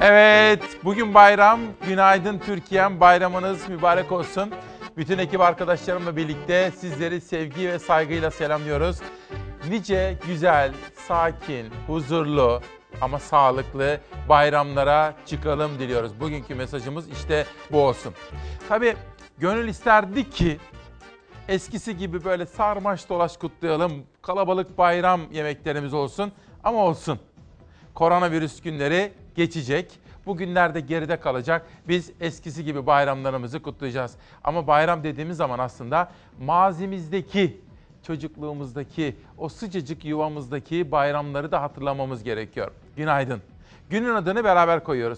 Evet, bugün bayram. Günaydın Türkiye'm, bayramınız mübarek olsun. Bütün ekip arkadaşlarımla birlikte sizleri sevgi ve saygıyla selamlıyoruz. Nice güzel, sakin, huzurlu ama sağlıklı bayramlara çıkalım diliyoruz. Bugünkü mesajımız işte bu olsun. Tabii gönül isterdi ki eskisi gibi böyle sarmaş dolaş kutlayalım, kalabalık bayram yemeklerimiz olsun ama olsun. Koronavirüs günleri geçecek. Bu günler de geride kalacak. Biz eskisi gibi bayramlarımızı kutlayacağız. Ama bayram dediğimiz zaman aslında mazimizdeki, çocukluğumuzdaki, o sıcacık yuvamızdaki bayramları da hatırlamamız gerekiyor. Günaydın. Günün adını beraber koyuyoruz.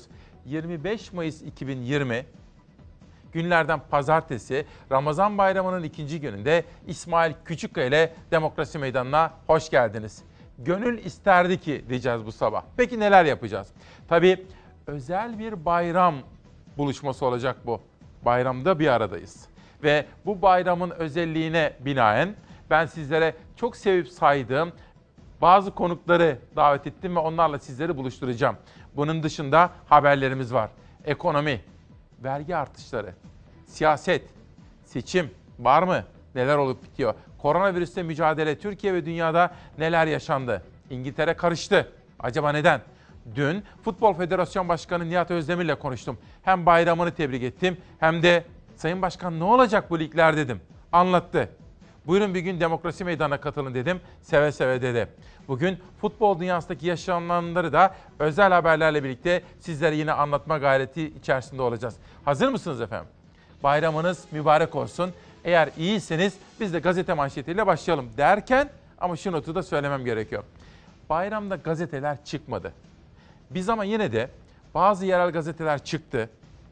25 Mayıs 2020 günlerden pazartesi, Ramazan bayramının ikinci gününde İsmail Küçükkaya ile Demokrasi Meydanı'na hoş geldiniz. Gönül isterdi ki diyeceğiz bu sabah. Peki neler yapacağız? Tabii özel bir bayram buluşması olacak bu. Bayramda bir aradayız. Ve bu bayramın özelliğine binaen ben sizlere çok sevip saydığım bazı konukları davet ettim ve onlarla sizleri buluşturacağım. Bunun dışında haberlerimiz var. Ekonomi, vergi artışları, siyaset, seçim var mı? Neler olup bitiyor? Koronavirüsle mücadele, Türkiye ve dünyada neler yaşandı? İngiltere karıştı. Acaba neden? Dün Futbol Federasyon Başkanı Nihat Özdemir'le konuştum. Hem bayramını tebrik ettim hem de Sayın Başkan ne olacak bu ligler dedim. Anlattı. Buyurun bir gün Demokrasi Meydanı'na katılın dedim. Seve seve dedi. Bugün futbol dünyasındaki yaşananları da özel haberlerle birlikte sizlere yine anlatma gayreti içerisinde olacağız. Hazır mısınız efendim? Bayramınız mübarek olsun. Eğer iyiyseniz biz de gazete manşetiyle başlayalım derken ama şu notu da söylemem gerekiyor. Bayramda gazeteler çıkmadı. Biz ama yine de bazı yerel gazeteler çıktı.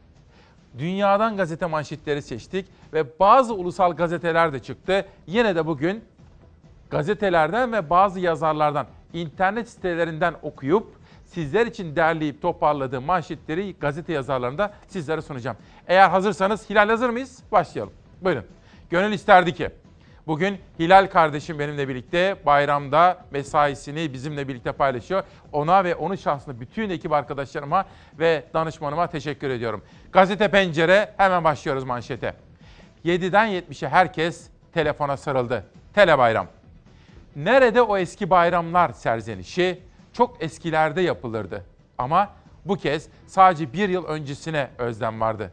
Dünyadan gazete manşetleri seçtik ve bazı ulusal gazeteler de çıktı. Yine de bugün gazetelerden ve bazı yazarlardan, internet sitelerinden okuyup sizler için derleyip toparladığım manşetleri gazete yazarlarında sizlere sunacağım. Eğer hazırsanız Hilal hazır mıyız? Başlayalım. Buyurun. Gönül isterdi ki bugün Hilal kardeşim benimle birlikte bayramda mesaisini bizimle birlikte paylaşıyor. Ona ve onun şahsında bütün ekip arkadaşlarıma ve danışmanıma teşekkür ediyorum. Gazete Pencere, hemen başlıyoruz manşete. 7'den 70'e herkes telefona sarıldı. Telebayram. Nerede o eski bayramlar serzenişi? Çok eskilerde yapılırdı. Ama bu kez sadece bir yıl öncesine özlem vardı.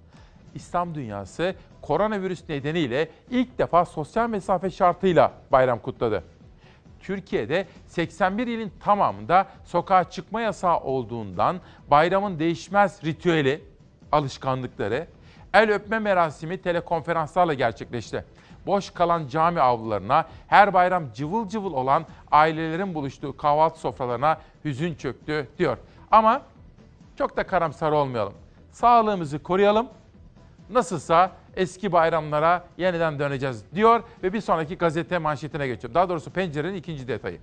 İslam dünyası koronavirüs nedeniyle ilk defa sosyal mesafe şartıyla bayram kutladı. Türkiye'de 81 ilin tamamında sokağa çıkma yasağı olduğundan bayramın değişmez ritüeli, alışkanlıkları, el öpme merasimi telekonferanslarla gerçekleşti. Boş kalan cami avlularına, her bayram cıvıl cıvıl olan ailelerin buluştuğu kahvaltı sofralarına hüzün çöktü diyor. Ama çok da karamsar olmayalım. Sağlığımızı koruyalım. Nasılsa eski bayramlara yeniden döneceğiz diyor ve bir sonraki gazete manşetine geçiyorum. Daha doğrusu Pencere'nin ikinci detayı.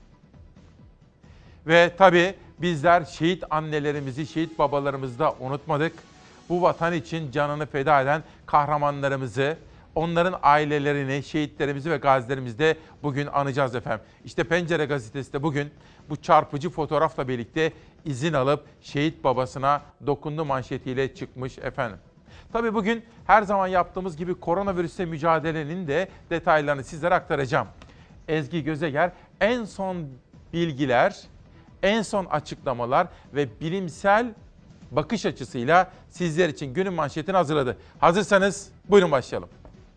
Ve tabii bizler şehit annelerimizi, şehit babalarımızı da unutmadık. Bu vatan için canını feda eden kahramanlarımızı, onların ailelerini, şehitlerimizi ve gazilerimizi de bugün anacağız efendim. İşte Pencere gazetesi de bugün bu çarpıcı fotoğrafla birlikte izin alıp şehit babasına dokundu manşetiyle çıkmış efendim. Tabii bugün her zaman yaptığımız gibi koronavirüsle mücadelenin de detaylarını sizlere aktaracağım. Ezgi Gözeger en son bilgiler, en son açıklamalar ve bilimsel bakış açısıyla sizler için günün manşetini hazırladı. Hazırsanız buyurun başlayalım.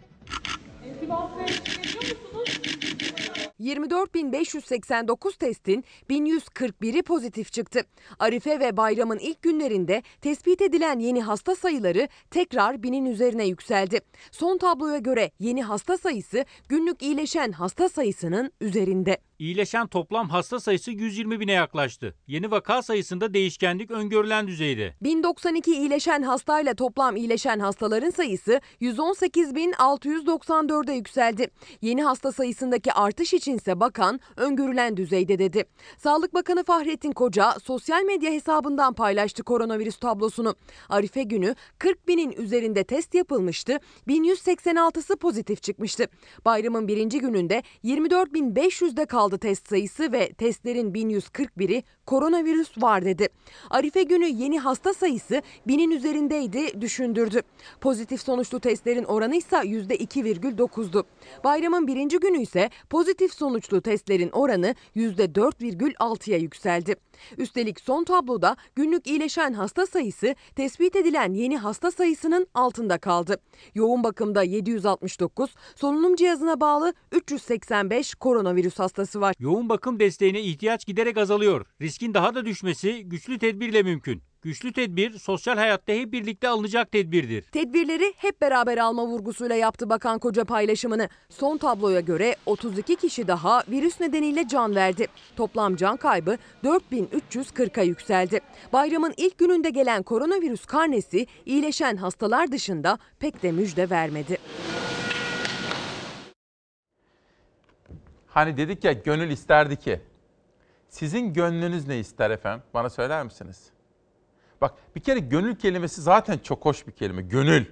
24.589 testin 1141'i pozitif çıktı. Arife ve bayramın ilk günlerinde tespit edilen yeni hasta sayıları tekrar 1000'in üzerine yükseldi. Son tabloya göre yeni hasta sayısı günlük iyileşen hasta sayısının üzerinde. İyileşen toplam hasta sayısı 120 bine yaklaştı. Yeni vaka sayısında değişkenlik öngörülen düzeyde. 1092 iyileşen hastayla toplam iyileşen hastaların sayısı 118.694'e yükseldi. Yeni hasta sayısındaki artış içinse bakan öngörülen düzeyde dedi. Sağlık Bakanı Fahrettin Koca sosyal medya hesabından paylaştı koronavirüs tablosunu. Arife günü 40 binin üzerinde test yapılmıştı. 1186'sı pozitif çıkmıştı. Bayramın birinci gününde 24.500'de kaldı aldı test sayısı ve testlerin 1141'i koronavirüs var dedi. Arife günü yeni hasta sayısı 1000'in üzerindeydi, düşündürdü. Pozitif sonuçlu testlerin oranı ise %2,9'du. Bayramın birinci günü ise pozitif sonuçlu testlerin oranı %4,6'ya yükseldi. Üstelik son tabloda günlük iyileşen hasta sayısı tespit edilen yeni hasta sayısının altında kaldı. Yoğun bakımda 769, solunum cihazına bağlı 385 koronavirüs hastası var. Yoğun bakım desteğine ihtiyaç giderek azalıyor. Riskin daha da düşmesi güçlü tedbirle mümkün. Güçlü tedbir sosyal hayatta hep birlikte alınacak tedbirdir. Tedbirleri hep beraber alma vurgusuyla yaptı Bakan Koca paylaşımını. Son tabloya göre 32 kişi daha virüs nedeniyle can verdi. Toplam can kaybı 4340'a yükseldi. Bayramın ilk gününde gelen koronavirüs karnesi iyileşen hastalar dışında pek de müjde vermedi. Hani dedik ya, gönül isterdi ki. Sizin gönlünüz ne ister efendim? Bana söyler misiniz? Bak, bir kere gönül kelimesi zaten çok hoş bir kelime. Gönül.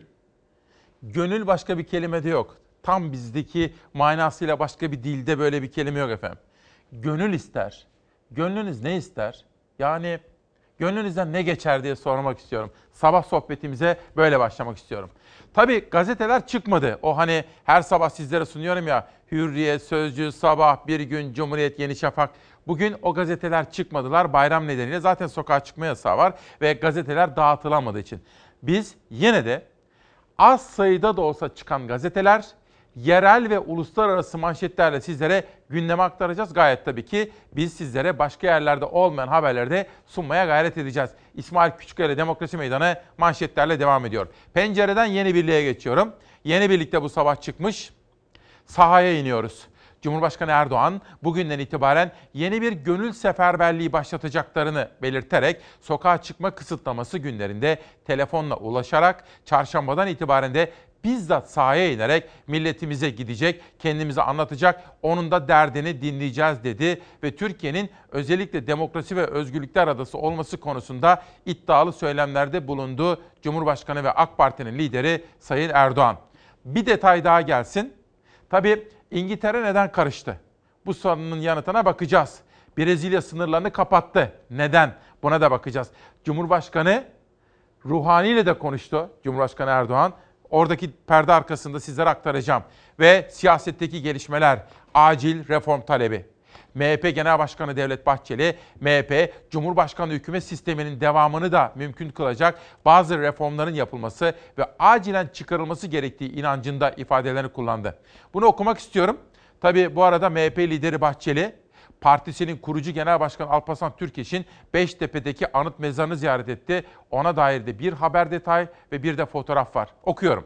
Gönül başka bir kelime de yok. Tam bizdeki manasıyla başka bir dilde böyle bir kelime yok efendim. Gönül ister. Gönlünüz ne ister? Yani gönlünüzden ne geçer diye sormak istiyorum. Sabah sohbetimize böyle başlamak istiyorum. Tabii gazeteler çıkmadı. O hani her sabah sizlere sunuyorum ya, Hürriyet, Sözcü, Sabah, Bir Gün, Cumhuriyet, Yeni Şafak. Bugün o gazeteler çıkmadılar bayram nedeniyle. Zaten sokağa çıkma yasağı var ve gazeteler dağıtılamadığı için. Biz yine de az sayıda da olsa çıkan gazeteler, yerel ve uluslararası manşetlerle sizlere gündeme aktaracağız. Gayet tabii ki biz sizlere başka yerlerde olmayan haberleri de sunmaya gayret edeceğiz. İsmail Küçükkaya Demokrasi Meydanı manşetlerle devam ediyor. Pencereden Yeni Birliğe geçiyorum. Yeni Birlik'te bu sabah çıkmış. Sahaya iniyoruz. Cumhurbaşkanı Erdoğan bugünden itibaren yeni bir gönül seferberliği başlatacaklarını belirterek sokağa çıkma kısıtlaması günlerinde telefonla ulaşarak çarşambadan itibaren de bizzat sahaya inerek milletimize gidecek, kendimize anlatacak, onun da derdini dinleyeceğiz dedi ve Türkiye'nin özellikle demokrasi ve özgürlükler adası olması konusunda iddialı söylemlerde bulundu Cumhurbaşkanı ve AK Parti'nin lideri Sayın Erdoğan. Bir detay daha gelsin. Tabii İngiltere neden karıştı? Bu sorunun yanıtına bakacağız. Brezilya sınırlarını kapattı. Neden? Buna da bakacağız. Cumhurbaşkanı Ruhani ile de konuştu. Cumhurbaşkanı Erdoğan. Oradaki perde arkasında sizlere aktaracağım. Ve siyasetteki gelişmeler, acil reform talebi. MHP Genel Başkanı Devlet Bahçeli, MHP Cumhurbaşkanlığı hükümet sisteminin devamını da mümkün kılacak bazı reformların yapılması ve acilen çıkarılması gerektiği inancında ifadelerini kullandı. Bunu okumak istiyorum. Tabii bu arada MHP lideri Bahçeli, partisinin kurucu Genel Başkanı Alparslan Türkeş'in Beştepe'deki anıt mezarını ziyaret etti. Ona dair de bir haber detay ve bir de fotoğraf var. Okuyorum.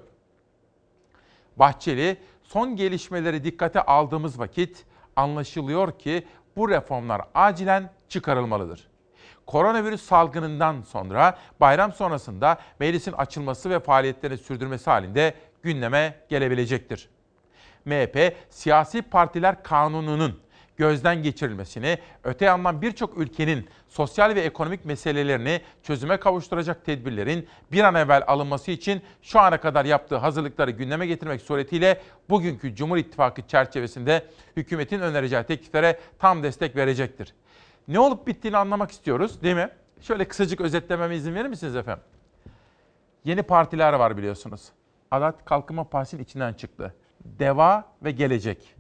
Bahçeli, son gelişmeleri dikkate aldığımız vakit anlaşılıyor ki bu reformlar acilen çıkarılmalıdır. Koronavirüs salgınından sonra bayram sonrasında meclisin açılması ve faaliyetlerini sürdürmesi halinde gündeme gelebilecektir. MHP, siyasi partiler kanununun gözden geçirilmesini, öte yandan birçok ülkenin sosyal ve ekonomik meselelerini çözüme kavuşturacak tedbirlerin bir an evvel alınması için şu ana kadar yaptığı hazırlıkları gündeme getirmek suretiyle bugünkü Cumhur İttifakı çerçevesinde hükümetin önereceği tekliflere tam destek verecektir. Ne olup bittiğini anlamak istiyoruz, değil mi? Şöyle kısacık özetlememe izin verir misiniz efendim? Yeni partiler var biliyorsunuz. Adalet Kalkınma Partisi'nin içinden çıktı. DEVA ve Gelecek.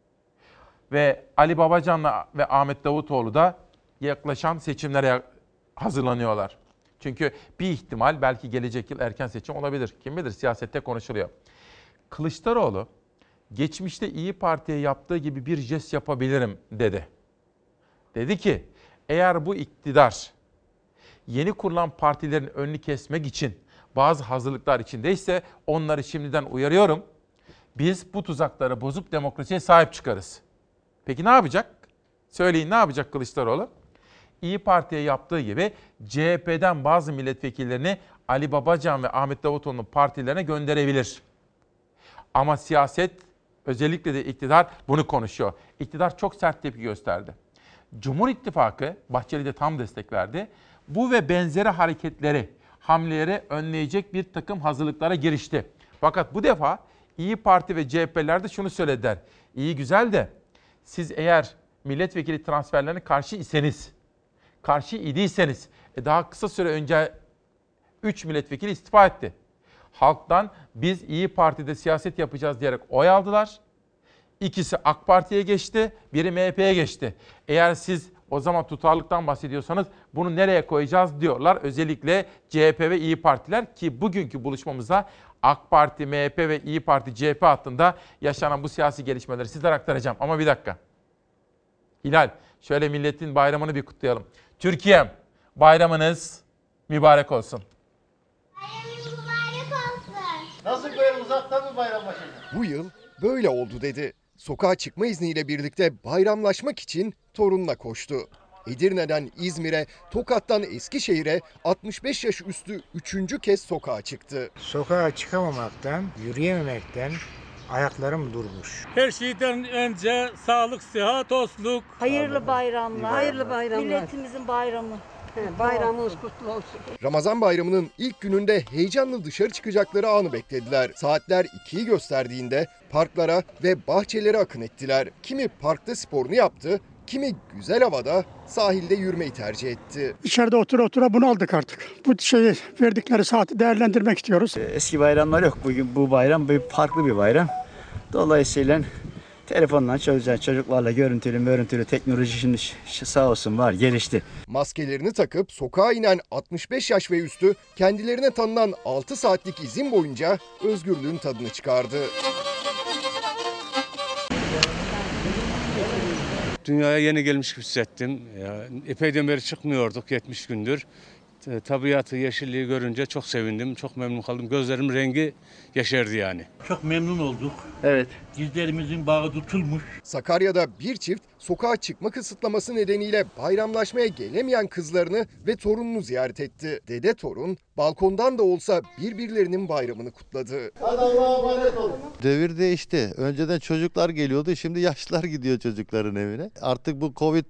Ve Ali Babacan'la ve Ahmet Davutoğlu da yaklaşan seçimlere hazırlanıyorlar. Çünkü bir ihtimal belki gelecek yıl erken seçim olabilir. Kim bilir, siyasette konuşuluyor. Kılıçdaroğlu geçmişte İYİ Parti'ye yaptığı gibi bir jest yapabilirim dedi. Dedi ki eğer bu iktidar yeni kurulan partilerin önünü kesmek için bazı hazırlıklar içindeyse onları şimdiden uyarıyorum. Biz bu tuzakları bozup demokrasiye sahip çıkarız. Peki ne yapacak? Söyleyin, ne yapacak Kılıçdaroğlu? İYİ Parti'ye yaptığı gibi CHP'den bazı milletvekillerini Ali Babacan ve Ahmet Davutoğlu'nun partilerine gönderebilir. Ama siyaset, özellikle de iktidar bunu konuşuyor. İktidar çok sert tepki gösterdi. Cumhur İttifakı, Bahçeli de tam destek verdi. Bu ve benzeri hareketleri, hamleleri önleyecek bir takım hazırlıklara girişti. Fakat bu defa İYİ Parti ve CHP'ler de şunu söylediler. İyi güzel de siz eğer milletvekili transferlerine karşı idiyseniz daha kısa süre önce 3 milletvekili istifa etti. Halktan biz İyi Parti'de siyaset yapacağız diyerek oy aldılar. İkisi AK Parti'ye geçti, biri MHP'ye geçti. Eğer siz o zaman tutarlılıktan bahsediyorsanız bunu nereye koyacağız diyorlar. Özellikle CHP ve İyi Partiler ki bugünkü buluşmamıza AK Parti, MHP ve İyi Parti, CHP hattında yaşanan bu siyasi gelişmeleri sizlere aktaracağım. Ama bir dakika. Hilal, şöyle milletin bayramını bir kutlayalım. Türkiye'm, bayramınız mübarek olsun. Bayramınız mübarek olsun. Nasıl böyle uzaktan mı bayramlaşacak? Bu yıl böyle oldu dedi. Sokağa çıkma izniyle birlikte bayramlaşmak için torununa koştu. Edirne'den İzmir'e, Tokat'tan Eskişehir'e 65 yaş üstü 3. kez sokağa çıktı. Sokağa çıkamamaktan, yürüyememekten ayaklarım durmuş. Her şeyden önce sağlık, sıhhat, dostluk. Hayırlı bayramlar. Hayırlı bayramlar. Milletimizin bayramı. Bayramınız kutlu olsun. Ramazan bayramının ilk gününde heyecanlı dışarı çıkacakları anı beklediler. Saatler 2'yi gösterdiğinde parklara ve bahçelere akın ettiler. Kimi parkta sporunu yaptı, kimi güzel havada sahilde yürümeyi tercih etti. İçeride otura bunaldık artık. Bu şeyi verdikleri saati değerlendirmek istiyoruz. Eski bayramlar yok. Bugün bu bayram farklı bir bayram. Dolayısıyla telefonla çocuklarla görüntülü teknoloji şimdi sağ olsun var, gelişti. Maskelerini takıp sokağa inen 65 yaş ve üstü kendilerine tanınan 6 saatlik izin boyunca özgürlüğün tadını çıkardı. Dünyaya yeni gelmiş gibi hissettim. Epeyden beri çıkmıyorduk 70 gündür. Tabiatı, yeşilliği görünce çok sevindim, çok memnun kaldım. Gözlerimin rengi yeşerdi yani. Çok memnun olduk. Evet. Dizlerimizin bağı tutulmuş. Sakarya'da bir çift sokağa çıkma kısıtlaması nedeniyle bayramlaşmaya gelemeyen kızlarını ve torununu ziyaret etti. Dede torun balkondan da olsa birbirlerinin bayramını kutladı. Hadi Allah'a emanet olun. Devir değişti. Önceden çocuklar geliyordu, şimdi yaşlılar gidiyor çocukların evine. Artık bu Covid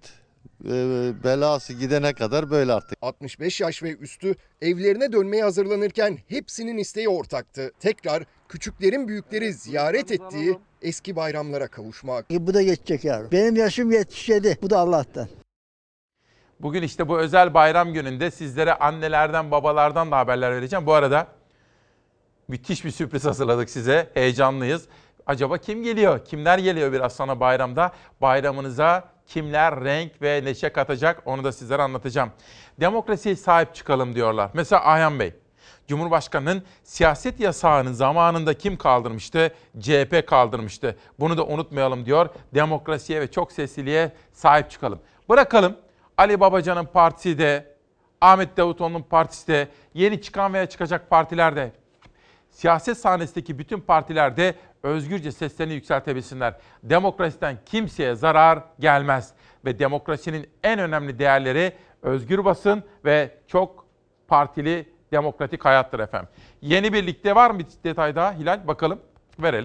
belası gidene kadar böyle artık. 65 yaş ve üstü evlerine dönmeye hazırlanırken hepsinin isteği ortaktı. Tekrar küçüklerin büyükleri ziyaret ettiği eski bayramlara kavuşmak. Bu da geçecek yavrum. Benim yaşım 77. Bu da Allah'tan. Bugün işte bu özel bayram gününde sizlere annelerden, babalardan da haberler vereceğim. Bu arada müthiş bir sürpriz hazırladık size. Heyecanlıyız. Acaba kim geliyor? Kimler geliyor biraz sonra bayramda? Bayramınıza kimler renk ve neşe katacak onu da sizlere anlatacağım. Demokrasiye sahip çıkalım diyorlar. Mesela Ayhan Bey, Cumhurbaşkanı'nın siyaset yasağını zamanında kim kaldırmıştı? CHP kaldırmıştı. Bunu da unutmayalım diyor. Demokrasiye ve çok sesliliğe sahip çıkalım. Bırakalım Ali Babacan'ın partisi de, Ahmet Davutoğlu'nun partisi de, yeni çıkan veya çıkacak partiler de, siyaset sahnesindeki bütün partiler de özgürce seslerini yükseltebilsinler. Demokrasiden kimseye zarar gelmez. Ve demokrasinin en önemli değerleri özgür basın ve çok partili demokratik hayattır efendim. Yeni Birlik'te var mı bir detay daha Hilal? Bakalım, verelim.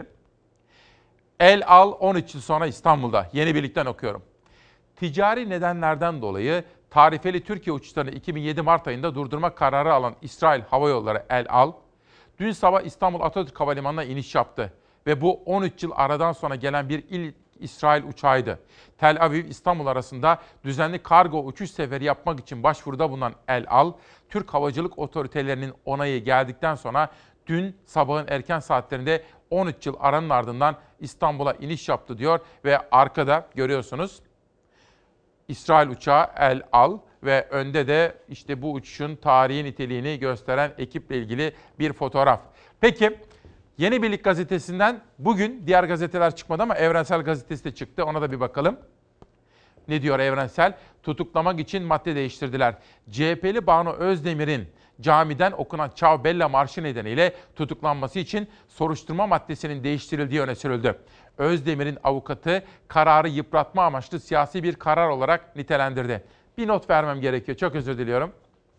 El Al 13 yıl sonra İstanbul'da. Yeni Birlik'ten okuyorum. Ticari nedenlerden dolayı tarifeli Türkiye uçuşlarını 2007 Mart ayında durdurma kararı alan İsrail Hava Yolları El Al, dün sabah İstanbul Atatürk Havalimanı'na iniş yaptı. Ve bu 13 yıl aradan sonra gelen bir ilk İsrail uçağıydı. Tel Aviv-İstanbul arasında düzenli kargo uçuş seferi yapmak için başvuruda bulunan El Al, Türk havacılık otoritelerinin onayı geldikten sonra dün sabahın erken saatlerinde 13 yıl aranın ardından İstanbul'a iniş yaptı diyor. Ve arkada görüyorsunuz İsrail uçağı El Al ve önde de işte bu uçuşun tarihi niteliğini gösteren ekiple ilgili bir fotoğraf. Peki Yeni Birlik gazetesinden bugün diğer gazeteler çıkmadı ama Evrensel Gazetesi de çıktı. Ona da bir bakalım. Ne diyor Evrensel? Tutuklamak için madde değiştirdiler. CHP'li Banu Özdemir'in camiden okunan Ciao Bella marşı nedeniyle tutuklanması için soruşturma maddesinin değiştirildiği öne sürüldü. Özdemir'in avukatı kararı yıpratma amaçlı siyasi bir karar olarak nitelendirdi. Bir not vermem gerekiyor. Çok özür diliyorum.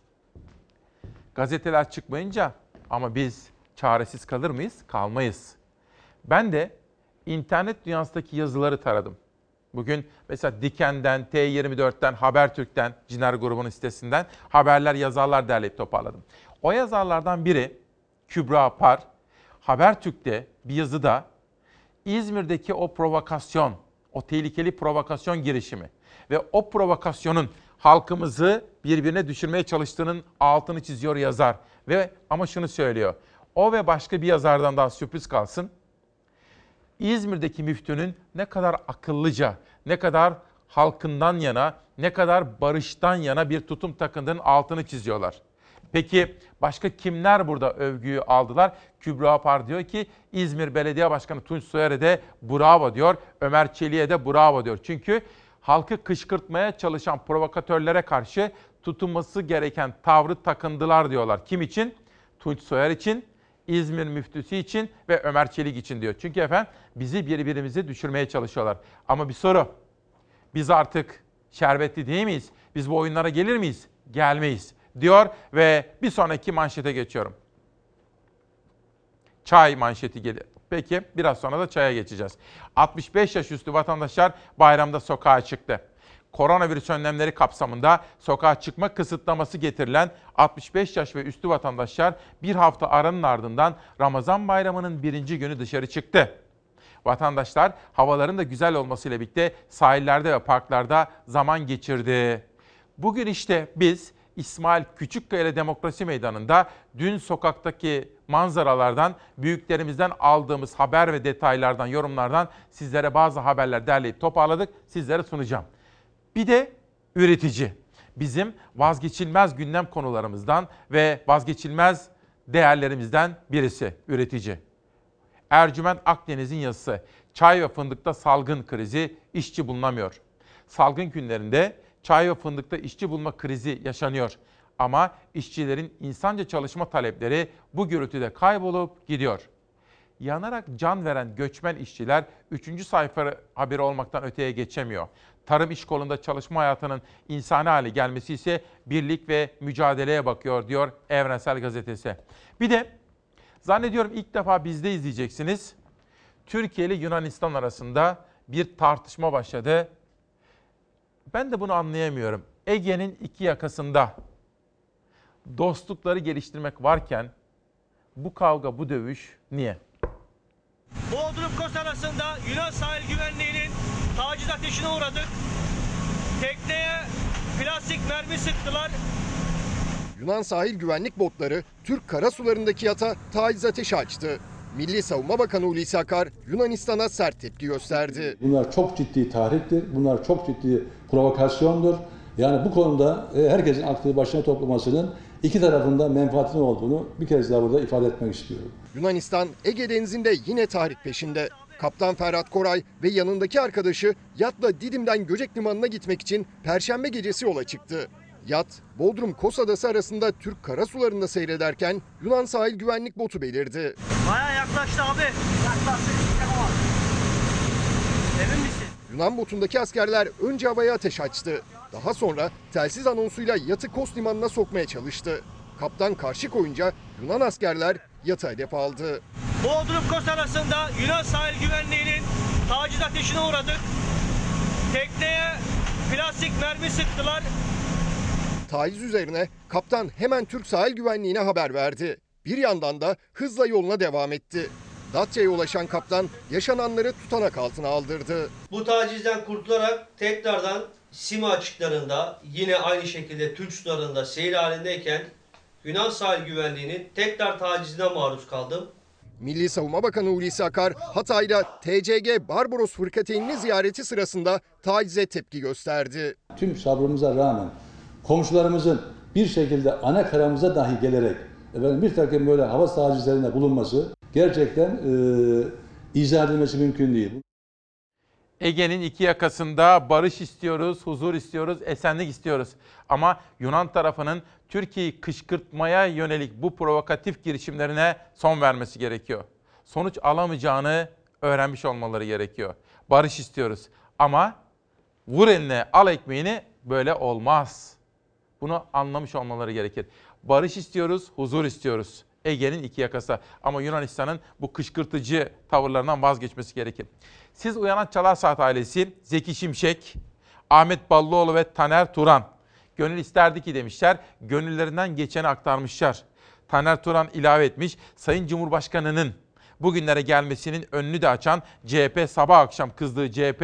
Gazeteler çıkmayınca ama biz çaresiz kalır mıyız? Kalmayız. Ben de internet dünyasındaki yazıları taradım. Bugün mesela Diken'den, T24'ten, Habertürk'ten, Ciner grubunun sitesinden haberler, yazarlar derleyip toparladım. O yazarlardan biri Kübra Par, Habertürk'te bir yazıda İzmir'deki o provokasyon, O tehlikeli provokasyon girişimi ve o provokasyonun halkımızı birbirine düşürmeye çalıştığının altını çiziyor yazar. Ama şunu söylüyor. O ve başka bir yazardan daha sürpriz kalsın. İzmir'deki müftünün ne kadar akıllıca, ne kadar halkından yana, ne kadar barıştan yana bir tutum takındığının altını çiziyorlar. Peki başka kimler burada övgüyü aldılar? Kübra Apar diyor ki İzmir Belediye Başkanı Tunç Soyer'e de bravo diyor. Ömer Çelik'e de bravo diyor. Çünkü halkı kışkırtmaya çalışan provokatörlere karşı tutunması gereken tavrı takındılar diyorlar. Kim için? Tunç Soyer için, İzmir müftüsü için ve Ömer Çelik için diyor. Çünkü efendim bizi birbirimizi düşürmeye çalışıyorlar. Ama bir soru. Biz artık şerbetli değil miyiz? Biz bu oyunlara gelir miyiz? Gelmeyiz diyor ve bir sonraki manşete geçiyorum. Çay manşeti gelir. Peki biraz sonra da çaya geçeceğiz. 65 yaş üstü vatandaşlar bayramda sokağa çıktı. Koronavirüs önlemleri kapsamında sokağa çıkma kısıtlaması getirilen 65 yaş ve üstü vatandaşlar bir hafta aranın ardından Ramazan bayramının birinci günü dışarı çıktı. Vatandaşlar havaların da güzel olmasıyla birlikte sahillerde ve parklarda zaman geçirdi. Bugün işte biz İsmail Küçükkaya Demokrasi Meydanı'nda dün sokaktaki manzaralardan, büyüklerimizden aldığımız haber ve detaylardan, yorumlardan sizlere bazı haberler derleyip toparladık, sizlere sunacağım. Bir de üretici. Bizim vazgeçilmez gündem konularımızdan ve vazgeçilmez değerlerimizden birisi üretici. Ercüment Akdeniz'in yazısı. Çay ve fındıkta salgın krizi, işçi bulunamıyor. Salgın günlerinde çay ve fındıkta işçi bulma krizi yaşanıyor. Ama işçilerin insanca çalışma talepleri bu gürültüde kaybolup gidiyor. Yanarak can veren göçmen işçiler 3. sayfa haberi olmaktan öteye geçemiyor. Tarım iş kolunda çalışma hayatının insani hale gelmesi ise birlik ve mücadeleye bakıyor diyor Evrensel Gazetesi. Bir de zannediyorum ilk defa bizde izleyeceksiniz. Türkiye ile Yunanistan arasında bir tartışma başladı. Ben de bunu anlayamıyorum. Ege'nin iki yakasında dostlukları geliştirmek varken bu kavga, bu dövüş niye? Bodrum Kos arasında Yunan sahil güvenliğinin taciz ateşine uğradık. Tekneye plastik mermi sıktılar. Yunan sahil güvenlik botları Türk karasularındaki yata taciz ateşi açtı. Milli Savunma Bakanı Hulusi Akar Yunanistan'a sert tepki gösterdi. Bunlar çok ciddi tahriktir, bunlar çok ciddi provokasyondur. Yani bu konuda herkesin aklı başına toplamasının iki tarafında menfaatinin olduğunu bir kez daha burada ifade etmek istiyorum. Yunanistan Ege Denizi'nde yine tahrik peşinde. Kaptan Ferhat Koray ve yanındaki arkadaşı yatla Didim'den Göcek Limanı'na gitmek için Perşembe gecesi yola çıktı. Yat, Bodrum Kos Adası arasında Türk karasularında seyrederken Yunan sahil güvenlik botu belirdi. Bayağı yaklaştı abi. Yaklaştı. Emin misin? Yunan botundaki askerler önce havaya ateş açtı. Daha sonra telsiz anonsuyla yatı Kos Limanı'na sokmaya çalıştı. Kaptan karşı koyunca Yunan askerler yatı hedef aldı. Bodrum Kos arasında Yunan sahil güvenliğinin taciz ateşine uğradık. Tekneye plastik mermi sıktılar. Taciz üzerine kaptan hemen Türk sahil güvenliğine haber verdi. Bir yandan da hızla yoluna devam etti. Datça'ya ulaşan kaptan yaşananları tutanak altına aldırdı. Bu tacizden kurtularak tekrardan Sima açıklarında yine aynı şekilde Türk sularında seyir halindeyken Yunan sahil güvenliğinin tekrar tacizine maruz kaldım. Milli Savunma Bakanı Hulusi Akar Hatay'da TCG Barbaros Fırkateynini ziyareti sırasında tacize tepki gösterdi. Tüm sabrımıza rağmen komşularımızın bir şekilde ana karamıza dahi gelerek bir takım böyle hava tacizlerinde bulunması gerçekten izah edilmesi mümkün değil. Ege'nin iki yakasında barış istiyoruz, huzur istiyoruz, esenlik istiyoruz. Ama Yunan tarafının Türkiye'yi kışkırtmaya yönelik bu provokatif girişimlerine son vermesi gerekiyor. Sonuç alamayacağını öğrenmiş olmaları gerekiyor. Barış istiyoruz ama vur eline al ekmeğini böyle olmaz. Bunu anlamış olmaları gerekir. Barış istiyoruz, huzur istiyoruz. Ege'nin iki yakası. Ama Yunanistan'ın bu kışkırtıcı tavırlarından vazgeçmesi gerekir. Siz Uyanan Çalar Saat ailesi Zeki Şimşek, Ahmet Ballıoğlu ve Taner Turan. Gönül isterdi ki demişler, gönüllerinden geçeni aktarmışlar. Taner Turan ilave etmiş, Sayın Cumhurbaşkanı'nın bugünlere gelmesinin önünü de açan CHP sabah akşam kızdığı CHP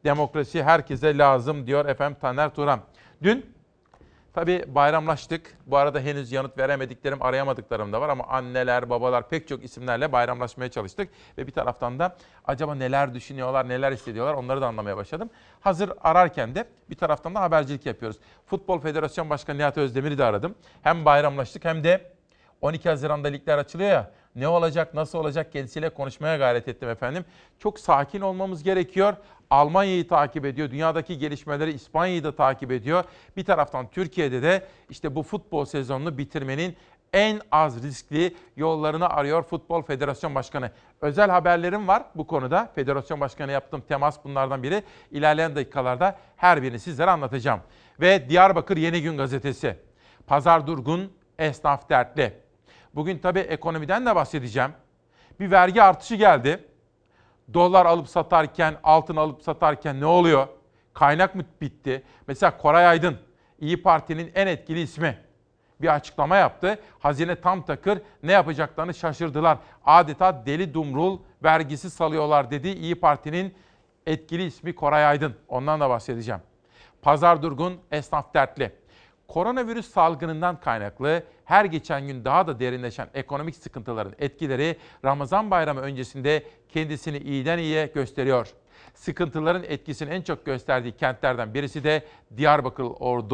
Demokrasi herkese lazım diyor efendim Taner Turan. Dün tabii bayramlaştık. Bu arada henüz yanıt veremediklerim, arayamadıklarım da var ama anneler, babalar pek çok isimlerle bayramlaşmaya çalıştık. Ve bir taraftan da acaba neler düşünüyorlar, neler hissediyorlar onları da anlamaya başladım. Hazır ararken de bir taraftan da habercilik yapıyoruz. Futbol Federasyon Başkanı Nihat Özdemir'i de aradım. Hem bayramlaştık hem de 12 Haziran'da ligler açılıyor ya. Ne olacak, nasıl olacak kendisiyle konuşmaya gayret ettim efendim. Çok sakin olmamız gerekiyor. Almanya'yı takip ediyor. Dünyadaki gelişmeleri İspanya'yı da takip ediyor. Bir taraftan Türkiye'de de işte bu futbol sezonunu bitirmenin en az riskli yollarını arıyor Futbol Federasyon Başkanı. Özel haberlerim var bu konuda. Federasyon Başkanı yaptığım temas bunlardan biri. İlerleyen dakikalarda her birini sizlere anlatacağım. Ve Diyarbakır Yeni Gün gazetesi. Pazar durgun, esnaf dertli. Bugün tabii ekonomiden de bahsedeceğim. Bir vergi artışı geldi. Dolar alıp satarken, altın alıp satarken ne oluyor? Kaynak mı bitti? Mesela Koray Aydın, İYİ Parti'nin en etkili ismi. Bir açıklama yaptı. Hazine tam takır, ne yapacaklarını şaşırdılar. Adeta deli dumrul vergisi salıyorlar dedi İYİ Parti'nin etkili ismi Koray Aydın. Ondan da bahsedeceğim. Pazar durgun, esnaf dertli. Koronavirüs salgınından kaynaklı her geçen gün daha da derinleşen ekonomik sıkıntıların etkileri Ramazan bayramı öncesinde kendisini iyiden iyiye gösteriyor. Sıkıntıların etkisini en çok gösterdiği kentlerden birisi de Diyarbakır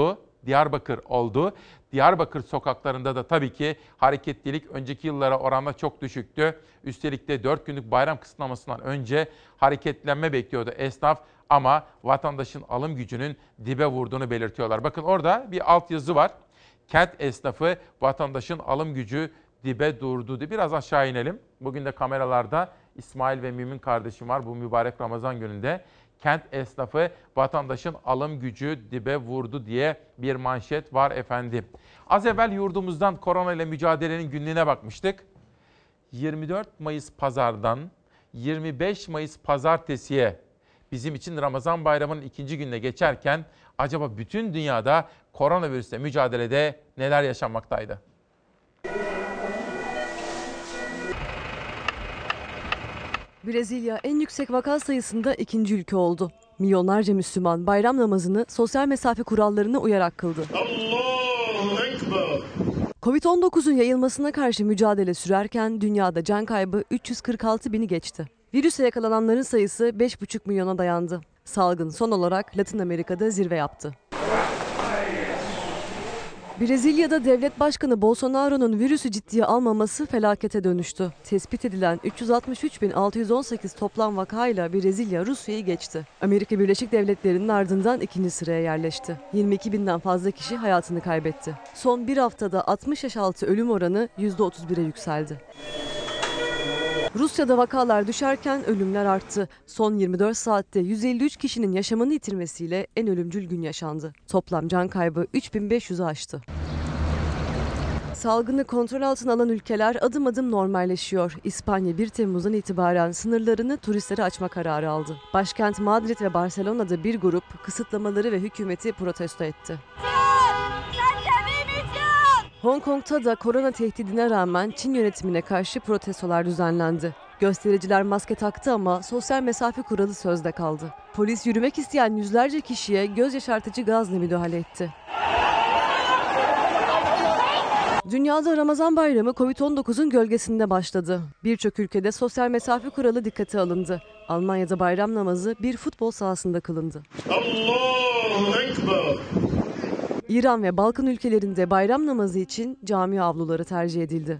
oldu. Diyarbakır sokaklarında da tabii ki hareketlilik önceki yıllara oranla çok düşüktü. Üstelik de 4 günlük bayram kısıtlamasından önce hareketlenme bekliyordu esnaf. Ama vatandaşın alım gücünün dibe vurduğunu belirtiyorlar. Bakın orada bir altyazı var. Kent esnafı vatandaşın alım gücü dibe durdu diye. Biraz aşağı inelim. Bugün de kameralarda İsmail ve Mümin kardeşim var bu mübarek Ramazan gününde. Kent esnafı vatandaşın alım gücü dibe vurdu diye bir manşet var efendim. Az evvel yurdumuzdan korona ile mücadelenin günlüğüne bakmıştık. 24 Mayıs pazardan 25 Mayıs pazartesiye bizim için Ramazan bayramının ikinci gününe geçerken acaba bütün dünyada koronavirüsle mücadelede neler yaşanmaktaydı? Brezilya en yüksek vaka sayısında ikinci ülke oldu. Milyonlarca Müslüman bayram namazını sosyal mesafe kurallarına uyarak kıldı. Covid-19'un yayılmasına karşı mücadele sürerken dünyada can kaybı 346 bini geçti. Virüse yakalananların sayısı 5,5 milyona dayandı. Salgın son olarak Latin Amerika'da zirve yaptı. Brezilya'da devlet başkanı Bolsonaro'nun virüsü ciddiye almaması felakete dönüştü. Tespit edilen 363.618 toplam vakayla Brezilya Rusya'yı geçti. Amerika Birleşik Devletleri'nin ardından ikinci sıraya yerleşti. 22.000'den fazla kişi hayatını kaybetti. Son bir haftada 60 yaş altı ölüm oranı %31'e yükseldi. Rusya'da vakalar düşerken ölümler arttı. Son 24 saatte 153 kişinin yaşamını yitirmesiyle en ölümcül gün yaşandı. Toplam can kaybı 3500'ü aştı. Salgını kontrol altına alan ülkeler adım adım normalleşiyor. İspanya 1 Temmuz'dan itibaren sınırlarını turistlere açma kararı aldı. Başkent Madrid ve Barcelona'da bir grup kısıtlamaları ve hükümeti protesto etti. Hong Kong'ta da korona tehdidine rağmen Çin yönetimine karşı protestolar düzenlendi. Göstericiler maske taktı ama sosyal mesafe kuralı sözde kaldı. Polis yürümek isteyen yüzlerce kişiye göz yaşartıcı gazla müdahale etti. Dünyada Ramazan bayramı Covid-19'un gölgesinde başladı. Birçok ülkede sosyal mesafe kuralı dikkate alındı. Almanya'da bayram namazı bir futbol sahasında kılındı. Allahu Ekber. İran ve Balkan ülkelerinde bayram namazı için cami avluları tercih edildi.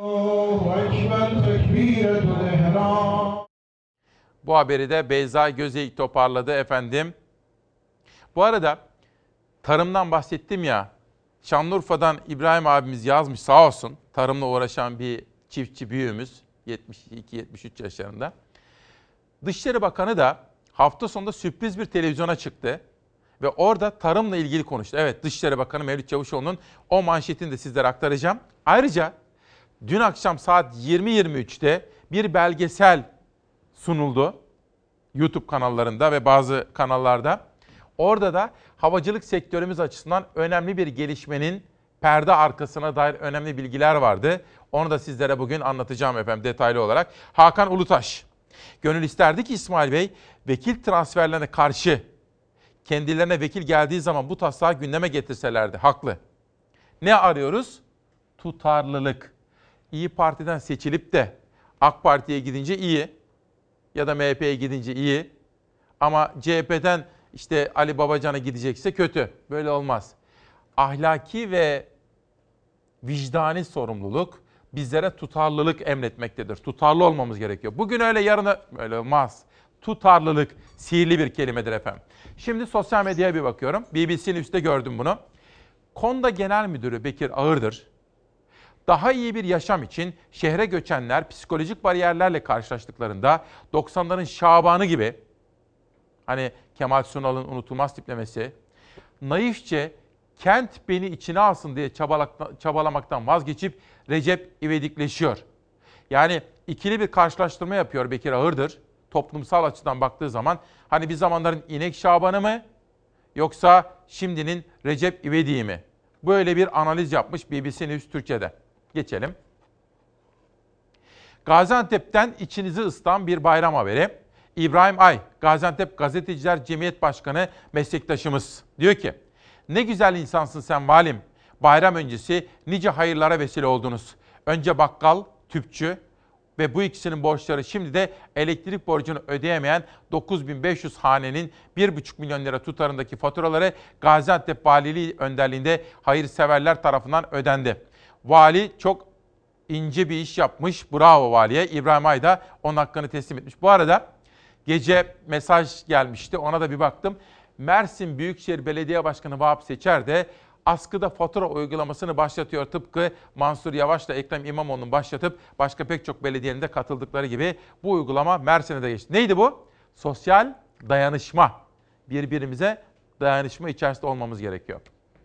Bu haberi de Beyza Gözeyik toparladı efendim. Bu arada tarımdan bahsettim ya. Şanlıurfa'dan İbrahim abimiz yazmış sağ olsun. Tarımla uğraşan bir çiftçi büyüğümüz 72-73 yaşlarında. Dışişleri Bakanı da hafta sonunda sürpriz bir televizyona çıktı. Ve orada tarımla ilgili konuştu. Evet, Dışişleri Bakanı Mevlüt Çavuşoğlu'nun o manşetini de sizlere aktaracağım. Ayrıca dün akşam saat 20.23'te bir belgesel sunuldu. YouTube kanallarında ve bazı kanallarda. Orada da havacılık sektörümüz açısından önemli bir gelişmenin perde arkasına dair önemli bilgiler vardı. Onu da sizlere bugün anlatacağım efendim detaylı olarak. Hakan Ulutaş. Gönül isterdi ki İsmail Bey, vekil transferlerine karşı kendilerine vekil geldiği zaman bu taslağı gündeme getirselerdi. Haklı. Ne arıyoruz? Tutarlılık. İyi Parti'den seçilip de AK Parti'ye gidince iyi ya da MHP'ye gidince iyi ama CHP'den işte Ali Babacan'a gidecekse kötü. Böyle olmaz. Ahlaki ve vicdani sorumluluk bizlere tutarlılık emretmektedir. Tutarlı olmamız gerekiyor. Bugün öyle, yarın öyle olmaz. Tutarlılık sihirli bir kelimedir efendim. Şimdi sosyal medyaya bir bakıyorum. BBC News'te gördüm bunu. Konda Genel Müdürü Bekir Ağırdır, daha iyi bir yaşam için şehre göçenler psikolojik bariyerlerle karşılaştıklarında 90'ların Şabanı gibi, hani Kemal Sunal'ın unutulmaz tiplemesi, naifçe kent beni içine alsın diye çabalamaktan vazgeçip Recep İvedikleşiyor. Yani ikili bir karşılaştırma yapıyor Bekir Ağırdır. Toplumsal açıdan baktığı zaman hani bir zamanların İnek Şabanı mı yoksa şimdinin Recep İvedik'i mi? Böyle bir analiz yapmış BBC News Türkçe'de. Geçelim. Gaziantep'ten içinizi ısıtan bir bayram haberi. İbrahim Ay, Gaziantep Gazeteciler Cemiyet Başkanı meslektaşımız diyor ki, ne güzel insansın sen valim. Bayram öncesi nice hayırlara vesile oldunuz. Önce bakkal, tüpçü ve bu ikisinin borçları, şimdi de elektrik borcunu ödeyemeyen 9.500 hanenin 1,5 milyon lira tutarındaki faturaları Gaziantep Valiliği önderliğinde hayırseverler tarafından ödendi. Vali çok ince bir iş yapmış. Bravo valiye. İbrahim Ay da onun hakkını teslim etmiş. Bu arada gece mesaj gelmişti. Ona da bir baktım. Mersin Büyükşehir Belediye Başkanı Vahap Seçer de askıda fatura uygulamasını başlatıyor. Tıpkı Mansur Yavaş'la Ekrem İmamoğlu'nun başlatıp başka pek çok belediyenin de katıldıkları gibi bu uygulama Mersin'e de geçti. Neydi bu? Sosyal dayanışma. Birbirimize dayanışma içerisinde olmamız gerekiyor.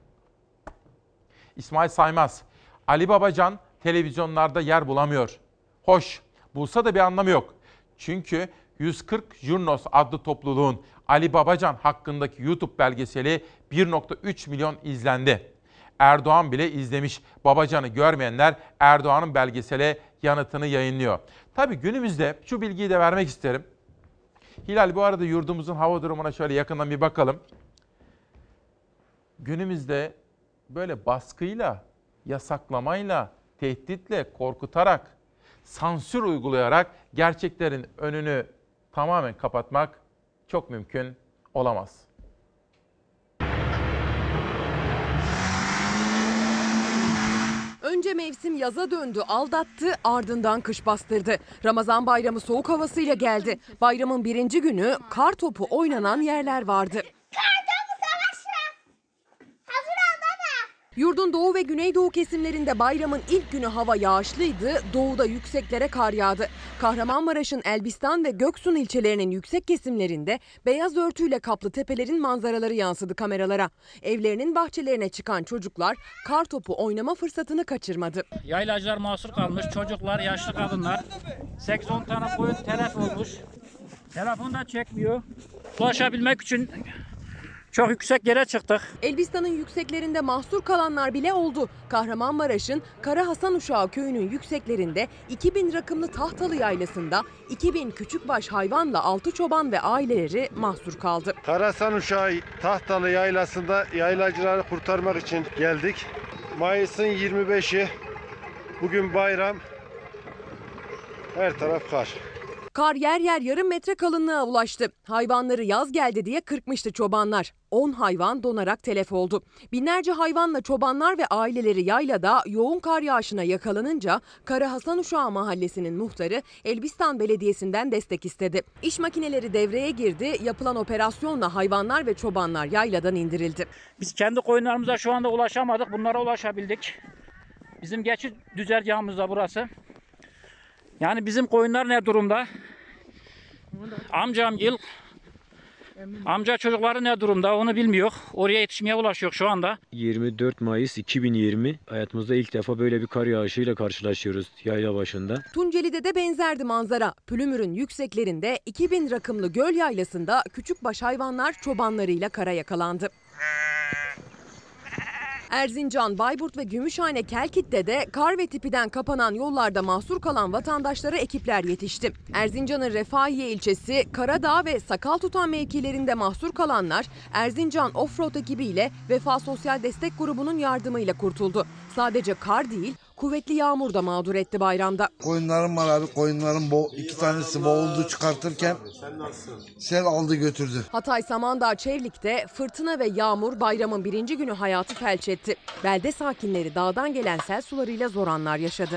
İsmail Saymaz, Ali Babacan televizyonlarda yer bulamıyor. Hoş, bulsa da bir anlamı yok. Çünkü 140 Jurnos adlı topluluğun Ali Babacan hakkındaki YouTube belgeseli 1,3 milyon izlendi. Erdoğan bile izlemiş. Babacan'ı görmeyenler Erdoğan'ın belgesele yanıtını yayınlıyor. Tabii günümüzde şu bilgiyi de vermek isterim. Hilal, bu arada yurdumuzun hava durumuna şöyle yakından bir bakalım. Günümüzde böyle baskıyla, yasaklamayla, tehditle, korkutarak, sansür uygulayarak gerçeklerin önünü tamamen kapatmak çok mümkün olamaz. Önce mevsim yaza döndü, aldattı, ardından kış bastırdı. Ramazan bayramı soğuk havasıyla geldi. Bayramın birinci günü kar topu oynanan yerler vardı. Yurdun doğu ve güneydoğu kesimlerinde bayramın ilk günü hava yağışlıydı, doğuda yükseklere kar yağdı. Kahramanmaraş'ın Elbistan ve Göksun ilçelerinin yüksek kesimlerinde beyaz örtüyle kaplı tepelerin manzaraları yansıdı kameralara. Evlerinin bahçelerine çıkan çocuklar kar topu oynama fırsatını kaçırmadı. Yaylacılar mahsur kalmış, çocuklar, yaşlı kadınlar. 8-10 tane koyun telef olmuş. Telefon da çekmiyor. Ulaşabilmek için çok yüksek yere çıktık. Elbistan'ın yükseklerinde mahsur kalanlar bile oldu. Kahramanmaraş'ın Kara Hasan Uşağı köyünün yükseklerinde 2000 rakımlı Tahtalı Yaylası'nda 2000 küçükbaş hayvanla 6 çoban ve aileleri mahsur kaldı. Kara Hasan Uşağı Tahtalı Yaylası'nda yaylacıları kurtarmak için geldik. Mayıs'ın 25'i, bugün bayram, her taraf kar. Kar yer yer yarım metre kalınlığa ulaştı. Hayvanları yaz geldi diye kırpmıştı çobanlar. 10 hayvan donarak telef oldu. Binlerce hayvanla çobanlar ve aileleri yaylada yoğun kar yağışına yakalanınca Kara Hasan Uşağı Mahallesi'nin muhtarı Elbistan Belediyesi'nden destek istedi. İş makineleri devreye girdi. Yapılan operasyonla hayvanlar ve çobanlar yayladan indirildi. Biz kendi koyunlarımıza şu anda ulaşamadık. Bunlara ulaşabildik. Bizim geçiş düzergahımız da burası. Yani bizim koyunlar ne durumda? Amca çocukları ne durumda onu bilmiyor. Oraya yetişmeye ulaşıyor şu anda. 24 Mayıs 2020. Hayatımızda ilk defa böyle bir kar yağışıyla karşılaşıyoruz yayla başında. Tunceli'de de benzerdi manzara. Pülümür'ün yükseklerinde 2000 rakımlı göl yaylasında küçükbaş hayvanlar çobanlarıyla kara yakalandı. Erzincan, Bayburt ve Gümüşhane Kelkit'te de kar ve tipiden kapanan yollarda mahsur kalan vatandaşlara ekipler yetişti. Erzincan'ın Refahiye ilçesi, Karadağ ve Sakaltutan mevkilerinde mahsur kalanlar Erzincan Offroad ekibiyle Vefa Sosyal Destek Grubu'nun yardımıyla kurtuldu. Sadece kar değil, kuvvetli yağmur da mağdur etti bayramda. Koyunlarım var abi, koyunların 2 tanesi boğuldu çıkartırken sel aldı götürdü. Hatay Samandağ Çevlik'te fırtına ve yağmur bayramın birinci günü hayatı felç etti. Belde sakinleri dağdan gelen sel sularıyla zor anlar yaşadı.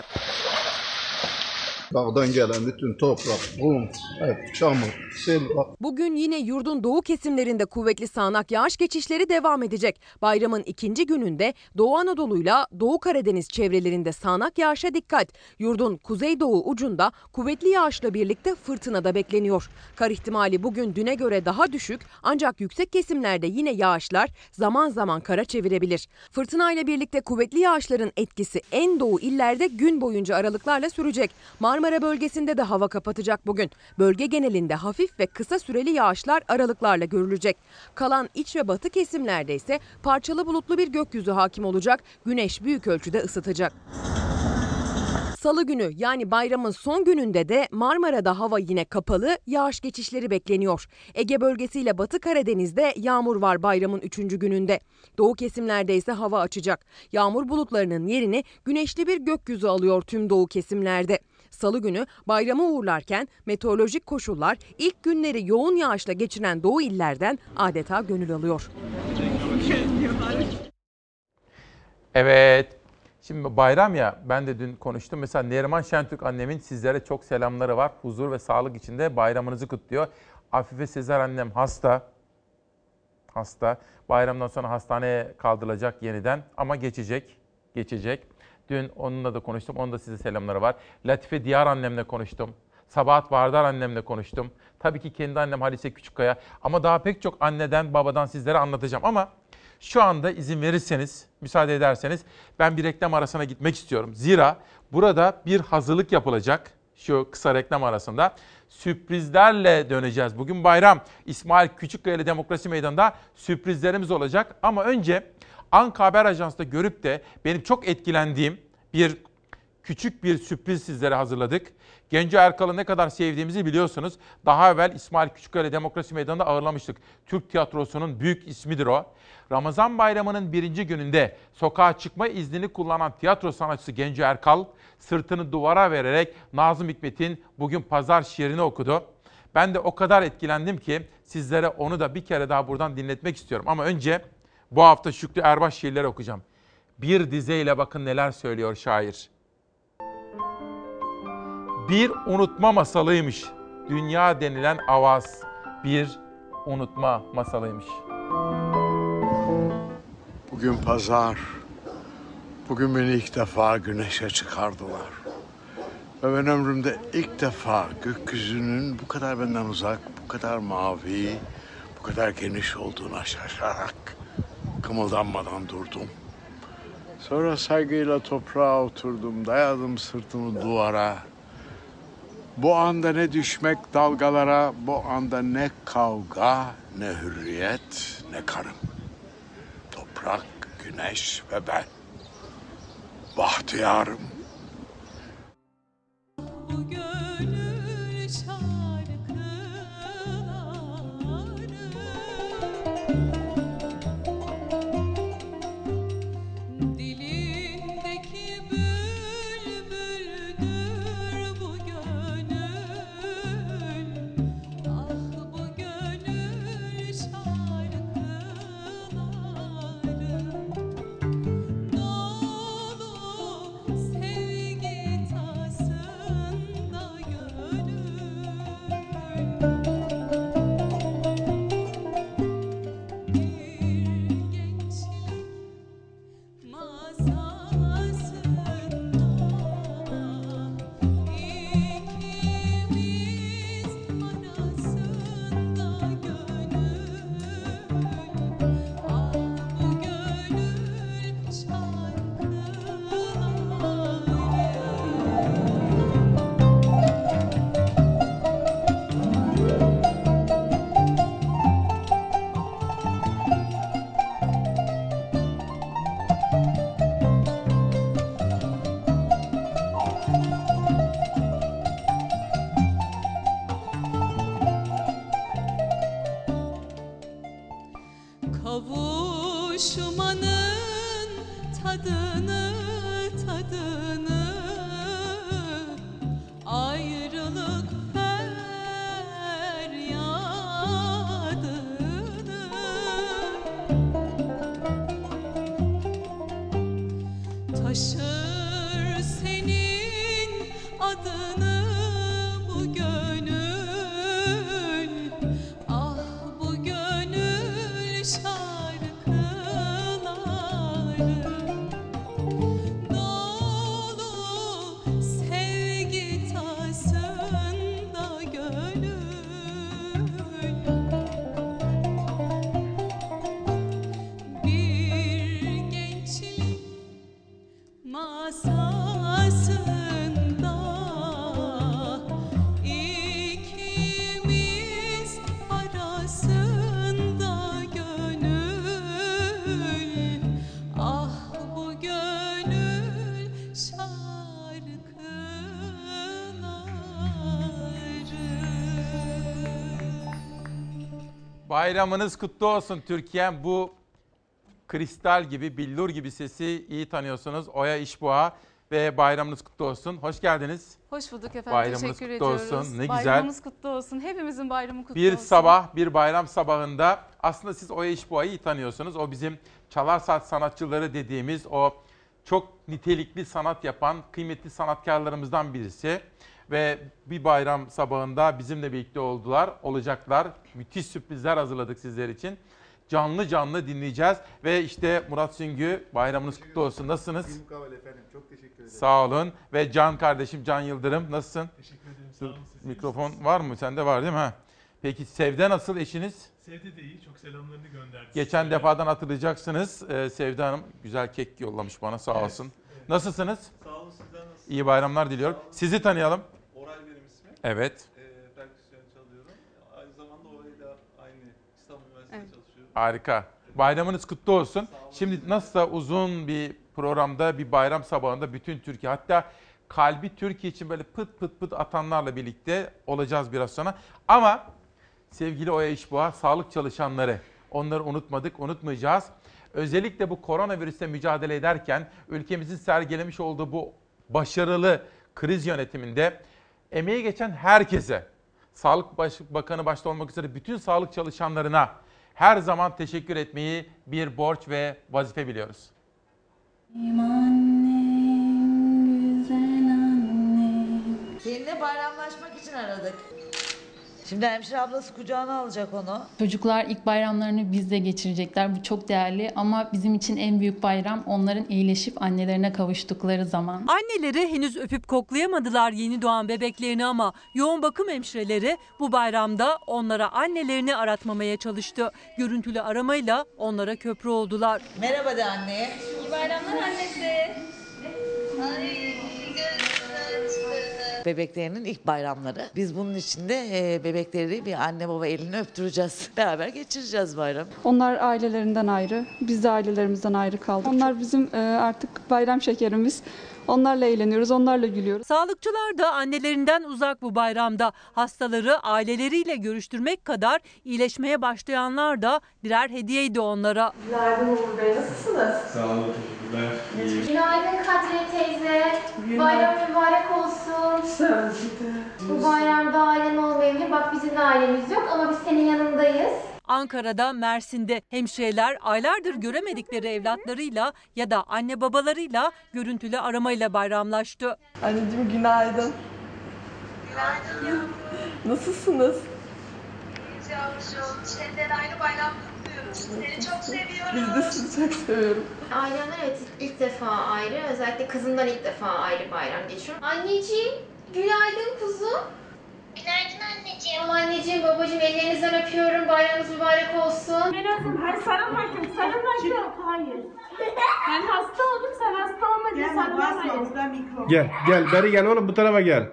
Dağdan gelen bütün toprak, kum, çamur, sel. Bugün yine yurdun doğu kesimlerinde kuvvetli sağanak yağış geçişleri devam edecek. Bayramın ikinci gününde Doğu Anadolu'yla Doğu Karadeniz çevrelerinde sağanak yağışa dikkat. Yurdun kuzeydoğu ucunda kuvvetli yağışla birlikte fırtına da bekleniyor. Kar ihtimali bugün düne göre daha düşük ancak yüksek kesimlerde yine yağışlar zaman zaman kara çevirebilir. Fırtınayla birlikte kuvvetli yağışların etkisi en doğu illerde gün boyunca aralıklarla sürecek. Marmara bölgesinde de hava kapatacak bugün. Bölge genelinde hafif ve kısa süreli yağışlar aralıklarla görülecek. Kalan iç ve batı kesimlerde ise parçalı bulutlu bir gökyüzü hakim olacak. Güneş büyük ölçüde ısıtacak. Salı günü yani bayramın son gününde de Marmara'da hava yine kapalı, yağış geçişleri bekleniyor. Ege bölgesiyle Batı Karadeniz'de yağmur var bayramın 3. gününde. Doğu kesimlerde ise hava açacak. Yağmur bulutlarının yerini güneşli bir gökyüzü alıyor tüm doğu kesimlerde. Salı günü bayramı uğurlarken meteorolojik koşullar ilk günleri yoğun yağışla geçiren doğu illerden adeta gönül alıyor. Evet. Şimdi bayram ya, ben de dün konuştum. Mesela Neriman Şentürk annemin sizlere çok selamları var. Huzur ve sağlık içinde bayramınızı kutluyor. Afife Sezer annem hasta. Bayramdan sonra hastaneye kaldırılacak yeniden ama geçecek. Dün onunla da konuştum. Onun da size selamları var. Latife Diyar annemle konuştum. Sabahat Vardar annemle konuştum. Tabii ki kendi annem Halise Küçükkaya. Ama daha pek çok anneden, babadan sizlere anlatacağım. Ama şu anda izin verirseniz, müsaade ederseniz ben bir reklam arasına gitmek istiyorum. Zira burada bir hazırlık yapılacak şu kısa reklam arasında. Sürprizlerle döneceğiz. Bugün bayram. İsmail Küçükkaya Demokrasi Meydanı'nda sürprizlerimiz olacak. Ama önce Anka Haber Ajansı'da görüp de benim çok etkilendiğim küçük bir sürpriz sizlere hazırladık. Genco Erkal'ı ne kadar sevdiğimizi biliyorsunuz. Daha evvel İsmail Küçükkaya Demokrasi Meydanı'nda ağırlamıştık. Türk tiyatrosunun büyük ismidir o. Ramazan bayramının birinci gününde sokağa çıkma iznini kullanan tiyatro sanatçısı Genco Erkal, sırtını duvara vererek Nazım Hikmet'in Bugün Pazar şiirini okudu. Ben de o kadar etkilendim ki sizlere onu da bir kere daha buradan dinletmek istiyorum. Ama önce bu hafta Şükrü Erbaş şiirleri okuyacağım. Bir dizeyle bakın neler söylüyor şair. Bir unutma masalıymış dünya denilen avaz. Bir unutma masalıymış. Bugün pazar. Bugün beni ilk defa güneşe çıkardılar. Ve ben ömrümde ilk defa gökyüzünün bu kadar benden uzak, bu kadar mavi, bu kadar geniş olduğuna şaşarak kımıldanmadan durdum. Sonra saygıyla toprağa oturdum, dayadım sırtımı duvara. Bu anda ne düşmek dalgalara, bu anda ne kavga, ne hürriyet, ne karım. Toprak, güneş ve ben. Bahtiyarım. Dolu taşır senin adını bu gönül. Ah bu gönül şarkıları dolu sevgi tasında gönül. Bir gençlik masasında ikimiz arasında gönül. Ah bu gönül şarkıları. Bayramınız kutlu olsun Türkiye'm. Bu kristal gibi, billur gibi sesi iyi tanıyorsunuz. Oya İşboğa ve bayramınız kutlu olsun. Hoş geldiniz. Hoş bulduk efendim. Bayramınız Teşekkür kutlu ediyoruz. olsun. Ne Bayramımız güzel. kutlu olsun. Hepimizin bayramı kutlu Bir olsun. sabah, bir bayram sabahında aslında siz Oya İşboğa'yı iyi tanıyorsunuz. O bizim Çalar Saat sanatçıları dediğimiz o çok nitelikli sanat yapan kıymetli sanatkarlarımızdan birisi. Ve bir bayram sabahında bizimle birlikte olacaklar. Müthiş sürprizler hazırladık sizler için. Canlı canlı dinleyeceğiz. Ve işte Murat Süngü, bayramınız kutlu olsun. Nasılsınız? Efendim, çok teşekkür ederim. Sağ olun. Ve Can kardeşim, Can Yıldırım, nasılsın? Teşekkür ederim. Sağ olun. Mikrofon var mı? Sende var değil mi? Ha. Peki Sevde nasıl, eşiniz? Sevde de iyi. Çok selamlarını gönderdi. Geçen defadan hatırlayacaksınız. Sevde Hanım güzel kek yollamış bana, sağ olsun. Evet. Nasılsınız? Sağ olun, sizden nasılsınız? İyi bayramlar diliyorum. Sizi tanıyalım. Oral benim ismim. Evet. Perküsyon çalıyorum. Aynı zamanda orayla aynı İstanbul Üniversitesi'nde çalışıyorum. Harika. Bayramınız kutlu olsun. Şimdi nasılsa uzun bir programda, bir bayram sabahında bütün Türkiye, hatta kalbi Türkiye için böyle pıt pıt pıt atanlarla birlikte olacağız biraz sonra. Ama sevgili Oya İşboğa, sağlık çalışanları, onları unutmadık, unutmayacağız. Özellikle bu koronavirüsle mücadele ederken ülkemizin sergilemiş olduğu bu başarılı kriz yönetiminde emeği geçen herkese, Sağlık Bakanı başta olmak üzere bütün sağlık çalışanlarına her zaman teşekkür etmeyi bir borç ve vazife biliyoruz. Seninle bayramlaşmak için aradık. Şimdi hemşire ablası kucağına alacak onu. Çocuklar ilk bayramlarını bizde geçirecekler. Bu çok değerli ama bizim için en büyük bayram onların iyileşip annelerine kavuştukları zaman. Anneleri henüz öpüp koklayamadılar yeni doğan bebeklerini ama yoğun bakım hemşireleri bu bayramda onlara annelerini aratmamaya çalıştı. Görüntülü aramayla onlara köprü oldular. Merhaba de anneye. İyi bayramlar annesi. Bebeklerinin ilk bayramları. Biz bunun için de bebekleri bir anne baba elini öptüreceğiz. Beraber geçireceğiz bayram. Onlar ailelerinden ayrı, biz de ailelerimizden ayrı kaldık. Onlar bizim artık bayram şekerimiz. Onlarla eğleniyoruz, onlarla gülüyoruz. Sağlıkçılar da annelerinden uzak bu bayramda. Hastaları aileleriyle görüştürmek kadar iyileşmeye başlayanlar da birer hediyeydi onlara. Günaydın Uğur Bey, nasılsınız? Sağ olun, teşekkürler. İyiyim. Günaydın Kadriye teyze. Bayram mübarek olsun. Sağ olun. Bu bayramda ailen olmayabilir. Bak bizim de ailemiz yok ama biz senin yanındayız. Ankara'da, Mersin'de hemşireler aylardır göremedikleri evlatlarıyla ya da anne babalarıyla görüntülü aramayla bayramlaştı. Anneciğim günaydın. Günaydın. Nasılsınız? İyiyiz yavrucuğum. Seninle aynı bayram kutluyoruz. Seni çok seviyorum. Biz de sizi çok seviyorum. Ailemden evet ilk defa ayrı. Özellikle kızımdan ilk defa ayrı bayram geçiyorum. Anneciğim, günaydın kuzum. Günaydın anneciğim. Anneciğim, babacığım ellerinizden öpüyorum. Bayramınız mübarek olsun. Biraz hayır sarılmayın. Sarılmayın. Hayır. Ben hasta oldum, sen hasta olmadın. Sarılmayın. Gel, beri gel oğlum, bu tarafa gel.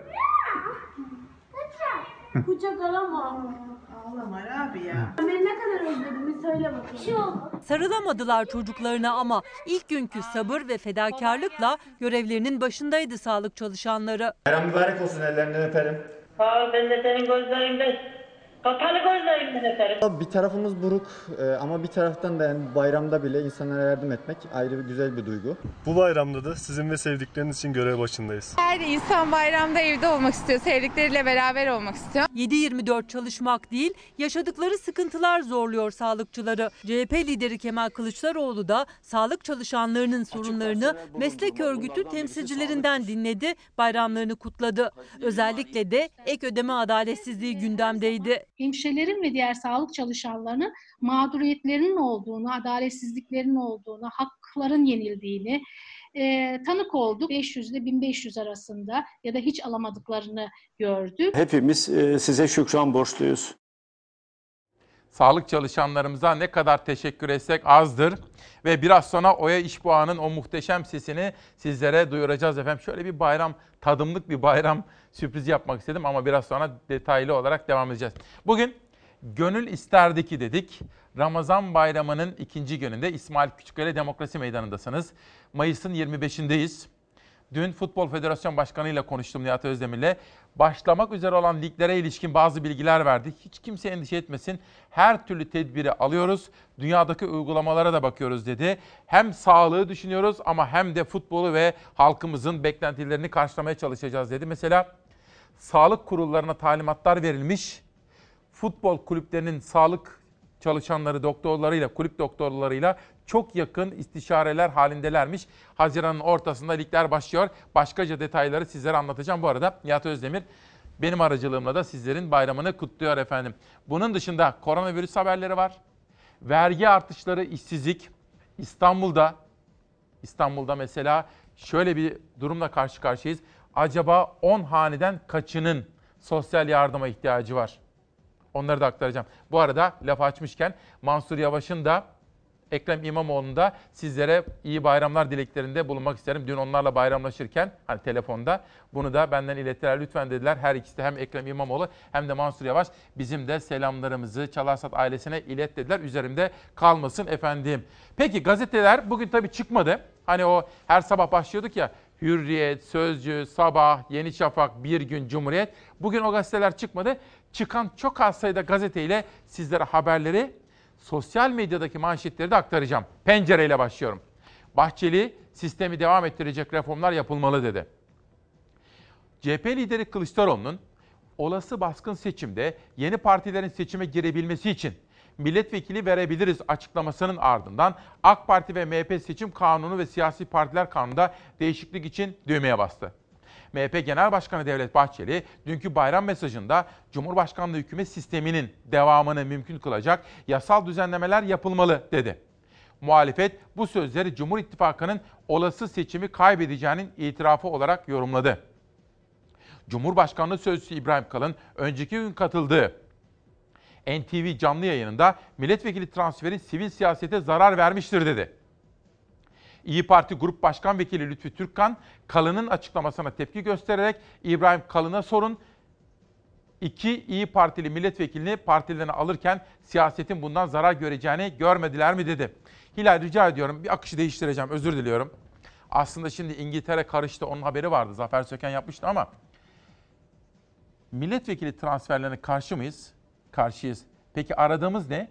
Kucak alamam. Ağlama abi ya. Beni ne kadar özledin söyle bakayım. Sarılamadılar çocuklarına ama ilk günkü sabır ve fedakarlıkla görevlerinin başındaydı sağlık çalışanları. Bayram mübarek olsun, ellerinden öperim. Sağ ol, ben de senin gözlerinde Kapalı gözlerimden öperim. Bir tarafımız buruk ama bir taraftan da yani bayramda bile insanlara yardım etmek ayrı bir güzel bir duygu. Bu bayramda da sizin ve sevdikleriniz için görev başındayız. Her insan bayramda evde olmak istiyor, sevdikleriyle beraber olmak istiyor. 7/24 çalışmak değil, yaşadıkları sıkıntılar zorluyor sağlıkçıları. CHP lideri Kemal Kılıçdaroğlu da sağlık çalışanlarının sorunlarını meslek örgütü temsilcilerinden dinledi, bayramlarını kutladı. Özellikle de ek ödeme adaletsizliği gündemdeydi. Hemşirelerin ve diğer sağlık çalışanlarının mağduriyetlerinin olduğunu, adaletsizliklerin olduğunu, hakların yenildiğini tanık olduk. 500 ile 1500 arasında ya da hiç alamadıklarını gördük. Hepimiz size şükran borçluyuz. Sağlık çalışanlarımıza ne kadar teşekkür etsek azdır. Ve biraz sonra Oya İşboğan'ın o muhteşem sesini sizlere duyuracağız efendim. Şöyle bir bayram, tadımlık bir bayram sürprizi yapmak istedim ama biraz sonra detaylı olarak devam edeceğiz. Bugün gönül isterdi ki dedik. Ramazan bayramının ikinci gününde İsmail Küçükkale Demokrasi Meydanı'ndasınız. Mayıs'ın 25'indeyiz. Dün Futbol Federasyon Başkanı ile konuştum, Nihat Özdemir'le. Başlamak üzere olan liglere ilişkin bazı bilgiler verdi. Hiç kimse endişe etmesin. Her türlü tedbiri alıyoruz. Dünyadaki uygulamalara da bakıyoruz dedi. Hem sağlığı düşünüyoruz ama hem de futbolu ve halkımızın beklentilerini karşılamaya çalışacağız dedi. Mesela sağlık kurullarına talimatlar verilmiş. Futbol kulüplerinin sağlık çalışanları, doktorlarıyla, kulüp doktorlarıyla çok yakın istişareler halindelermiş. Haziran'ın ortasında ligler başlıyor. Başkaca detayları sizlere anlatacağım. Bu arada Nihat Özdemir benim aracılığımla da sizlerin bayramını kutluyor efendim. Bunun dışında koronavirüs haberleri var. Vergi artışları, işsizlik. İstanbul'da mesela şöyle bir durumla karşı karşıyayız. Acaba 10 haneden kaçının sosyal yardıma ihtiyacı var? Onları da aktaracağım. Bu arada lafı açmışken Mansur Yavaş'ın da Ekrem İmamoğlu'nun da sizlere iyi bayramlar dileklerinde bulunmak isterim. Dün onlarla bayramlaşırken hani telefonda bunu da benden ilettiler lütfen dediler. Her ikisi de hem Ekrem İmamoğlu hem de Mansur Yavaş bizim de selamlarımızı Çalarsat ailesine ilet dediler. Üzerimde kalmasın efendim. Peki gazeteler bugün tabii çıkmadı. Hani o her sabah başlıyorduk ya. Hürriyet, Sözcü, Sabah, Yeni Şafak, Bir Gün, Cumhuriyet. Bugün o gazeteler çıkmadı. Çıkan çok az sayıda gazeteyle sizlere haberleri, sosyal medyadaki manşetleri de aktaracağım. Pencereyle başlıyorum. Bahçeli, sistemi devam ettirecek reformlar yapılmalı dedi. CHP lideri Kılıçdaroğlu'nun olası baskın seçimde yeni partilerin seçime girebilmesi için milletvekili verebiliriz açıklamasının ardından AK Parti ve MHP seçim kanunu ve siyasi partiler kanununda değişiklik için düğmeye bastı. MHP Genel Başkanı Devlet Bahçeli, dünkü bayram mesajında Cumhurbaşkanlığı hükümet sisteminin devamını mümkün kılacak yasal düzenlemeler yapılmalı dedi. Muhalefet bu sözleri Cumhur İttifakı'nın olası seçimi kaybedeceğinin itirafı olarak yorumladı. Cumhurbaşkanlığı Sözcüsü İbrahim Kalın, önceki gün katıldığı NTV canlı yayınında milletvekili transferi sivil siyasete zarar vermiştir dedi. İYİ Parti Grup Başkan Vekili Lütfü Türkkan, Kalın'ın açıklamasına tepki göstererek İbrahim Kalın'a sorun, 2 İYİ Partili milletvekilini partilerine alırken siyasetin bundan zarar göreceğini görmediler mi dedi. Hilal rica ediyorum bir akışı değiştireceğim, özür diliyorum. Aslında şimdi İngiltere karıştı, onun haberi vardı, Zafer Söken yapmıştı ama milletvekili transferlerine karşı mıyız? Karşıyız. Peki aradığımız ne?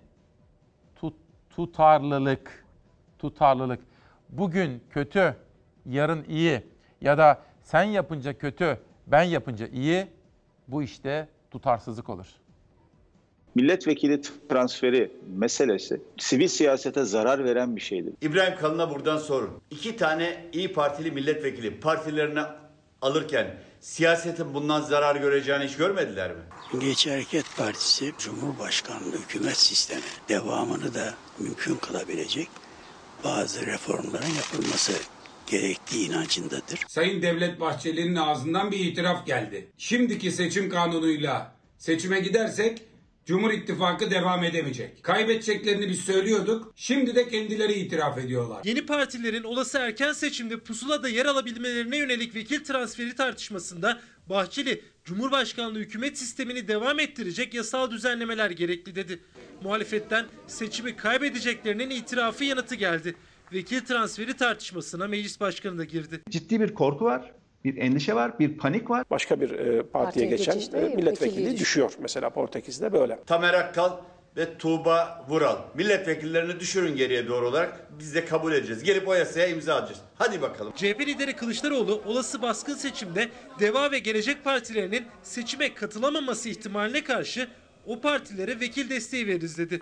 Tutarlılık. Bugün kötü, yarın iyi ya da sen yapınca kötü, ben yapınca iyi, bu işte tutarsızlık olur. Milletvekili transferi meselesi sivil siyasete zarar veren bir şeydir. İbrahim Kalın'a buradan sorun. 2 tane İYİ Partili milletvekili partilerine alırken siyasetin bundan zarar göreceğini hiç görmediler mi? Milliyetçi Hareket Partisi Cumhurbaşkanlığı hükümet sistemi devamını da mümkün kılabilecek bazı reformların yapılması gerektiği inancındadır. Sayın Devlet Bahçeli'nin ağzından bir itiraf geldi. Şimdiki seçim kanunuyla seçime gidersek Cumhur İttifakı devam edemeyecek. Kaybedeceklerini biz söylüyorduk. Şimdi de kendileri itiraf ediyorlar. Yeni partilerin olası erken seçimde pusulada yer alabilmelerine yönelik vekil transferi tartışmasında Bahçeli, Cumhurbaşkanlığı hükümet sistemini devam ettirecek yasal düzenlemeler gerekli dedi. Muhalefetten seçimi kaybedeceklerinin itirafı yanıtı geldi. Vekil transferi tartışmasına meclis başkanı da girdi. Ciddi bir korku var. Bir endişe var, bir panik var. Başka bir partiye geçen milletvekili düşüyor. Mesela Portekiz'de böyle. Tamer Akkal ve Tuğba Vural. Milletvekillerini düşürün geriye doğru olarak. Biz de kabul edeceğiz. Gelip o yasaya imza atacağız. Hadi bakalım. CHP lideri Kılıçdaroğlu olası baskın seçimde DEVA ve Gelecek partilerinin seçime katılamaması ihtimaline karşı o partilere vekil desteği veririz dedi.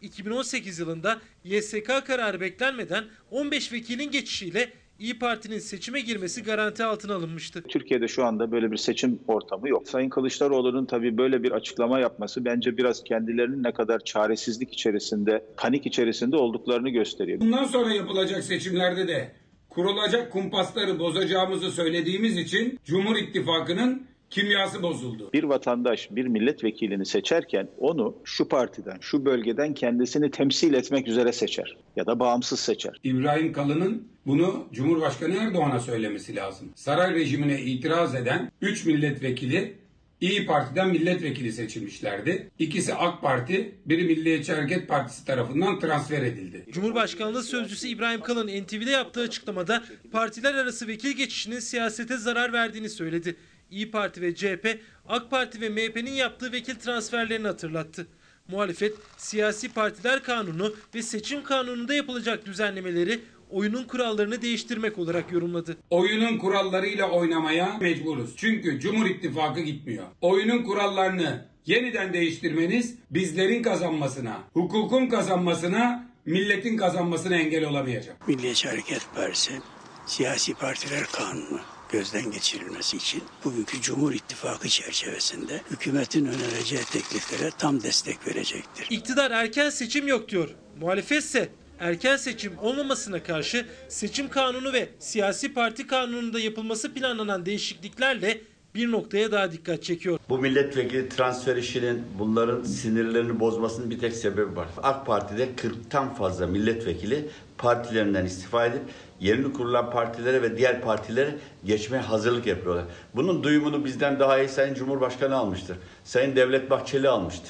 2018 yılında YSK kararı beklenmeden 15 vekilin geçişiyle İYİ Parti'nin seçime girmesi garanti altına alınmıştı. Türkiye'de şu anda böyle bir seçim ortamı yok. Sayın Kılıçdaroğlu'nun tabii böyle bir açıklama yapması bence biraz kendilerinin ne kadar çaresizlik içerisinde, panik içerisinde olduklarını gösteriyor. Bundan sonra yapılacak seçimlerde de kurulacak kumpasları bozacağımızı söylediğimiz için Cumhur İttifakı'nın kimyası bozuldu. Bir vatandaş bir milletvekilini seçerken onu şu partiden, şu bölgeden kendisini temsil etmek üzere seçer ya da bağımsız seçer. İbrahim Kalın'ın bunu Cumhurbaşkanı Erdoğan'a söylemesi lazım. Saray rejimine itiraz eden 3 milletvekili İYİ Parti'den milletvekili seçilmişlerdi. İkisi AK Parti, biri Milliyetçi Hareket Partisi tarafından transfer edildi. Cumhurbaşkanlığı Sözcüsü İbrahim Kalın NTV'de yaptığı açıklamada partiler arası vekil geçişinin siyasete zarar verdiğini söyledi. İYİ Parti ve CHP, AK Parti ve MHP'nin yaptığı vekil transferlerini hatırlattı. Muhalefet, siyasi partiler kanunu ve seçim kanununda yapılacak düzenlemeleri oyunun kurallarını değiştirmek olarak yorumladı. Oyunun kurallarıyla oynamaya mecburuz. Çünkü Cumhur İttifakı gitmiyor. Oyunun kurallarını yeniden değiştirmeniz bizlerin kazanmasına, hukukun kazanmasına, milletin kazanmasına engel olamayacak. Milliyetçi Hareket Partisi siyasi partiler kanunu gözden geçirilmesi için bugünkü Cumhur İttifakı çerçevesinde hükümetin önereceği tekliflere tam destek verecektir. İktidar erken seçim yok diyor. Muhalefetse erken seçim olmamasına karşı seçim kanunu ve siyasi parti kanununda yapılması planlanan değişikliklerle bir noktaya daha dikkat çekiyor. Bu milletvekili transfer işinin bunların sinirlerini bozmasının bir tek sebebi var. AK Parti'de 40'tan fazla milletvekili partilerinden istifa edip yerini kurulan partilere ve diğer partilere geçmeye hazırlık yapıyorlar. Bunun duyumunu bizden daha iyi Sayın Cumhurbaşkanı almıştır. Sayın Devlet Bahçeli almıştır.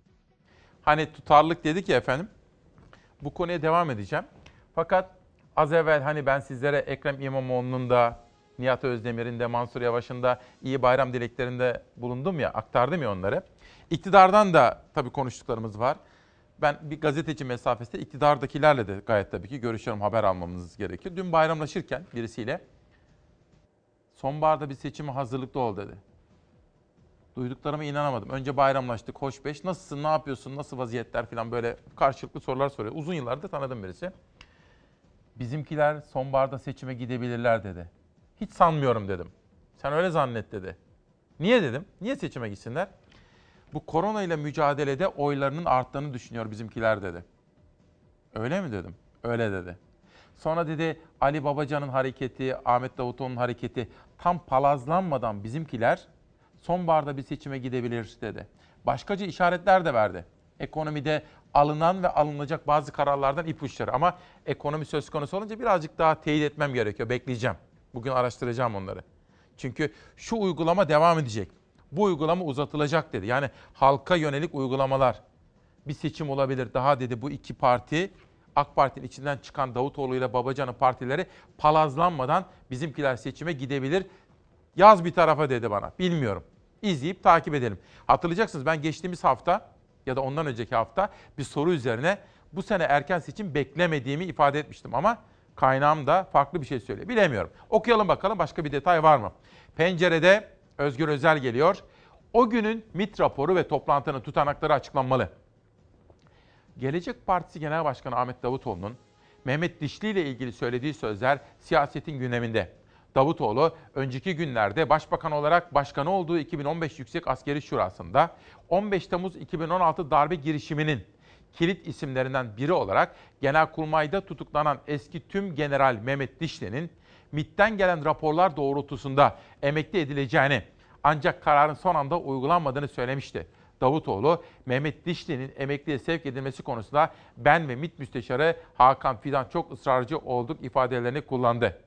Hani tutarlılık dedik ya efendim. Bu konuya devam edeceğim. Fakat az evvel hani ben sizlere Ekrem İmamoğlu'nun da, Nihat Özdemir'in de, Mansur Yavaş'ın da iyi bayram dileklerinde bulundum ya, aktardım ya onları. İktidardan da tabii konuştuklarımız var. Ben bir gazeteci mesafesinde iktidardakilerle de gayet tabii ki görüşüyorum, haber almamız gerekiyor. Dün bayramlaşırken birisiyle sonbaharda bir seçime hazırlıklı ol dedi. Duyduklarıma inanamadım. Önce bayramlaştık, hoş beş. Nasılsın, ne yapıyorsun, nasıl vaziyetler falan böyle karşılıklı sorular soruyor. Uzun yıllardır tanıdığım birisi. Bizimkiler sonbaharda seçime gidebilirler dedi. Hiç sanmıyorum dedim. Sen öyle zannet dedi. Niye dedim? Niye seçime gitsinler? Bu korona ile mücadelede oylarının arttığını düşünüyor bizimkiler dedi. Öyle mi dedim? Öyle dedi. Sonra dedi Ali Babacan'ın hareketi, Ahmet Davutoğlu'nun hareketi tam palazlanmadan bizimkiler sonbaharda bir seçime gidebilir dedi. Başkaca işaretler de verdi. Ekonomide alınan ve alınacak bazı kararlardan ipuçları ama ekonomi söz konusu olunca birazcık daha teyit etmem gerekiyor. Bekleyeceğim. Bugün araştıracağım onları. Çünkü şu uygulama devam edecek. Bu uygulama uzatılacak dedi. Yani halka yönelik uygulamalar. Bir seçim olabilir daha dedi bu iki parti. AK Parti'nin içinden çıkan Davutoğlu ile Babacan'ın partileri palazlanmadan bizimkiler seçime gidebilir. Yaz bir tarafa dedi bana. Bilmiyorum. İzleyip takip edelim. Hatırlayacaksınız ben geçtiğimiz hafta ya da ondan önceki hafta bir soru üzerine bu sene erken seçim beklemediğimi ifade etmiştim ama kaynağım da farklı bir şey söylüyor. Bilemiyorum. Okuyalım bakalım başka bir detay var mı? Pencere'de Özgür Özel geliyor. O günün MİT raporu ve toplantının tutanakları açıklanmalı. Gelecek Partisi Genel Başkanı Ahmet Davutoğlu'nun Mehmet Dişli ile ilgili söylediği sözler siyasetin gündeminde. Davutoğlu önceki günlerde başbakan olarak başkanı olduğu 2015 Yüksek Askeri Şurası'nda 15 Temmuz 2016 darbe girişiminin kilit isimlerinden biri olarak Genelkurmay'da tutuklanan eski Tümgeneral Mehmet Dişli'nin MİT'ten gelen raporlar doğrultusunda emekli edileceğini ancak kararın son anda uygulanmadığını söylemişti. Davutoğlu, Mehmet Dişli'nin emekliye sevk edilmesi konusunda ben ve MİT Müsteşarı Hakan Fidan çok ısrarcı olduk ifadelerini kullandı.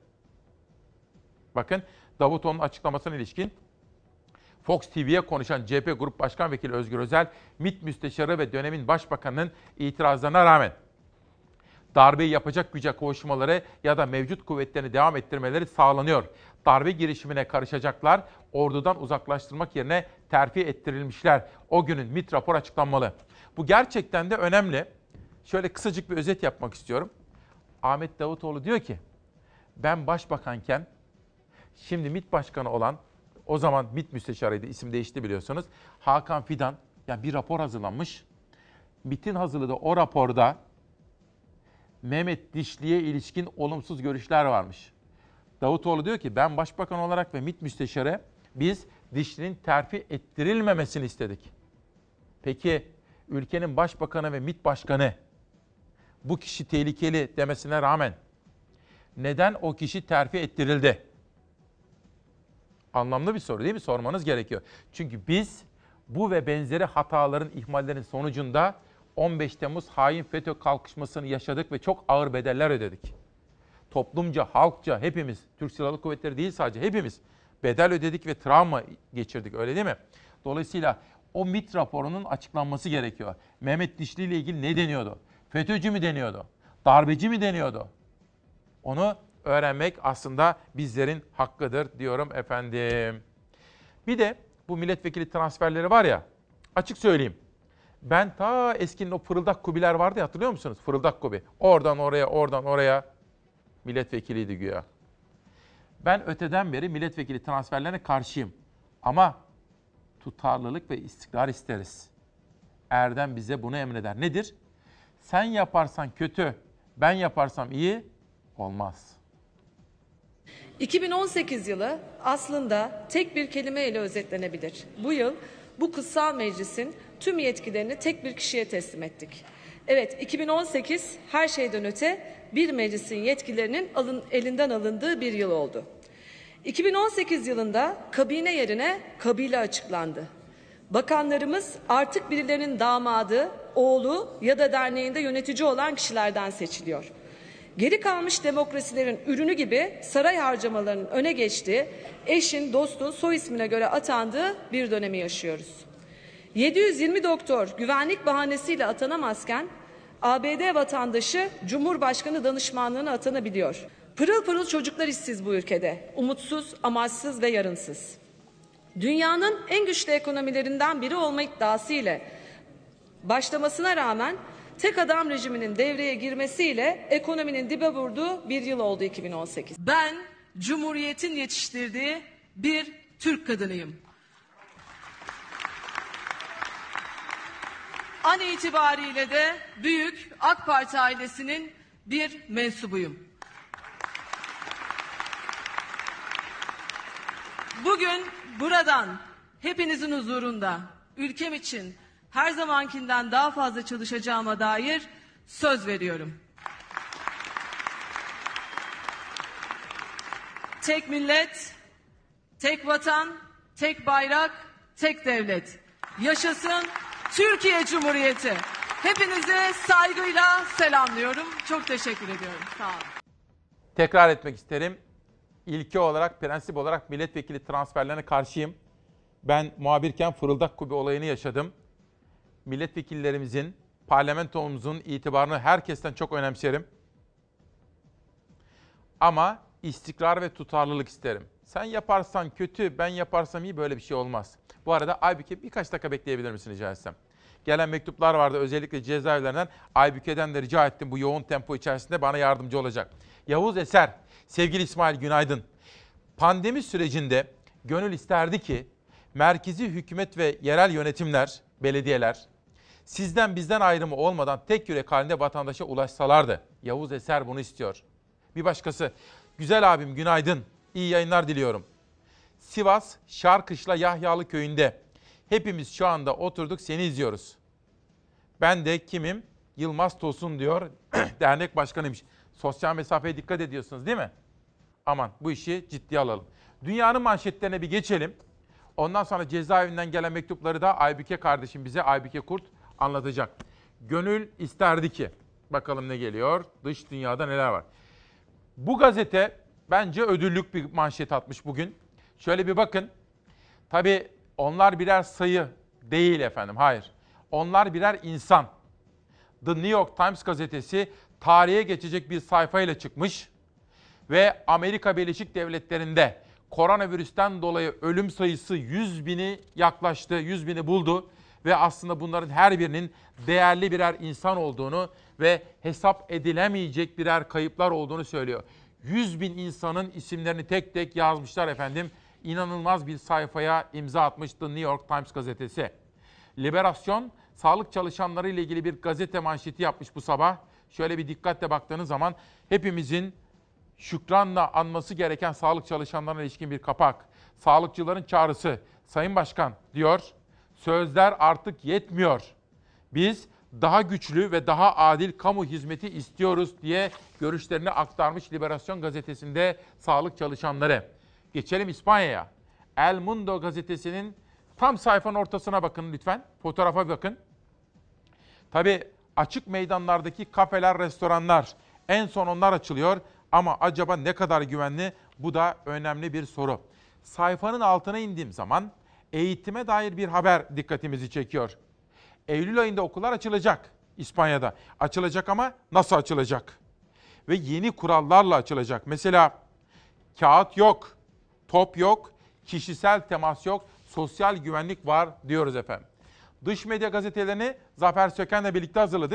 Bakın Davutoğlu'nun açıklamasına ilişkin Fox TV'ye konuşan CHP Grup Başkan Vekili Özgür Özel, MİT Müsteşarı ve dönemin Başbakanı'nın itirazlarına rağmen darbeyi yapacak güce kavuşmaları ya da mevcut kuvvetlerini devam ettirmeleri sağlanıyor. darbe girişimine karışacaklar. Ordudan uzaklaştırmak yerine terfi ettirilmişler. O günün MİT raporu açıklanmalı. Bu gerçekten de önemli. Şöyle kısacık bir özet yapmak istiyorum. Ahmet Davutoğlu diyor ki, ben başbakanken şimdi MİT başkanı olan, o zaman MİT müsteşarıydı, isim değişti biliyorsunuz, Hakan Fidan, yani bir rapor hazırlanmış. MİT'in hazırladığı o raporda Mehmet Dişli'ye ilişkin olumsuz görüşler varmış. Davutoğlu diyor ki, ben başbakan olarak ve MİT müsteşarı biz Dişli'nin terfi ettirilmemesini istedik. Peki ülkenin başbakanı ve MİT başkanı bu kişi tehlikeli demesine rağmen neden o kişi terfi ettirildi? Anlamlı bir soru değil mi? Sormanız gerekiyor. Çünkü biz bu ve benzeri hataların, ihmallerin sonucunda 15 Temmuz hain FETÖ kalkışmasını yaşadık ve çok ağır bedeller ödedik. Toplumca, halkça hepimiz, Türk Silahlı Kuvvetleri değil sadece hepimiz bedel ödedik ve travma geçirdik, öyle değil mi? Dolayısıyla o MİT raporunun açıklanması gerekiyor. Mehmet Dişli ile ilgili ne deniyordu? FETÖ'cü mü deniyordu? Darbeci mi deniyordu? Onu öğrenmek aslında bizlerin hakkıdır diyorum efendim. Bir de bu milletvekili transferleri var ya, açık söyleyeyim. Ben ta eskinin o fırıldak kubiler vardı ya, hatırlıyor musunuz? Fırıldak kubi. Oradan oraya, oradan oraya milletvekiliydi güya. Ben öteden beri milletvekili transferlerine karşıyım. Ama tutarlılık ve istikrar isteriz. Erdem bize bunu emreder. Nedir? Sen yaparsan kötü, ben yaparsam iyi olmaz. 2018 yılı aslında tek bir kelimeyle özetlenebilir. Bu yıl bu kutsal meclisin tüm yetkilerini tek bir kişiye teslim ettik. Evet, 2018 her şeyden öte bir meclisin yetkilerinin elinden alındığı bir yıl oldu. 2018 yılında kabine yerine kabile açıklandı. Bakanlarımız artık birilerinin damadı, oğlu ya da derneğinde yönetici olan kişilerden seçiliyor. Geri kalmış demokrasilerin ürünü gibi saray harcamalarının öne geçtiği, eşin, dostun soy ismine göre atandığı bir dönemi yaşıyoruz. 720 doktor güvenlik bahanesiyle atanamazken ABD vatandaşı Cumhurbaşkanı danışmanlığına atanabiliyor. Pırıl pırıl çocuklar işsiz bu ülkede, umutsuz, amaçsız ve yarınsız. Dünyanın en güçlü ekonomilerinden biri olma iddiası ile başlamasına rağmen tek adam rejiminin devreye girmesiyle ekonominin dibe vurduğu bir yıl oldu 2018. Ben Cumhuriyet'in yetiştirdiği bir Türk kadınıyım. An itibariyle de büyük AK Parti ailesinin bir mensubuyum. Bugün buradan hepinizin huzurunda ülkem için her zamankinden daha fazla çalışacağıma dair söz veriyorum. Tek millet, tek vatan, tek bayrak, tek devlet. Yaşasın Türkiye Cumhuriyeti. Hepinizi saygıyla selamlıyorum. Çok teşekkür ediyorum. Sağ olun. Tekrar etmek isterim. İlke olarak, prensip olarak milletvekili transferlerine karşıyım. Ben muhabirken fırıldak kubi olayını yaşadım. Milletvekillerimizin, parlamentomuzun itibarını herkesten çok önemserim. Ama istikrar ve tutarlılık isterim. Sen yaparsan kötü, ben yaparsam iyi, böyle bir şey olmaz. Bu arada Aybüke birkaç dakika bekleyebilir misin rica etsem? Gelen mektuplar vardı, özellikle cezaevlerinden. Aybüke'den de rica ettim bu yoğun tempo içerisinde bana yardımcı olacak. Yavuz Eser, sevgili İsmail günaydın. Pandemi sürecinde gönül isterdi ki merkezi hükümet ve yerel yönetimler, belediyeler sizden bizden ayrımı olmadan tek yürek halinde vatandaşa ulaşsalardı. Yavuz Eser bunu istiyor. Bir başkası, güzel abim günaydın, iyi yayınlar diliyorum. Sivas Şarkışla Yahyalı köyünde hepimiz şu anda oturduk seni izliyoruz. Ben de kimim? Yılmaz Tosun diyor, dernek başkanıymış. Sosyal mesafeye dikkat ediyorsunuz değil mi? Aman bu işi ciddiye alalım. Dünyanın manşetlerine bir geçelim. Ondan sonra cezaevinden gelen mektupları da Aybüke kardeşim bize, Aybüke Kurt anlatacak. Gönül isterdi ki, bakalım ne geliyor, dış dünyada neler var. Bu gazete bence ödüllük bir manşet atmış bugün. Şöyle bir bakın. Tabii onlar birer sayı değil efendim, hayır. Onlar birer insan. The New York Times gazetesi tarihe geçecek bir sayfayla çıkmış ve Amerika Birleşik Devletleri'nde Koronavirüsten dolayı ölüm sayısı 100.000'i yaklaştı, 100.000'i buldu. Ve aslında bunların her birinin değerli birer insan olduğunu ve hesap edilemeyecek birer kayıplar olduğunu söylüyor. 100.000 insanın isimlerini tek tek yazmışlar efendim. İnanılmaz bir sayfaya imza atmıştı New York Times gazetesi. Liberasyon, sağlık çalışanları ile ilgili bir gazete manşeti yapmış bu sabah. Şöyle bir dikkatle baktığınız zaman hepimizin şükranla anması gereken sağlık çalışanlarına ilişkin bir kapak. Sağlıkçıların çağrısı. Sayın Başkan diyor, sözler artık yetmiyor. Biz daha güçlü ve daha adil kamu hizmeti istiyoruz diye görüşlerini aktarmış Liberasyon gazetesinde sağlık çalışanları. Geçelim İspanya'ya. El Mundo gazetesinin tam sayfanın ortasına bakın lütfen. Fotoğrafa bakın. Tabii açık meydanlardaki kafeler, restoranlar en son onlar açılıyor. Ama acaba ne kadar güvenli? Bu da önemli bir soru. Sayfanın altına indiğim zaman eğitime dair bir haber dikkatimizi çekiyor. Eylül ayında okullar açılacak İspanya'da. Açılacak ama nasıl açılacak? Ve yeni kurallarla açılacak. Mesela kağıt yok, top yok, kişisel temas yok, sosyal güvenlik var diyoruz efendim. Dış medya gazetelerini Zafer Söken'le birlikte hazırladık.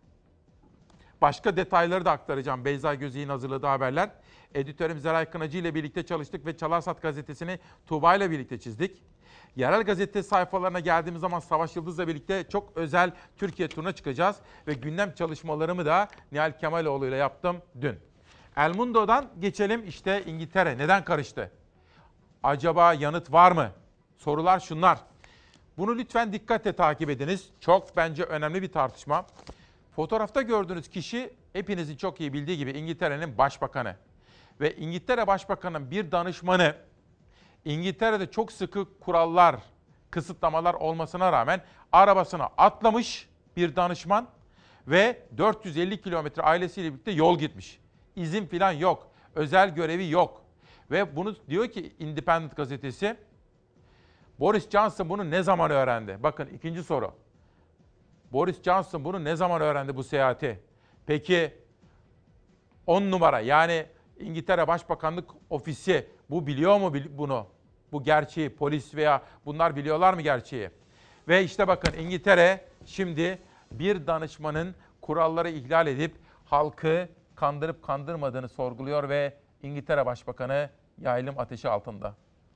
Başka detayları da aktaracağım. Beyza Gözey'in hazırladığı haberler. Editörüm Zeray Kınacı ile birlikte çalıştık ve Çalarsat gazetesini Tuğba ile birlikte çizdik. Yerel gazete sayfalarına geldiğimiz zaman Savaş Yıldız'la birlikte çok özel Türkiye turuna çıkacağız. Ve gündem çalışmalarımı da Nihal Kemaloğlu ile yaptım dün. El Mundo'dan geçelim işte İngiltere. Neden karıştı? Acaba yanıt var mı? Sorular şunlar. Bunu lütfen dikkatle takip ediniz. Çok bence önemli bir tartışma. Fotoğrafta gördüğünüz kişi hepinizin çok iyi bildiği gibi İngiltere'nin başbakanı. Ve İngiltere Başbakanı'nın bir danışmanı İngiltere'de çok sıkı kurallar, kısıtlamalar olmasına rağmen arabasına atlamış bir danışman ve 450 kilometre ailesiyle birlikte yol gitmiş. İzin falan yok, özel görevi yok. Ve bunu diyor ki Independent gazetesi, Boris Johnson bunu ne zaman öğrendi? Bakın ikinci soru. Boris Johnson bunu ne zaman öğrendi bu seyahati? Peki 10 numara yani İngiltere Başbakanlık Ofisi bu biliyor mu bunu? Bu gerçeği polis veya bunlar biliyorlar mı gerçeği? Ve işte bakın İngiltere şimdi bir danışmanın kuralları ihlal edip halkı kandırıp kandırmadığını sorguluyor ve İngiltere Başbakanı yaylım ateşi altında.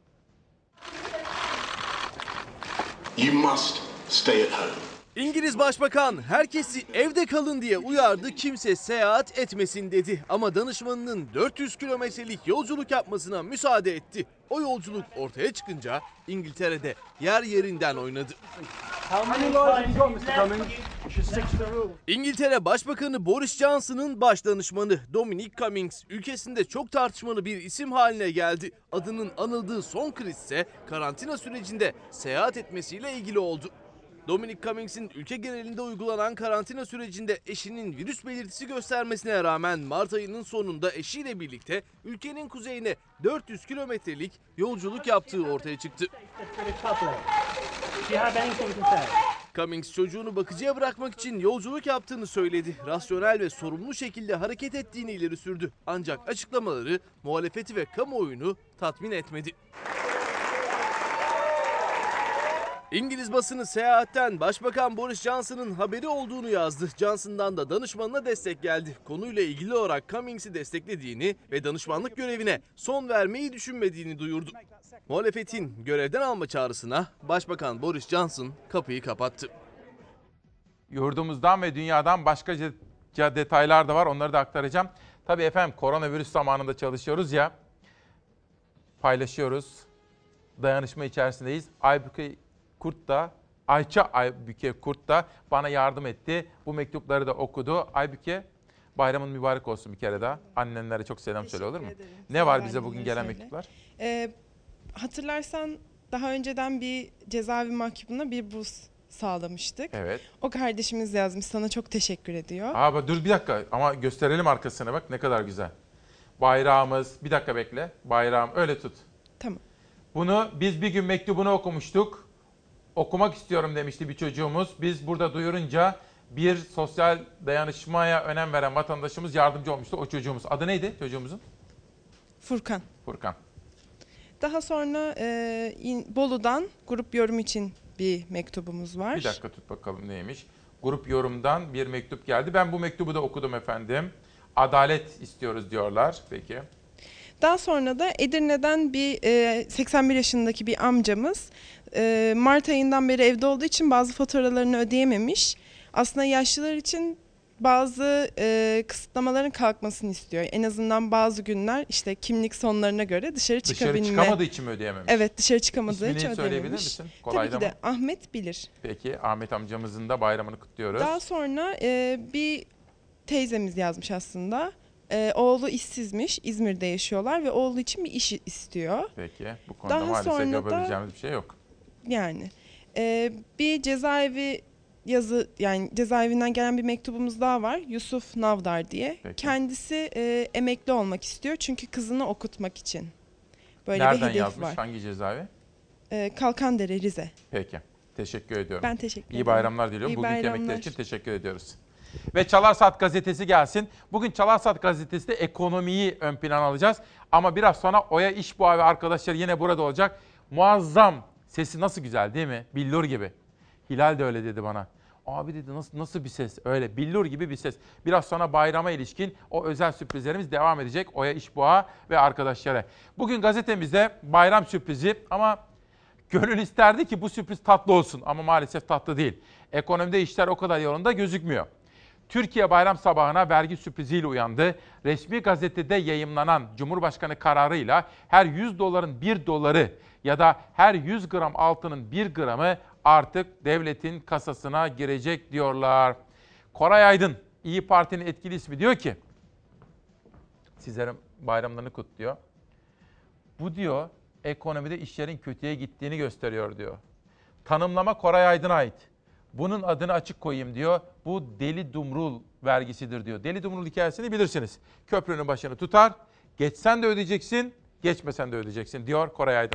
You must stay at home. İngiliz Başbakan herkesi evde kalın diye uyardı, kimse seyahat etmesin dedi. Ama danışmanının 400 kilometrelik yolculuk yapmasına müsaade etti. O yolculuk ortaya çıkınca İngiltere'de yer yerinden oynadı. İngiltere Başbakanı Boris Johnson'ın baş danışmanı Dominic Cummings ülkesinde çok tartışmalı bir isim haline geldi. Adının anıldığı son kriz ise karantina sürecinde seyahat etmesiyle ilgili oldu. Dominic Cummings'in ülke genelinde uygulanan karantina sürecinde eşinin virüs belirtisi göstermesine rağmen Mart ayının sonunda eşiyle birlikte ülkenin kuzeyine 400 kilometrelik yolculuk yaptığı ortaya çıktı. Cummings çocuğunu bakıcıya bırakmak için yolculuk yaptığını söyledi. Rasyonel ve sorumlu şekilde hareket ettiğini ileri sürdü. Ancak açıklamaları muhalefeti ve kamuoyunu tatmin etmedi. İngiliz basını seyahatten Başbakan Boris Johnson'ın haberi olduğunu yazdı. Johnson'dan da danışmanına destek geldi. Konuyla ilgili olarak Cummings'i desteklediğini ve danışmanlık görevine son vermeyi düşünmediğini duyurdu. Muhalefetin görevden alma çağrısına Başbakan Boris Johnson kapıyı kapattı. Yurdumuzdan ve dünyadan başka detaylar da var. Onları da aktaracağım. Tabii efendim koronavirüs zamanında çalışıyoruz ya, paylaşıyoruz. Dayanışma içerisindeyiz. Ayça Aybüke Kurt da bana yardım etti. Bu mektupları da okudu. Aybüke, bayramın mübarek olsun bir kere daha. Annenlere çok selam söyle, olur mu? Ne var bize bugün gelen mektuplar? Hatırlarsan daha önceden bir cezaevi mahkumuna bir burs sağlamıştık. Evet. O kardeşimiz yazmış, sana çok teşekkür ediyor. Dur bir dakika ama gösterelim arkasına, bak ne kadar güzel. Bayrağımız, bir dakika bekle. Bayrağım öyle tut. Tamam. Bunu biz bir gün mektubunu okumuştuk. Okumak istiyorum demişti bir çocuğumuz. Biz burada duyurunca bir sosyal dayanışmaya önem veren vatandaşımız yardımcı olmuştu o çocuğumuz. Adı neydi çocuğumuzun? Furkan. Furkan. Daha sonra Bolu'dan grup yorum için bir mektubumuz var. Bir dakika tut bakalım neymiş. Grup yorumdan bir mektup geldi. Ben bu mektubu da okudum efendim. Adalet istiyoruz diyorlar. Peki. Daha sonra da Edirne'den bir 81 yaşındaki bir amcamız Mart ayından beri evde olduğu için bazı faturalarını ödeyememiş. Aslında yaşlılar için bazı kısıtlamaların kalkmasını istiyor. En azından bazı günler işte kimlik sonlarına göre dışarı çıkabilme. Dışarı çıkamadığı için mi ödeyememiş? Evet, dışarı çıkamadığı için ödeyememiş. İsmini söyleyebilir ödeyememiş. misin? Kolay Tabii ki da de Ahmet Bilir. Peki Ahmet amcamızın da bayramını kutluyoruz. Daha sonra bir teyzemiz yazmış aslında. Oğlu işsizmiş, İzmir'de yaşıyorlar ve oğlu için bir iş istiyor. Peki, bu konuda maalesef yapabileceğimiz bir şey yok. Yani bir cezaevi yani cezaevinden gelen bir mektubumuz daha var. Yusuf Navdar diye. Peki. Kendisi emekli olmak istiyor çünkü kızını okutmak için. Böyle nereden bir hedef yazmış? var. Hangi cezaevi? Kalkandere, Rize. Peki, teşekkür ediyorum. Ben teşekkür ederim. İyi bayramlar diliyorum. İyi Bugünkü bayramlar. emekler için teşekkür ediyoruz. Ve Çalar Saat gazetesi gelsin. Bugün Çalar Saat gazetesinde ekonomiyi ön plana alacağız. Ama biraz sonra Oya İşboğa ve arkadaşları yine burada olacak. Muazzam. Sesi nasıl güzel değil mi? Billur gibi. Hilal de öyle dedi bana. Abi dedi nasıl bir ses? Öyle billur gibi bir ses. Biraz sonra bayrama ilişkin o özel sürprizlerimiz devam edecek. Oya İşboğa ve arkadaşları. Bugün gazetemizde bayram sürprizi ama gönül isterdi ki bu sürpriz tatlı olsun. Ama maalesef tatlı değil. Ekonomide işler o kadar yolunda gözükmüyor. Türkiye bayram sabahına vergi sürpriziyle uyandı. Resmi gazetede yayımlanan Cumhurbaşkanı kararıyla her 100 doların 1 doları ya da her 100 gram altının 1 gramı artık devletin kasasına girecek diyorlar. Koray Aydın, İYİ Parti'nin etkili ismi diyor ki, sizlerin bayramlarını kutluyor. Bu diyor ekonomide işlerin kötüye gittiğini gösteriyor diyor. Tanımlama Koray Aydın'a ait. Bunun adını açık koyayım diyor. Bu Deli Dumrul vergisidir diyor. Deli Dumrul hikayesini bilirsiniz. Köprünün başını tutar. Geçsen de ödeyeceksin, geçmesen de ödeyeceksin diyor Koray Aydın.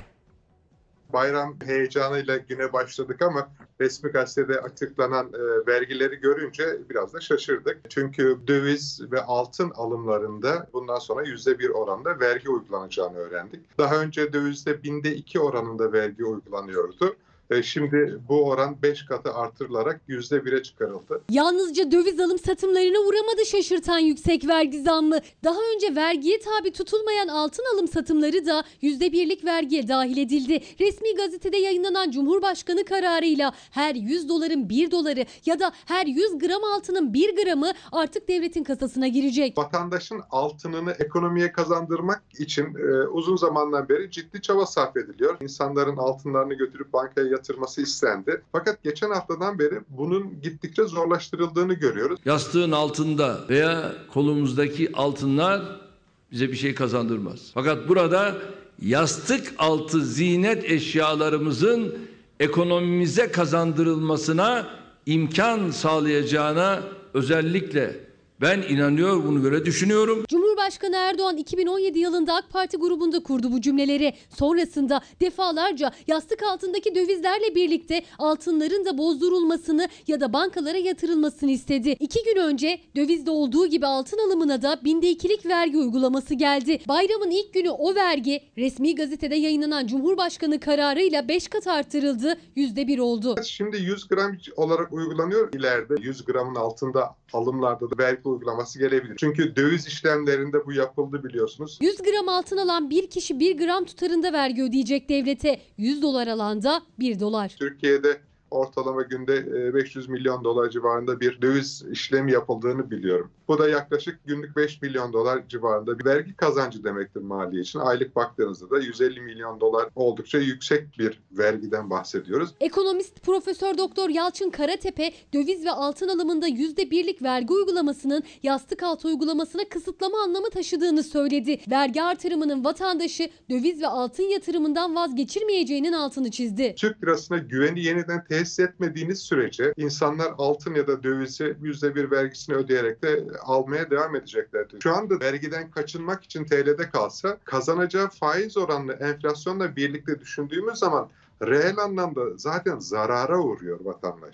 Bayram heyecanıyla güne başladık ama resmi gazetede açıklanan vergileri görünce biraz da şaşırdık. Çünkü döviz ve altın alımlarında bundan sonra %1 oranda vergi uygulanacağını öğrendik. Daha önce dövizde 2 oranında vergi uygulanıyordu. Şimdi bu oran 5 katı artırılarak %1'e çıkarıldı. Yalnızca döviz alım satımlarına uğramadı şaşırtan yüksek vergi zammı. Daha önce vergiye tabi tutulmayan altın alım satımları da %1'lik vergiye dahil edildi. Resmi gazetede yayınlanan Cumhurbaşkanı kararıyla her 100 doların 1 doları ya da her 100 gram altının 1 gramı artık devletin kasasına girecek. Vatandaşın altınını ekonomiye kazandırmak için uzun zamandan beri ciddi çaba sarf ediliyor. İnsanların altınlarını götürüp bankaya yatırması istendi. Fakat geçen haftadan beri bunun gittikçe zorlaştırıldığını görüyoruz. Yastığın altında veya kolumuzdaki altınlar bize bir şey kazandırmaz. Fakat burada yastık altı ziynet eşyalarımızın ekonomimize kazandırılmasına imkan sağlayacağına özellikle ben inanıyor, bunu böyle düşünüyorum. Cumhurbaşkanı Erdoğan 2017 yılında AK Parti grubunda kurdu bu cümleleri. Sonrasında defalarca yastık altındaki dövizlerle birlikte altınların da bozdurulmasını ya da bankalara yatırılmasını istedi. 2 gün önce dövizde olduğu gibi altın alımına da 2'lik vergi uygulaması geldi. Bayramın ilk günü o vergi resmi gazetede yayınlanan Cumhurbaşkanı kararıyla 5 kat artırıldı, %1 oldu. Şimdi 100 gram olarak uygulanıyor. İleride 100 gramın altında alımlarda da vergi uygulaması gelebilir. Çünkü döviz işlemlerinde bu yapıldı biliyorsunuz. 100 gram altın alan bir kişi 1 gram tutarında vergi ödeyecek devlete. 100 dolar alanda 1 dolar. Türkiye'de ortalama günde 500 milyon dolar civarında bir döviz işlemi yapıldığını biliyorum. Bu da yaklaşık günlük 5 milyon dolar civarında bir vergi kazancı demektir maliye için. Aylık baktığınızda da 150 milyon dolar oldukça yüksek bir vergiden bahsediyoruz. Ekonomist Profesör Doktor Yalçın Karatepe döviz ve altın alımında %1'lik vergi uygulamasının yastık altı uygulamasına kısıtlama anlamı taşıdığını söyledi. Vergi artırımının vatandaşı döviz ve altın yatırımından vazgeçirmeyeceğinin altını çizdi. Türk lirasına güveni yeniden tesis etmediğiniz sürece insanlar altın ya da dövizi %1 vergisini ödeyerek de almaya devam edeceklerdir. Şu anda vergiden kaçınmak için TL'de kalsa kazanacağı faiz oranını enflasyonla birlikte düşündüğümüz zaman reel anlamda zaten zarara uğruyor vatandaş.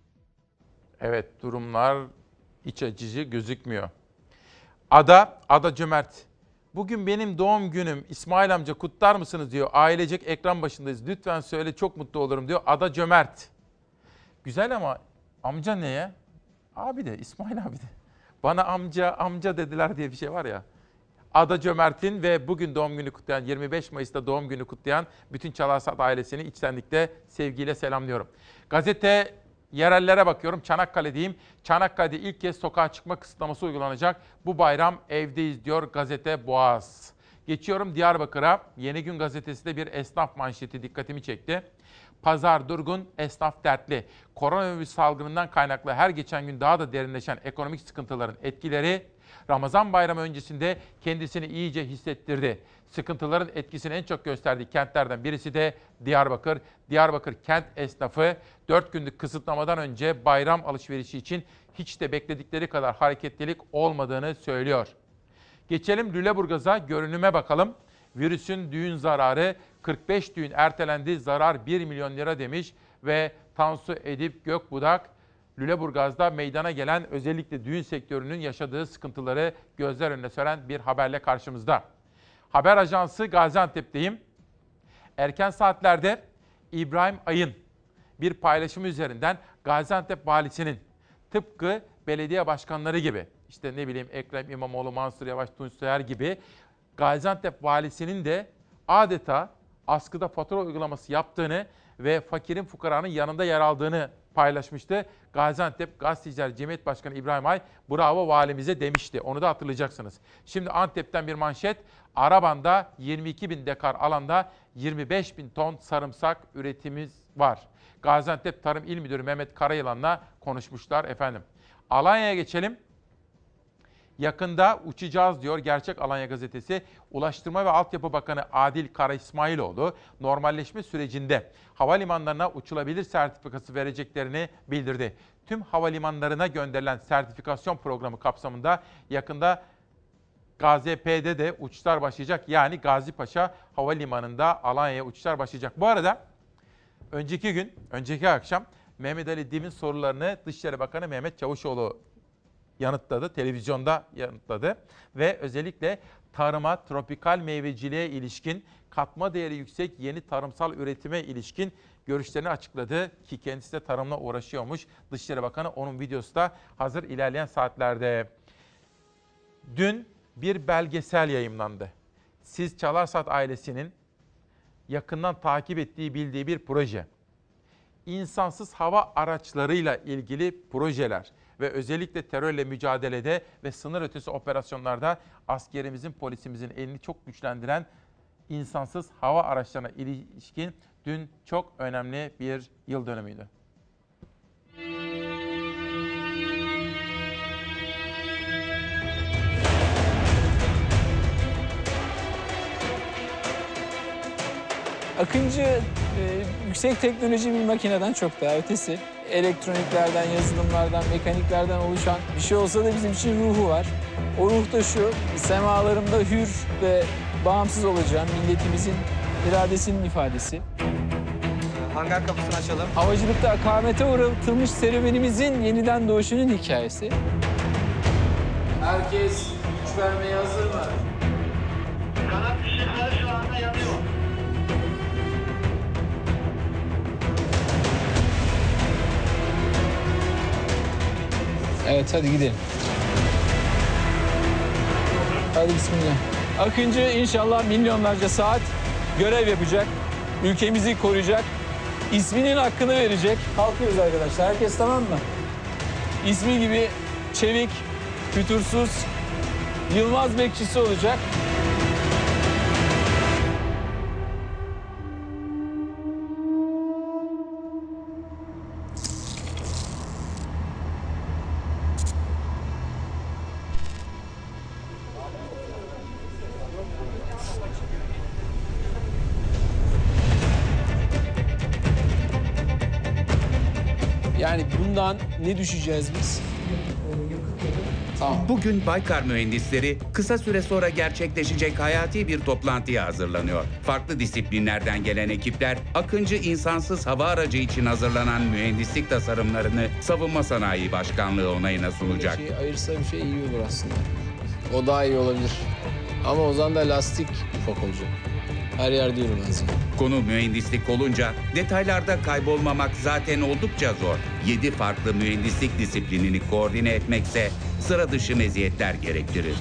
Evet, durumlar iç açıcı gözükmüyor. Ada Cömert. Bugün benim doğum günüm, İsmail amca kutlar mısınız diyor. Ailecek ekran başındayız. Lütfen söyle, çok mutlu olurum diyor. Ada Cömert. Güzel ama amca neye? Abi de, İsmail abi de. Bana amca dediler diye bir şey var ya. Ada Cömert'in ve bugün doğum günü kutlayan, 25 Mayıs'ta doğum günü kutlayan bütün Çalarsat ailesini içtenlikle sevgiyle selamlıyorum. Gazete yerellere bakıyorum. Çanakkale'deyim. Çanakkale'de ilk kez sokağa çıkma kısıtlaması uygulanacak. Bu bayram evdeyiz diyor gazete Boğaz. Geçiyorum Diyarbakır'a. Yeni Gün gazetesinde bir esnaf manşeti dikkatimi çekti. Pazar durgun, esnaf dertli. Koronavirüs salgınından kaynaklı her geçen gün daha da derinleşen ekonomik sıkıntıların etkileri Ramazan bayramı öncesinde kendisini iyice hissettirdi. Sıkıntıların etkisini en çok gösterdiği kentlerden birisi de Diyarbakır. Diyarbakır kent esnafı 4 günlük kısıtlamadan önce bayram alışverişi için hiç de bekledikleri kadar hareketlilik olmadığını söylüyor. Geçelim Lüleburgaz'a, görünüme bakalım. Virüsün düğün zararı, 45 düğün ertelendi, zarar 1 milyon lira demiş ve Tansu Edip Gökbudak, Lüleburgaz'da meydana gelen özellikle düğün sektörünün yaşadığı sıkıntıları gözler önüne seren bir haberle karşımızda. Haber Ajansı Gaziantep'teyim. Erken saatlerde İbrahim Ay'ın bir paylaşımı üzerinden Gaziantep valisinin tıpkı belediye başkanları gibi, işte ne bileyim Ekrem İmamoğlu, Mansur Yavaş, Tunç Soyer gibi Gaziantep valisinin de adeta askıda fatura uygulaması yaptığını ve fakirin fukaranın yanında yer aldığını paylaşmıştı. Gaziantep Gazeteciler Cemiyet Başkanı İbrahim Ay, bravo valimize demişti. Onu da hatırlayacaksınız. Şimdi Antep'ten bir manşet. Araban'da 22.000 dekar alanda 25.000 ton sarımsak üretimimiz var. Gaziantep Tarım İl Müdürü Mehmet Karayılan'la konuşmuşlar efendim. Alanya'ya geçelim. Yakında uçacağız diyor Gerçek Alanya gazetesi. Ulaştırma ve Altyapı Bakanı Adil Kara İsmailoğlu normalleşme sürecinde havalimanlarına uçulabilir sertifikası vereceklerini bildirdi. Tüm havalimanlarına gönderilen sertifikasyon programı kapsamında yakında GAZP'de de uçuşlar başlayacak. Yani Gazipaşa Havalimanı'nda Alanya'ya uçuşlar başlayacak. Bu arada önceki akşam Mehmet Ali Dim'in sorularını Dışişleri Bakanı Mehmet Çavuşoğlu yanıtladı, televizyonda yanıtladı ve özellikle tarıma, tropikal meyveciliğe ilişkin, katma değeri yüksek yeni tarımsal üretime ilişkin görüşlerini açıkladı ki kendisi de tarımla uğraşıyormuş. Dışişleri Bakanı, onun videosu da hazır ilerleyen saatlerde. Dün bir belgesel yayımlandı. Siz Çalarsat ailesinin yakından takip ettiği, bildiği bir proje. İnsansız hava araçlarıyla ilgili projeler ve özellikle terörle mücadelede ve sınır ötesi operasyonlarda askerimizin, polisimizin elini çok güçlendiren insansız hava araçlarına ilişkin dün çok önemli bir yıl dönümüydü. Akıncı yüksek teknoloji bir makineden çok daha ötesi. Elektroniklerden, yazılımlardan, mekaniklerden oluşan bir şey olsa da bizim için ruhu var. O ruh da şu, semalarımda hür ve bağımsız olacağım, milletimizin iradesinin ifadesi. Hangar kapısını açalım. Havacılıkta akamete uğratılmış serüvenimizin yeniden doğuşunun hikayesi. Herkes güç vermeye hazır mı? Kanat ışıkları şu anda yanıyor. Evet, hadi gidelim. Hadi bismillah. Akıncı inşallah milyonlarca saat görev yapacak, ülkemizi koruyacak, isminin hakkını verecek. Kalkıyoruz arkadaşlar, herkes tamam mı? İsmi gibi çevik, fütursuz, Yılmaz bekçisi olacak. Yani bundan ne düşeceğiz biz? Tamam. Bugün Baykar mühendisleri kısa süre sonra gerçekleşecek hayati bir toplantıya hazırlanıyor. Farklı disiplinlerden gelen ekipler Akıncı insansız hava aracı için hazırlanan mühendislik tasarımlarını Savunma Sanayi Başkanlığı onayına sunacak. Bir şey ayırsa bir şey iyi olur aslında. O daha iyi olabilir. Ama o zaman da lastik ufak olacak. Her yerde yürümez yani. Konu mühendislik olunca detaylarda kaybolmamak zaten oldukça zor. 7 farklı mühendislik disiplinini koordine etmekse sıra dışı meziyetler gerektirir.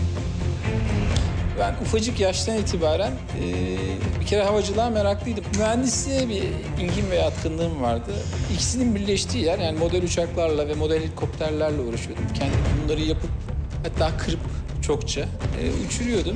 Ben ufacık yaştan itibaren bir kere havacılığa meraklıydım. Mühendisliğe bir ilgim ve yatkınlığım vardı. İkisinin birleştiği yer, yani model uçaklarla ve model helikopterlerle uğraşıyordum. Kendim bunları yapıp, hatta kırıp çokça uçuruyordum.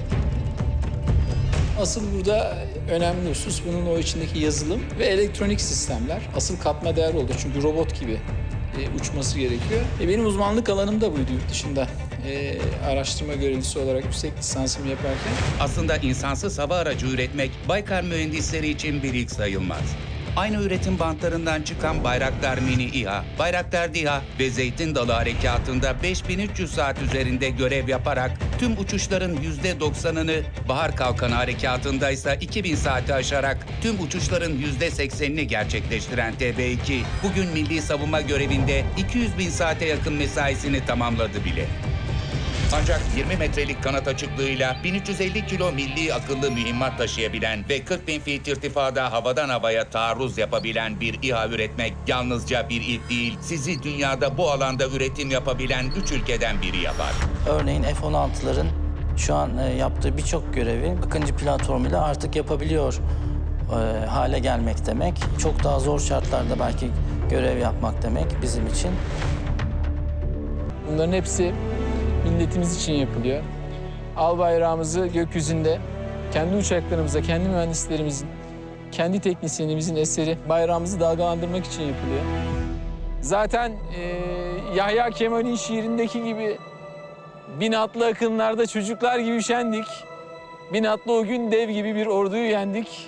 Asıl burada önemli husus bunun o içindeki yazılım ve elektronik sistemler. Asıl katma değer oldu çünkü robot gibi uçması gerekiyor. Benim uzmanlık alanım da buydu yurt dışında. Araştırma görevlisi olarak yüksek lisansımı yaparken. Aslında insansız hava aracı üretmek Baykar mühendisleri için bir ilk sayılmaz. Aynı üretim bantlarından çıkan Bayraktar Mini İHA, Bayraktar DİHA ve Zeytin Dalı Harekatı'nda 5300 saat üzerinde görev yaparak tüm uçuşların %90'ını, Bahar Kalkanı Harekatı'nda ise 2000 saati aşarak tüm uçuşların %80'ini gerçekleştiren TB2, bugün milli savunma görevinde 200.000 saate yakın mesaisini tamamladı bile. Ancak 20 metrelik kanat açıklığıyla 1350 kilo milli akıllı mühimmat taşıyabilen ve 40.000 feet irtifada havadan havaya taarruz yapabilen bir İHA üretmek yalnızca bir ilk değil, sizi dünyada bu alanda üretim yapabilen 3 ülkeden biri yapar. Örneğin F-16'ların şu an yaptığı birçok görevi Akıncı platformuyla artık yapabiliyor hale gelmek demek. Çok daha zor şartlarda belki görev yapmak demek bizim için. Bunların hepsi milletimiz için yapılıyor. Al bayrağımızı gökyüzünde kendi uçaklarımıza, kendi mühendislerimizin, kendi teknisyenimizin eseri bayrağımızı dalgalandırmak için yapılıyor. Zaten Yahya Kemal'in şiirindeki gibi bin atlı akınlarda çocuklar gibi üşendik. Bin atlı o gün dev gibi bir orduyu yendik.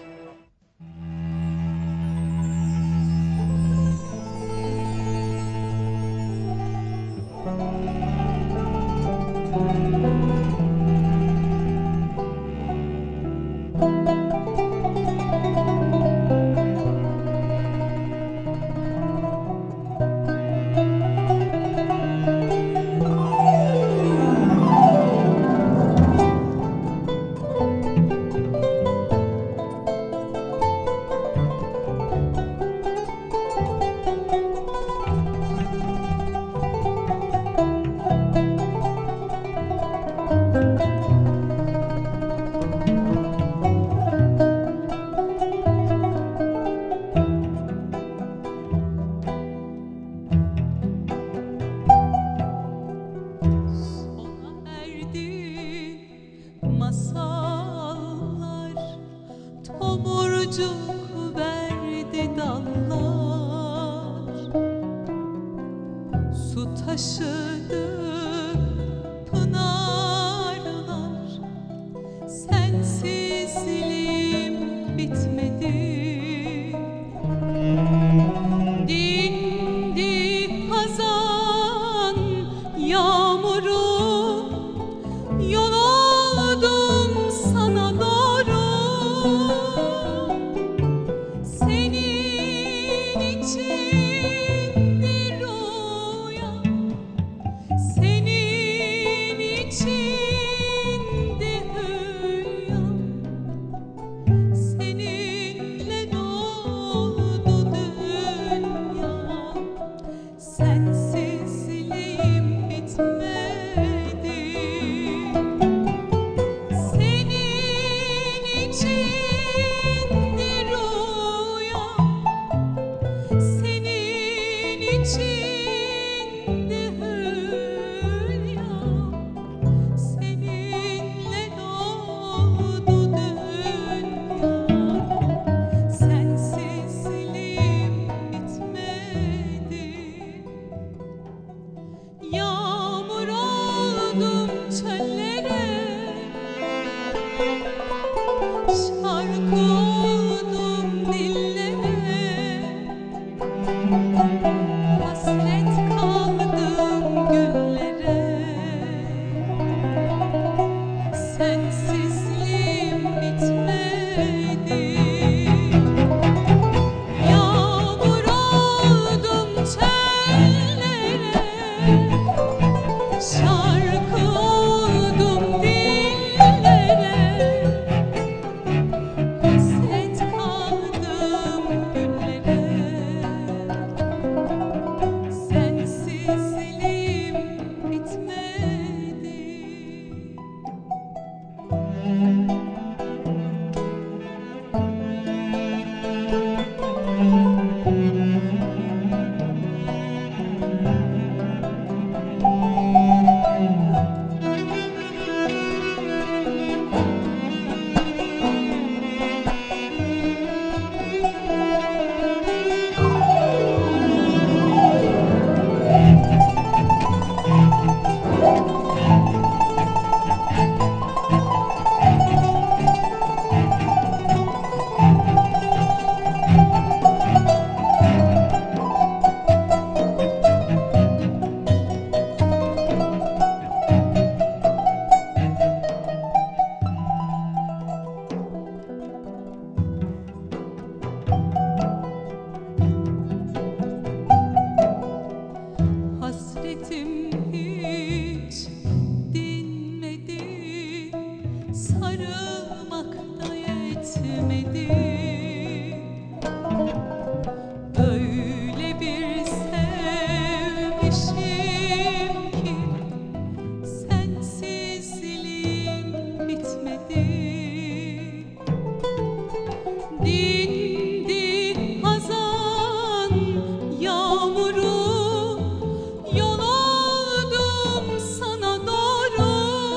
dindi hazan yağmuru, yol oldum sana doğru.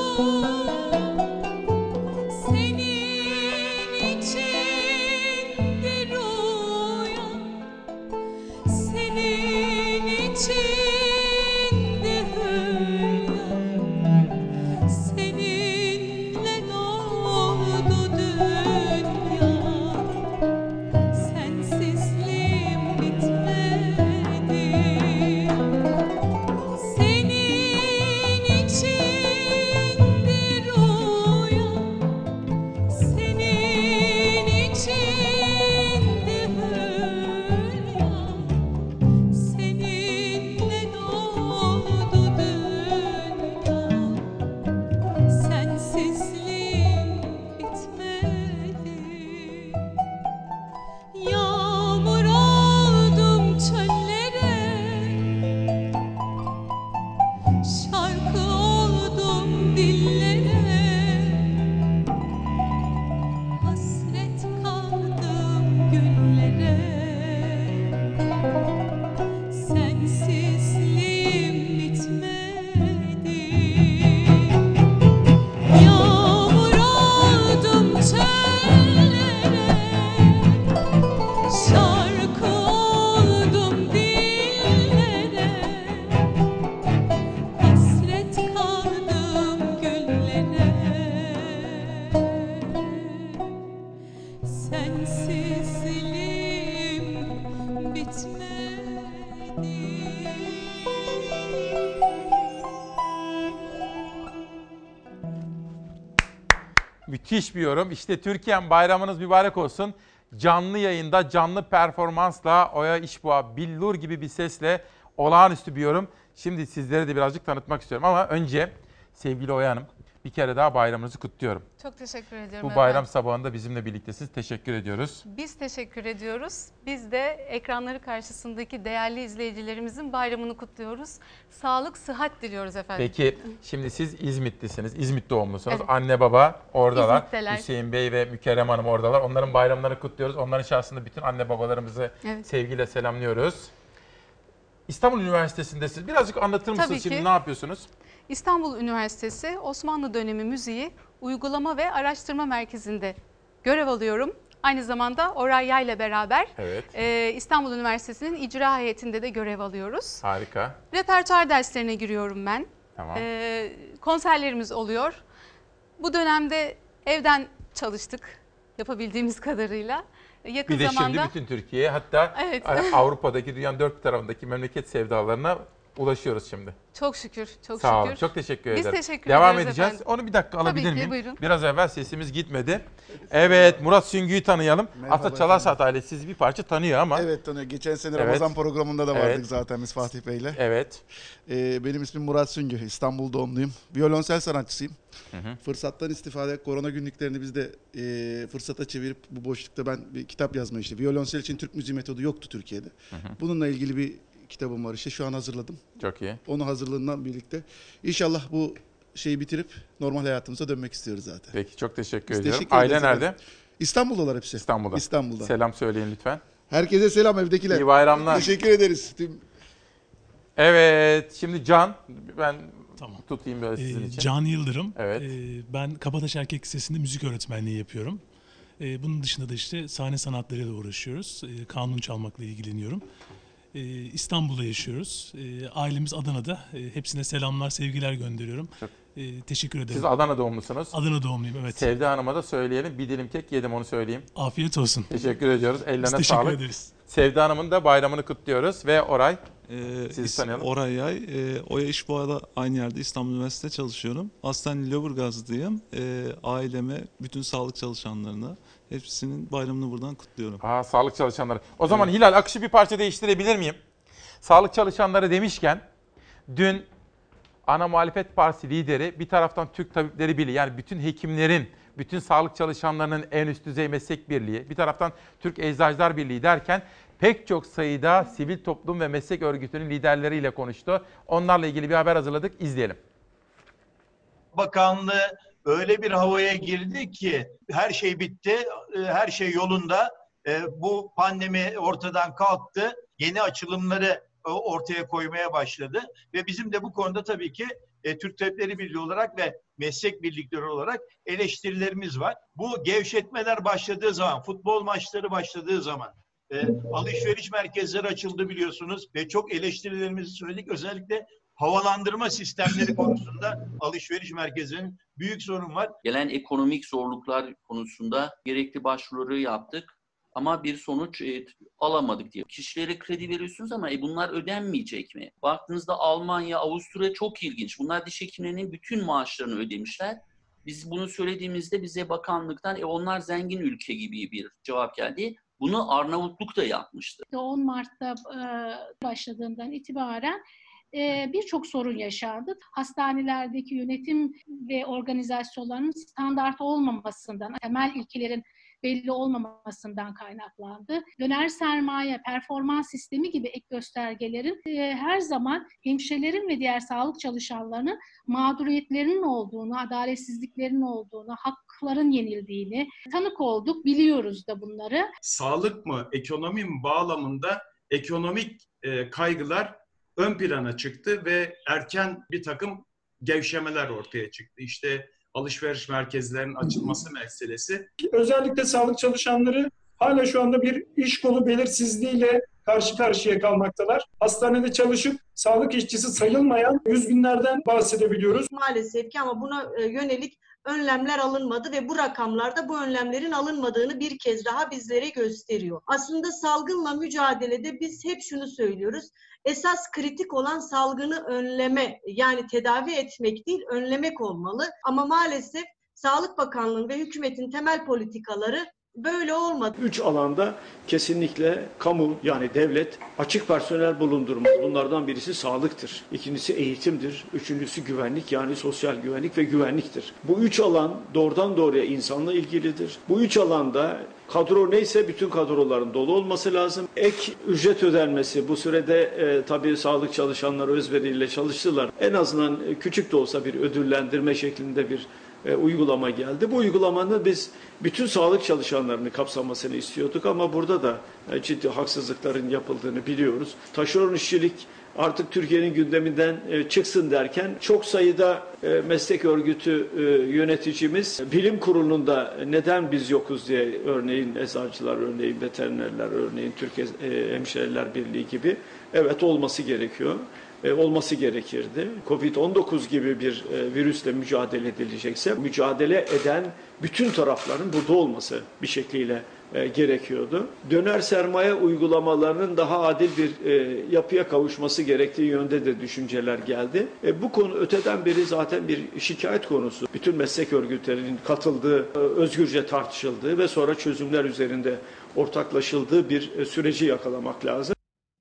Senin içindir uyan, senin içindir hülya, seninle doldu dünya. Sensizliğim bitmedi. Senin içindir uyan, senin içindir hülya, seninle doldu dünya. Sensizliğim bitmedi. Yağmur oldum çöllere, şarkı oldum dillere, hasret kaldım güllere. Sensizliğim bitmedi. Yağmur oldum çöllere, şarkı oldum dillere, hasret kaldım güllere. Sensizliğim bitmedi. Müthiş bir yorum. İşte Türkiye'm bayramınız mübarek olsun. Canlı yayında, canlı performansla, Oya İşboğa, billur gibi bir sesle olağanüstü bir yorum. Şimdi sizlere de birazcık tanıtmak istiyorum ama önce sevgili Oya Hanım, bir kere daha bayramınızı kutluyorum. Çok teşekkür ediyorum. Bu bayram sabahında bizimle birliktesiniz. Teşekkür ediyoruz. Biz teşekkür ediyoruz. Biz de ekranları karşısındaki değerli izleyicilerimizin bayramını kutluyoruz. Sağlık, sıhhat diliyoruz efendim. Peki şimdi siz İzmitlisiniz. İzmit doğumlusunuz. Evet. Anne baba oradalar. İzmit'teler. Hüseyin Bey ve Mükerrem Hanım oradalar. Onların bayramlarını kutluyoruz. Onların şahsında bütün anne babalarımızı sevgiyle selamlıyoruz. İstanbul Üniversitesi'ndesiniz. Birazcık anlatır mısınız Tabii şimdi ki. ne yapıyorsunuz? İstanbul Üniversitesi Osmanlı Dönemi Müziği Uygulama ve Araştırma Merkezi'nde görev alıyorum. Aynı zamanda Oray Yay ile beraber İstanbul Üniversitesi'nin icra heyetinde de görev alıyoruz. Harika. Repertuar derslerine giriyorum ben. Tamam. Konserlerimiz oluyor. Bu dönemde evden çalıştık yapabildiğimiz kadarıyla. Yakın Bir de zamanda şimdi bütün Türkiye'ye, hatta Avrupa'daki, dünyanın dört tarafındaki memleket sevdalarına ulaşıyoruz şimdi. Çok şükür, çok Sağ şükür. olun, çok teşekkür Biz ederim. teşekkür Devam ediyoruz edeceğiz. efendim. Onu bir dakika alabilir Tabii ki, miyim? buyurun. Biraz evvel sesimiz gitmedi. Evet, Murat Süngü'yü tanıyalım. Aslında Çalarsaat ailesi sizi bir parça tanıyor ama. Evet, tanıyor. Geçen sene Ramazan programında da vardık zaten biz Fatih Bey'le. Evet. Benim ismim Murat Süngü. İstanbul doğumluyum. Violonsel sanatçısıyım. Fırsattan istifade, korona günlüklerini biz de fırsata çevirip bu boşlukta ben bir kitap yazmayı işte. Violonsel için Türk müziği metodu yoktu Türkiye'de. Bununla ilgili bir kitabım var işte, şu an hazırladım. Çok iyi. Onu hazırlığından birlikte İnşallah bu şeyi bitirip normal hayatımıza dönmek istiyoruz zaten. Peki, çok teşekkür Biz ediyorum. teşekkür Aile ederiz nerede? efendim. İstanbul'dalar hepsi. İstanbul'da. Selam söyleyin lütfen. Herkese selam evdekiler. İyi bayramlar. Teşekkür ederiz. Evet, şimdi Can, ben tutayım böyle sizin için. Can Yıldırım. Evet. Ben Kabataş Erkek Lisesi'nde müzik öğretmenliği yapıyorum. Bunun dışında da işte sahne sanatlarıyla uğraşıyoruz. Kanun çalmakla ilgileniyorum. İstanbul'da yaşıyoruz. Ailemiz Adana'da. Hepsine selamlar, sevgiler gönderiyorum. Teşekkür ederim. Siz Adana doğumlusunuz. Adana doğumluyum, evet. Sevda Hanım'a da söyleyelim. Bir dilim kek yedim, onu söyleyeyim. Afiyet olsun. Teşekkür ediyoruz. Ellerine Biz teşekkür sağlık. ederiz. Sevda Hanım'ın da bayramını kutluyoruz ve Oray. Sizi tanıyalım. Oray Yay. Oya İşboğa'da aynı yerde İstanbul Üniversitesi'nde çalışıyorum. Aslen Lüleburgazlıyım. Aileme, bütün sağlık çalışanlarına hepsinin bayramını buradan kutluyorum. Sağlık çalışanları. O zaman Hilal, akışı bir parça değiştirebilir miyim? Sağlık çalışanları demişken dün ana muhalefet partisi lideri bir taraftan Türk Tabipleri Birliği, yani bütün hekimlerin, bütün sağlık çalışanlarının en üst düzey meslek birliği, bir taraftan Türk Eczacılar Birliği derken pek çok sayıda sivil toplum ve meslek örgütünün liderleriyle konuştu. Onlarla ilgili bir haber hazırladık, izleyelim. Bakanlığı öyle bir havaya girdi ki her şey bitti, her şey yolunda. bu pandemi ortadan kalktı. Yeni açılımları ortaya koymaya başladı. Ve bizim de bu konuda tabii ki Türk Tabipleri Birliği olarak ve meslek birlikleri olarak eleştirilerimiz var. Bu gevşetmeler başladığı zaman, futbol maçları başladığı zaman, alışveriş merkezleri açıldı biliyorsunuz ve çok eleştirilerimizi söyledik. Özellikle havalandırma sistemleri konusunda alışveriş merkezlerinin büyük sorun var. Gelen ekonomik zorluklar konusunda gerekli başvuruları yaptık ama bir sonuç alamadık diye. Kişilere kredi veriyorsunuz ama bunlar ödenmeyecek mi? Baktığınızda Almanya, Avusturya çok ilginç. Bunlar diş hekimlerinin bütün maaşlarını ödemişler. Biz bunu söylediğimizde bize bakanlıktan onlar zengin ülke gibi bir cevap geldi. Bunu Arnavutluk da yapmıştı. 10 Mart'ta başladığından itibaren birçok sorun yaşandı. Hastanelerdeki yönetim ve organizasyonların standart olmamasından, temel ilkelerin belli olmamasından kaynaklandı. Döner sermaye, performans sistemi gibi ek göstergelerin her zaman hemşirelerin ve diğer sağlık çalışanlarının mağduriyetlerinin olduğunu, adaletsizliklerin olduğunu, hakların yenildiğini tanık olduk, biliyoruz da bunları. Sağlık mı, ekonomi mi bağlamında ekonomik kaygılar ön plana çıktı ve erken bir takım gevşemeler ortaya çıktı. İşte alışveriş merkezlerinin açılması meselesi. Özellikle sağlık çalışanları hala şu anda bir iş kolu belirsizliğiyle karşı karşıya kalmaktalar. Hastanede çalışıp sağlık işçisi sayılmayan yüz binlerden bahsedebiliyoruz. Maalesef ki ama buna yönelik önlemler alınmadı ve bu rakamlarda bu önlemlerin alınmadığını bir kez daha bizlere gösteriyor. Aslında salgınla mücadelede biz hep şunu söylüyoruz. Esas kritik olan salgını önleme, yani tedavi etmek değil, önlemek olmalı. Ama maalesef Sağlık Bakanlığı ve hükümetin temel politikaları böyle olmadı. 3 alanda kesinlikle kamu, yani devlet açık personel bulundurmaz. Bunlardan birisi sağlıktır. İkincisi eğitimdir. Üçüncüsü güvenlik, yani sosyal güvenlik ve güvenliktir. Bu 3 alan doğrudan doğruya insanla ilgilidir. Bu 3 alanda kadro neyse bütün kadroların dolu olması lazım. Ek ücret ödenmesi, bu sürede tabii sağlık çalışanları özveriyle çalıştılar. En azından küçük de olsa bir ödüllendirme şeklinde bir uygulama geldi. Bu uygulamanın biz bütün sağlık çalışanlarını kapsamasını istiyorduk ama burada da ciddi haksızlıkların yapıldığını biliyoruz. Taşeron işçilik artık Türkiye'nin gündeminden çıksın derken çok sayıda meslek örgütü yöneticimiz bilim kurulunda neden biz yokuz diye, örneğin eczacılar, örneğin veterinerler, örneğin Türkiye Hemşireler Birliği gibi, evet olması gerekiyor. Olması gerekirdi. Covid-19 gibi bir virüsle mücadele edilecekse mücadele eden bütün tarafların burada olması bir şekliyle gerekiyordu. Döner sermaye uygulamalarının daha adil bir yapıya kavuşması gerektiği yönde de düşünceler geldi. Bu konu öteden beri zaten bir şikayet konusu. Bütün meslek örgütlerinin katıldığı, özgürce tartışıldığı ve sonra çözümler üzerinde ortaklaşıldığı bir süreci yakalamak lazım.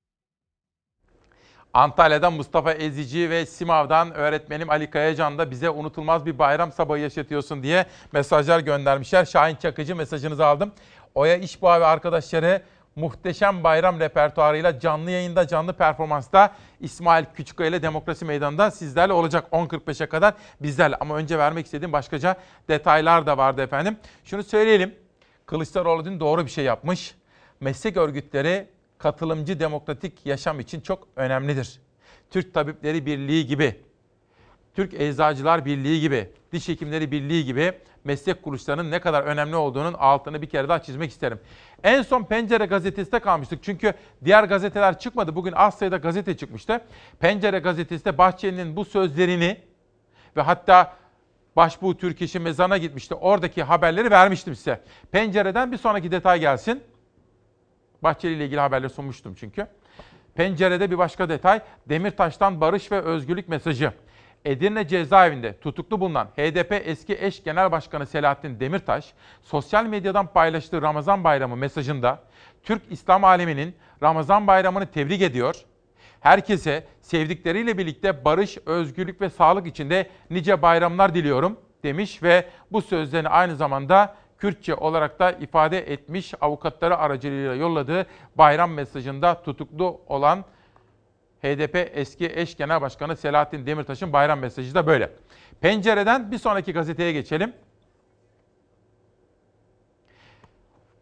Antalya'dan Mustafa Ezici ve Simav'dan öğretmenim Ali Kayacan da bize unutulmaz bir bayram sabahı yaşatıyorsun diye mesajlar göndermişler. Şahin Çakıcı, mesajınızı aldım. Oya İşboğa ve arkadaşları muhteşem bayram repertuarıyla canlı yayında, canlı performansta İsmail Küçükkaya ile Demokrasi Meydanı'nda sizlerle olacak 10.45'e kadar bizlerle. Ama önce vermek istediğim başkaca detaylar da vardı efendim. Şunu söyleyelim, Kılıçdaroğlu dün doğru bir şey yapmış. Meslek örgütleri katılımcı demokratik yaşam için çok önemlidir. Türk Tabipleri Birliği gibi, Türk Eczacılar Birliği gibi, Diş Hekimleri Birliği gibi meslek kuruluşlarının ne kadar önemli olduğunun altını bir kere daha çizmek isterim. En son Pencere gazetesinde kalmıştık. Çünkü diğer gazeteler çıkmadı. Bugün az sayıda gazete çıkmıştı. Pencere gazetesinde Bahçeli'nin bu sözlerini ve hatta Başbuğ Türkeş'in mezarına gitmişti. Oradaki haberleri vermiştim size. Pencereden bir sonraki detay gelsin. Bahçeli ile ilgili haberleri sunmuştum çünkü. Pencerede bir başka detay, Demirtaş'tan barış ve özgürlük mesajı. Edirne cezaevinde tutuklu bulunan HDP eski eş genel başkanı Selahattin Demirtaş, sosyal medyadan paylaştığı Ramazan Bayramı mesajında Türk İslam aleminin Ramazan Bayramı'nı tebrik ediyor. Herkese sevdikleriyle birlikte barış, özgürlük ve sağlık içinde nice bayramlar diliyorum demiş ve bu sözlerini aynı zamanda Kürtçe olarak da ifade etmiş. Avukatları aracılığıyla yolladığı bayram mesajında tutuklu olan HDP eski eş genel başkanı Selahattin Demirtaş'ın bayram mesajı da böyle. Pencereden bir sonraki gazeteye geçelim.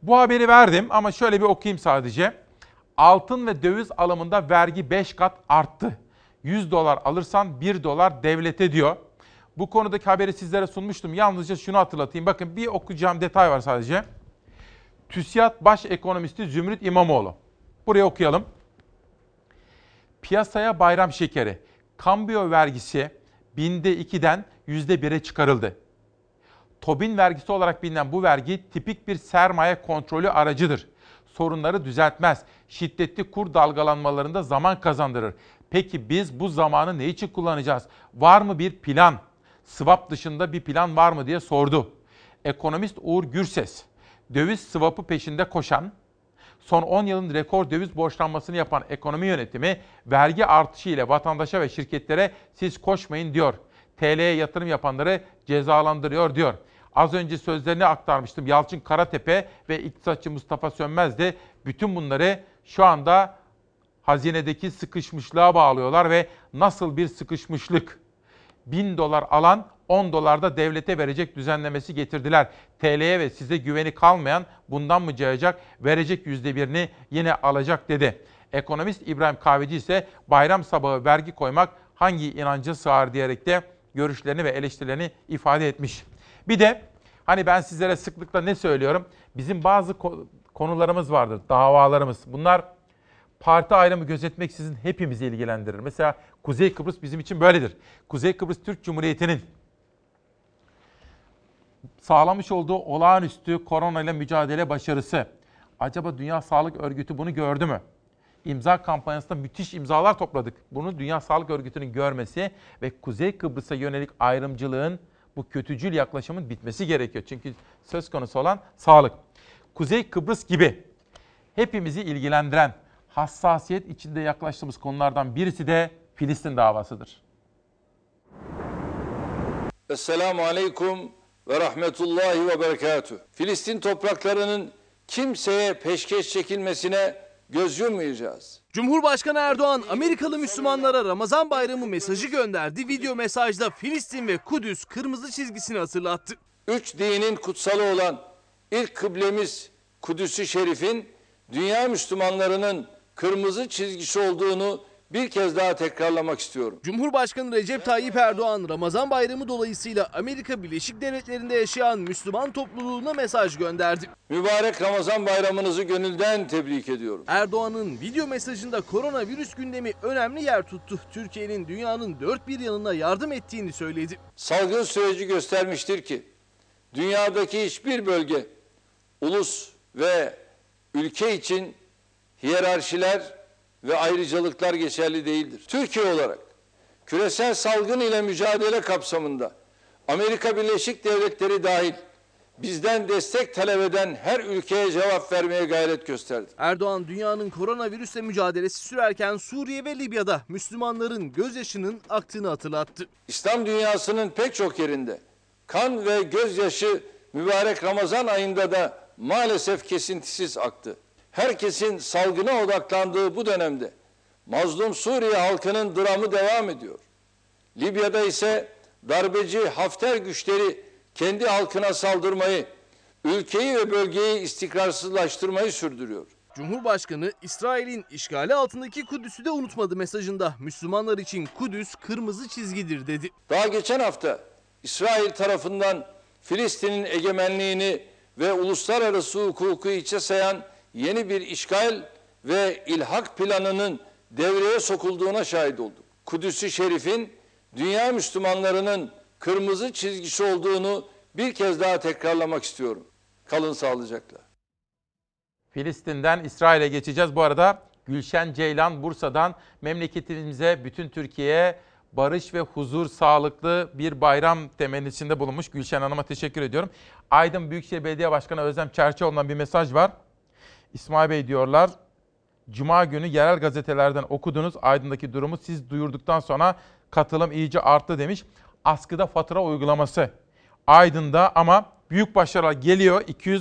Bu haberi verdim ama şöyle bir okuyayım sadece. Altın ve döviz alımında vergi 5 kat arttı. 100 dolar alırsan 1 dolar devlete diyor. Bu konudaki haberi sizlere sunmuştum. Yalnızca şunu hatırlatayım. Bakın bir okuyacağım detay var sadece. TÜSİAD Baş Ekonomisti Zümrüt İmamoğlu. Buraya okuyalım. Piyasaya bayram şekeri, kambiyo vergisi binde 2'den %1'e çıkarıldı. Tobin vergisi olarak bilinen bu vergi tipik bir sermaye kontrolü aracıdır. Sorunları düzeltmez. Şiddetli kur dalgalanmalarında zaman kazandırır. Peki biz bu zamanı ne için kullanacağız? Var mı bir plan? Swap dışında bir plan var mı diye sordu. Ekonomist Uğur Gürses, döviz swap'ı peşinde koşan, son 10 yılın rekor döviz borçlanmasını yapan ekonomi yönetimi vergi artışı ile vatandaşa ve şirketlere siz koşmayın diyor. TL'ye yatırım yapanları cezalandırıyor diyor. Az önce sözlerini aktarmıştım. Yalçın Karatepe ve iktisatçı Mustafa Sönmez de bütün bunları şu anda hazinedeki sıkışmışlığa bağlıyorlar ve nasıl bir sıkışmışlık? 1000 dolar alan 10 dolar da devlete verecek düzenlemesi getirdiler. TL'ye ve size güveni kalmayan bundan mı cayacak? Verecek %1'ini yine alacak dedi. Ekonomist İbrahim Kahveci ise bayram sabahı vergi koymak hangi inanca sığar diyerek de görüşlerini ve eleştirilerini ifade etmiş. Bir de hani ben sizlere sıklıkla ne söylüyorum? Bizim bazı konularımız vardır, davalarımız. Bunlar parti ayrımı gözetmeksizin hepimizi ilgilendirir. Mesela Kuzey Kıbrıs bizim için böyledir. Kuzey Kıbrıs Türk Cumhuriyeti'nin sağlamış olduğu olağanüstü koronayla mücadele başarısı. Acaba Dünya Sağlık Örgütü bunu gördü mü? İmza kampanyasında müthiş imzalar topladık. Bunu Dünya Sağlık Örgütü'nün görmesi ve Kuzey Kıbrıs'a yönelik ayrımcılığın, bu kötücül yaklaşımın bitmesi gerekiyor. Çünkü söz konusu olan sağlık. Kuzey Kıbrıs gibi hepimizi ilgilendiren, hassasiyet içinde yaklaştığımız konulardan birisi de Filistin davasıdır. Esselamu aleyküm ve rahmetullahi ve berekatuhu. Filistin topraklarının kimseye peşkeş çekilmesine göz yummayacağız. Cumhurbaşkanı Erdoğan Amerikalı Müslümanlara Ramazan Bayramı mesajı gönderdi. Video mesajda Filistin ve Kudüs kırmızı çizgisini hatırlattı. 3 dinin kutsalı olan ilk kıblemiz Kudüs-ü Şerif'in dünya Müslümanlarının kırmızı çizgisi olduğunu bir kez daha tekrarlamak istiyorum. Cumhurbaşkanı Recep Tayyip Erdoğan Ramazan Bayramı dolayısıyla Amerika Birleşik Devletleri'nde yaşayan Müslüman topluluğuna mesaj gönderdi. Mübarek Ramazan Bayramınızı gönülden tebrik ediyorum. Erdoğan'ın video mesajında koronavirüs gündemi önemli yer tuttu. Türkiye'nin dünyanın dört bir yanına yardım ettiğini söyledi. Salgın süreci göstermiştir ki dünyadaki hiçbir bölge, ulus ve ülke için hiyerarşiler ve ayrıcalıklar geçerli değildir. Türkiye olarak küresel salgın ile mücadele kapsamında Amerika Birleşik Devletleri dahil bizden destek talep eden her ülkeye cevap vermeye gayret gösterdi. Erdoğan dünyanın koronavirüsle mücadelesi sürerken Suriye ve Libya'da Müslümanların gözyaşının aktığını hatırlattı. İslam dünyasının pek çok yerinde kan ve gözyaşı mübarek Ramazan ayında da maalesef kesintisiz aktı. Herkesin salgına odaklandığı bu dönemde mazlum Suriye halkının dramı devam ediyor. Libya'da ise darbeci Hafter güçleri kendi halkına saldırmayı, ülkeyi ve bölgeyi istikrarsızlaştırmayı sürdürüyor. Cumhurbaşkanı İsrail'in işgali altındaki Kudüs'ü de unutmadı mesajında. Müslümanlar için Kudüs kırmızı çizgidir dedi. Daha geçen hafta İsrail tarafından Filistin'in egemenliğini ve uluslararası hukuku içe sayan yeni bir işgal ve ilhak planının devreye sokulduğuna şahit olduk. Kudüs-ü Şerif'in dünya Müslümanlarının kırmızı çizgisi olduğunu bir kez daha tekrarlamak istiyorum. Kalın sağlıcakla. Filistin'den İsrail'e geçeceğiz. Bu arada Gülşen Ceylan Bursa'dan memleketimize, bütün Türkiye'ye barış ve huzur, sağlıklı bir bayram temennisinde bulunmuş. Gülşen Hanım'a teşekkür ediyorum. Aydın Büyükşehir Belediye Başkanı Özlem Çerçioğlu'ndan bir mesaj var. İsmail Bey diyorlar, Cuma günü yerel gazetelerden okudunuz. Aydın'daki durumu siz duyurduktan sonra katılım iyice arttı demiş. Askıda fatura uygulaması Aydın'da ama büyük başarılar geliyor.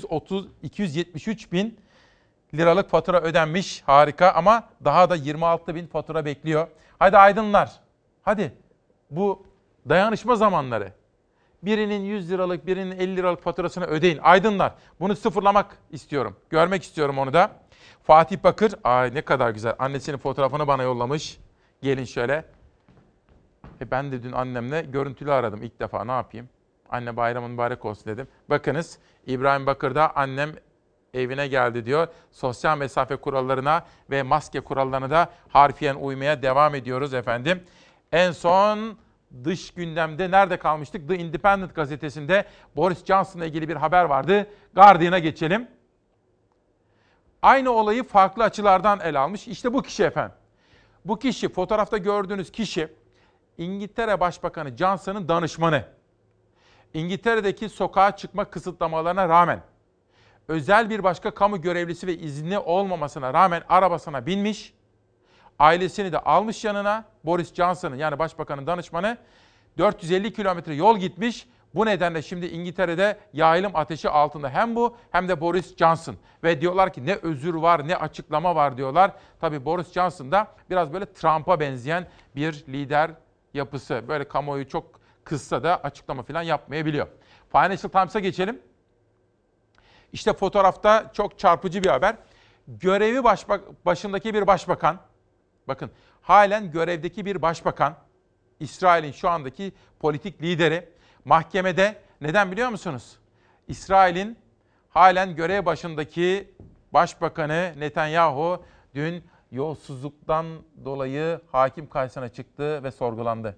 273 bin liralık fatura ödenmiş. Harika ama daha da 26 bin fatura bekliyor. Hadi Aydınlar, hadi bu dayanışma zamanları. Birinin 100 liralık, birinin 50 liralık faturasını ödeyin. Aydınlar, bunu sıfırlamak istiyorum. Görmek istiyorum onu da. Fatih Bakır, ay ne kadar güzel. Annesinin fotoğrafını bana yollamış. Gelin şöyle. Ben de dün annemle görüntülü aradım ilk defa, ne yapayım? Anne bayramın mübarek olsun dedim. Bakınız İbrahim Bakır'da annem evine geldi diyor. Sosyal mesafe kurallarına ve maske kurallarına da harfiyen uymaya devam ediyoruz efendim. En son dış gündemde nerede kalmıştık? The Independent gazetesinde Boris Johnson'la ilgili bir haber vardı. Guardian'a geçelim. Aynı olayı farklı açılardan ele almış. İşte bu kişi efendim. Bu kişi, fotoğrafta gördüğünüz kişi İngiltere Başbakanı Johnson'ın danışmanı. İngiltere'deki sokağa çıkma kısıtlamalarına rağmen, özel bir başka kamu görevlisi ve izni olmamasına rağmen arabasına binmiş, ailesini de almış yanına. Boris Johnson'ın, yani başbakanın danışmanı 450 kilometre yol gitmiş. Bu nedenle şimdi İngiltere'de yaylım ateşi altında hem bu hem de Boris Johnson. Ve diyorlar ki ne özür var ne açıklama var diyorlar. Tabii Boris Johnson da biraz böyle Trump'a benzeyen bir lider yapısı. Böyle kamuoyu çok kızsa da açıklama falan yapmayabiliyor. Financial Times'a geçelim. İşte fotoğrafta çok çarpıcı bir haber. Görevi başındaki bir başbakan, bakın halen görevdeki bir başbakan, İsrail'in şu andaki politik lideri mahkemede. Neden biliyor musunuz? İsrail'in halen görev başındaki başbakanı Netanyahu dün yolsuzluktan dolayı hakim karşısına çıktı ve sorgulandı.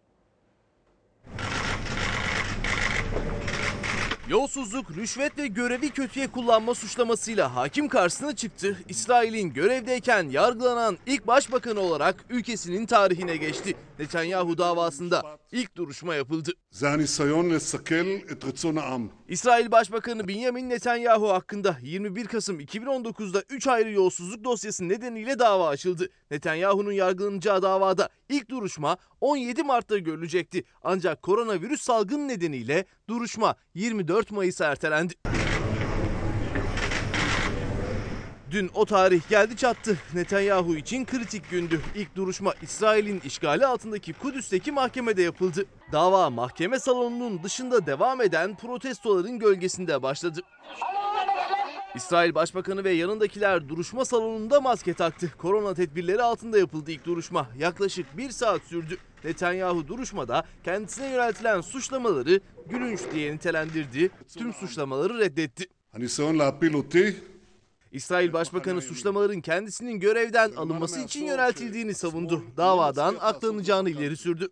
Yolsuzluk, rüşvet ve görevi kötüye kullanma suçlamasıyla hakim karşısına çıktı. İsrail'in görevdeyken yargılanan ilk başbakanı olarak ülkesinin tarihine geçti. Netanyahu davasında ilk duruşma yapıldı. İsrail Başbakanı Benjamin Netanyahu hakkında 21 Kasım 2019'da 3 ayrı yolsuzluk dosyası nedeniyle dava açıldı. Netanyahu'nun yargılanacağı davada ilk duruşma 17 Mart'ta görülecekti. Ancak koronavirüs salgını nedeniyle duruşma 24 Mayıs'a ertelendi. Dün o tarih geldi çattı. Netanyahu için kritik gündü. İlk duruşma İsrail'in işgali altındaki Kudüs'teki mahkemede yapıldı. Dava mahkeme salonunun dışında devam eden protestoların gölgesinde başladı. İsrail Başbakanı ve yanındakiler duruşma salonunda maske taktı. Korona tedbirleri altında yapıldı ilk duruşma. Yaklaşık 1 saat sürdü. Netanyahu duruşmada kendisine yöneltilen suçlamaları gülünç diye nitelendirdi. Tüm suçlamaları reddetti. İsrail Başbakanı suçlamaların kendisinin görevden alınması için yöneltildiğini savundu. Davadan aklanacağını ileri sürdü.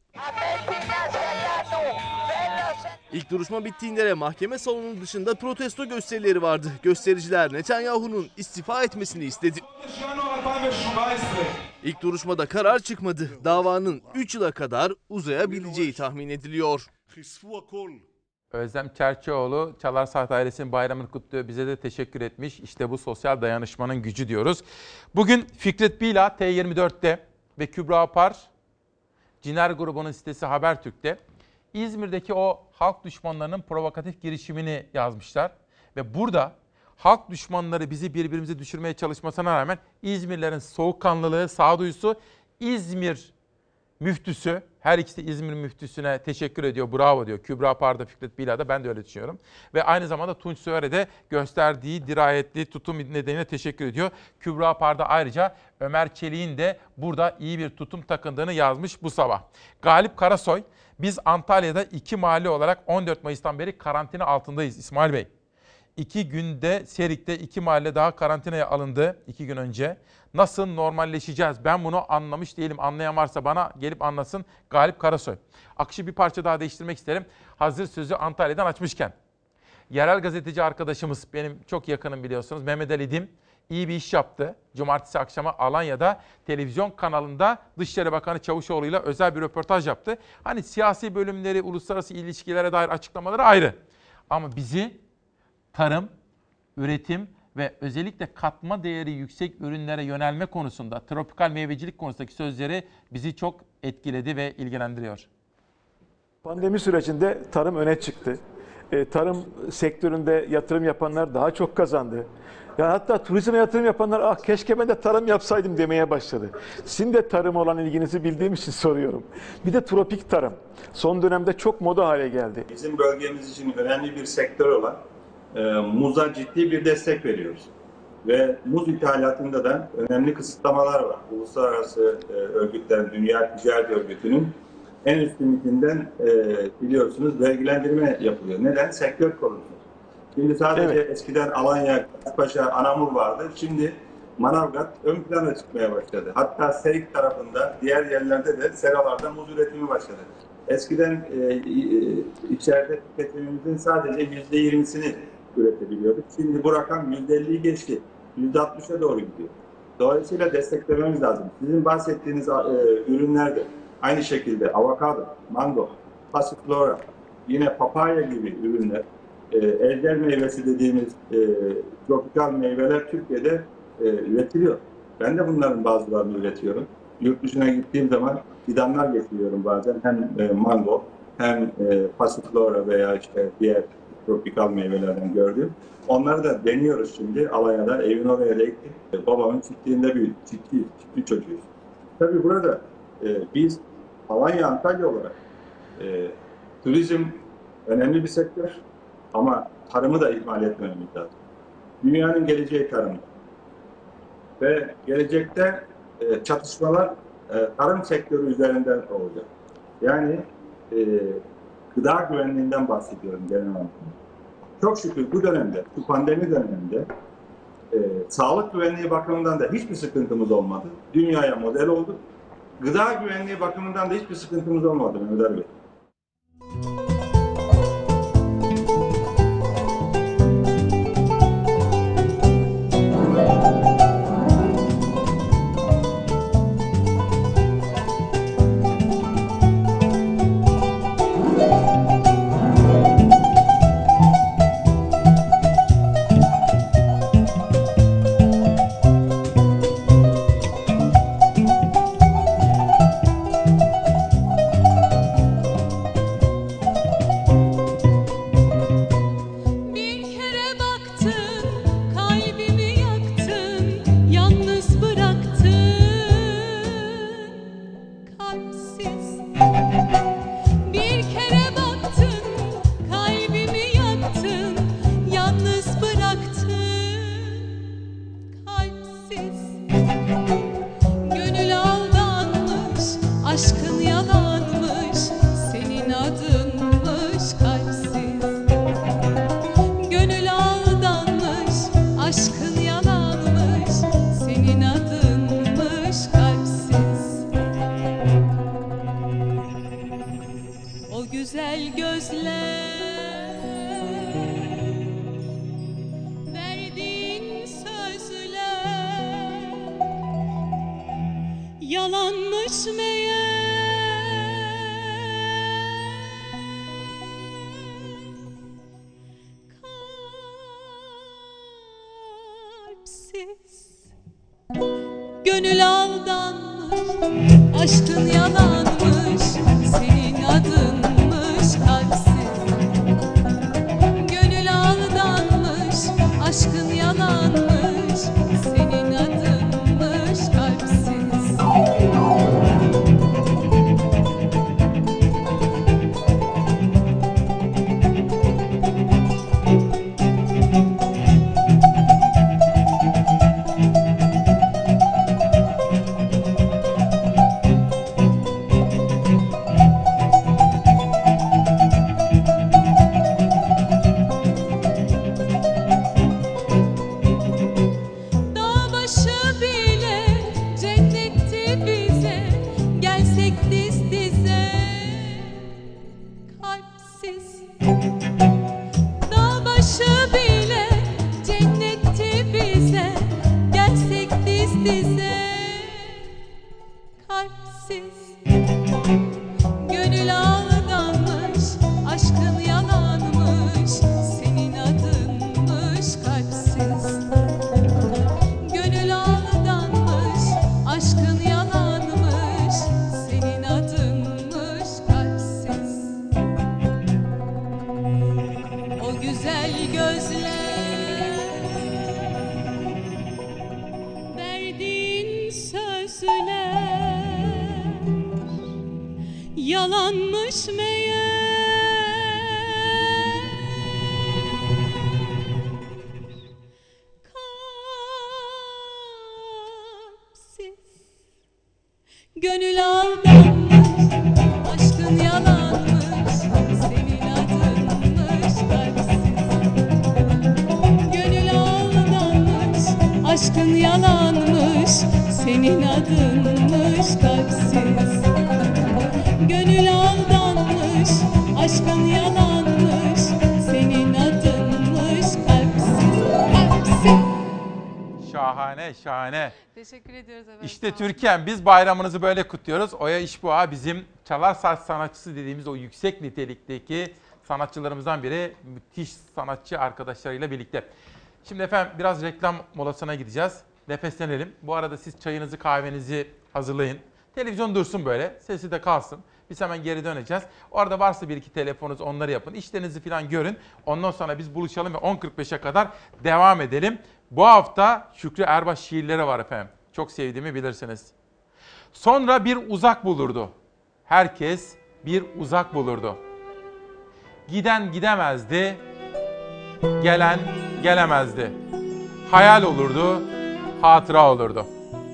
İlk duruşma bittiğinde de mahkeme salonunun dışında protesto gösterileri vardı. Göstericiler Netanyahu'nun istifa etmesini istedi. İlk duruşmada karar çıkmadı. Davanın 3 yıla kadar uzayabileceği tahmin ediliyor. Özlem Çerçioğlu, Çalar Saat ailesinin bayramını kutluyor. Bize de teşekkür etmiş. İşte bu sosyal dayanışmanın gücü diyoruz. Bugün Fikret Bila T24'te ve Kübra Apar, Ciner grubunun sitesi Habertürk'te İzmir'deki o halk düşmanlarının provokatif girişimini yazmışlar. Ve burada halk düşmanları bizi birbirimize düşürmeye çalışmasına rağmen İzmirlilerin soğukkanlılığı, sağduyusu, İzmir müftüsü, her ikisi de İzmir müftüsüne teşekkür ediyor, bravo diyor. Kübra Parda, Fikret Bila'da, ben de öyle düşünüyorum. Ve aynı zamanda Tunç Soyer'e de gösterdiği dirayetli tutum nedeniyle teşekkür ediyor. Kübra Parda ayrıca Ömer Çelik'in de burada iyi bir tutum takındığını yazmış bu sabah. Galip Karasoy, biz Antalya'da 2 mahalle olarak 14 Mayıs'tan beri karantina altındayız İsmail Bey. 2 günde Serik'te 2 mahalle daha karantinaya alındı 2 gün önce. Nasıl normalleşeceğiz? Ben bunu anlamış değilim. Anlayan varsa bana gelip anlasın. Galip Karasoy. Akışı bir parça daha değiştirmek isterim. Hazır sözü Antalya'dan açmışken. Yerel gazeteci arkadaşımız, benim çok yakınım biliyorsunuz, Mehmet Ali Dim iyi bir iş yaptı. Cumartesi akşamı Alanya'da televizyon kanalında Dışişleri Bakanı Çavuşoğlu'yla özel bir röportaj yaptı. Hani siyasi bölümleri, uluslararası ilişkilere dair açıklamaları ayrı. Ama bizi tarım, üretim ve özellikle katma değeri yüksek ürünlere yönelme konusunda, tropikal meyvecilik konusundaki sözleri bizi çok etkiledi ve ilgilendiriyor. Pandemi sürecinde tarım öne çıktı. tarım sektöründe yatırım yapanlar daha çok kazandı. Yani hatta turizme yatırım yapanlar keşke ben de tarım yapsaydım demeye başladı. Sizin de tarım olan ilginizi bildiğim için soruyorum. Bir de tropik tarım. Son dönemde çok moda hale geldi. Bizim bölgemiz için önemli bir sektör olan muza ciddi bir destek veriyoruz. Ve muz ithalatında da önemli kısıtlamalar var. Uluslararası örgütlerin, Dünya Ticaret Örgütü'nün en üst limitinden biliyorsunuz vergilendirme yapılıyor. Neden? Sektör korunuyor. Şimdi sadece eskiden Alanya, Kasımpaşa, Anamur vardı. Şimdi Manavgat ön plana çıkmaya başladı. Hatta Serik tarafında, diğer yerlerde de seralarda muz üretimi başladı. Eskiden içeride tüketimimizin sadece %20'sini üretebiliyorduk. Şimdi bu rakam %50'yi geçti. %60'a doğru gidiyor. Dolayısıyla desteklememiz lazım. Sizin bahsettiğiniz ürünler de aynı şekilde avokado, mango, passiflora, yine papaya gibi ürünler, ejder meyvesi dediğimiz tropikal meyveler Türkiye'de üretiliyor. Ben de bunların bazılarını üretiyorum. Yurt dışına gittiğim zaman fidanlar getiriyorum bazen. Hem mango hem passiflora veya işte diğer tropikal meyvelerden gördüğüm. Onları da deniyoruz şimdi. Alanya'da, evin oraya da ektik. Babamın çiftliğinde büyüdük. Çiftli çocuğuyuz. Tabii burada biz Alanya, Antalya olarak turizm önemli bir sektör. Ama tarımı da ihmal etmememiz lazım. Dünyanın geleceği tarım. Ve gelecekte çatışmalar tarım sektörü üzerinden olacak. Yani gıda güvenliğinden bahsediyorum genel anlamda. Çok şükür bu dönemde, bu pandemi döneminde sağlık güvenliği bakımından da hiçbir sıkıntımız olmadı. Dünyaya model olduk. Gıda güvenliği bakımından da hiçbir sıkıntımız olmadı Mehmet Ali Bey. Yalanmış kalpsiz, gönül aldanmış, aşkın yalanmış, senin adınmış kalpsiz. Gönül aldanmış, aşkın yalanmış, senin adınmış kalpsiz. yalanmış meğer. Kalpsiz gönül aldanmış, aşkın yalanmış, senin adınmış kalpsiz. Gönül aldanmış, aşkın yalanmış, senin adınmış kalpsiz. Gönül aldanmış, aşkın yalanmış, senin adınmış kalpsiz. Kalpsiz. Şahane, şahane. Teşekkür ediyoruz efendim. İşte Türkiye'm, biz bayramınızı böyle kutluyoruz. Oya İşboğa bizim çalar saç sanatçısı dediğimiz o yüksek nitelikteki sanatçılarımızdan biri. Müthiş sanatçı arkadaşlarıyla birlikte. Şimdi efendim biraz reklam molasına gideceğiz. Nefeslenelim. Bu arada siz çayınızı kahvenizi hazırlayın. Televizyon dursun böyle. Sesi de kalsın. Biz hemen geri döneceğiz. Orada varsa bir iki telefonunuz, onları yapın. İşlerinizi falan görün. Ondan sonra biz buluşalım ve 10.45'e kadar devam edelim. Bu hafta Şükrü Erbaş şiirleri var efendim. Çok sevdiğimi bilirsiniz. Sonra bir uzak bulurdu. Herkes bir uzak bulurdu. Giden gidemezdi. Gelen gelemezdi. Hayal olurdu, hatıra olurdu.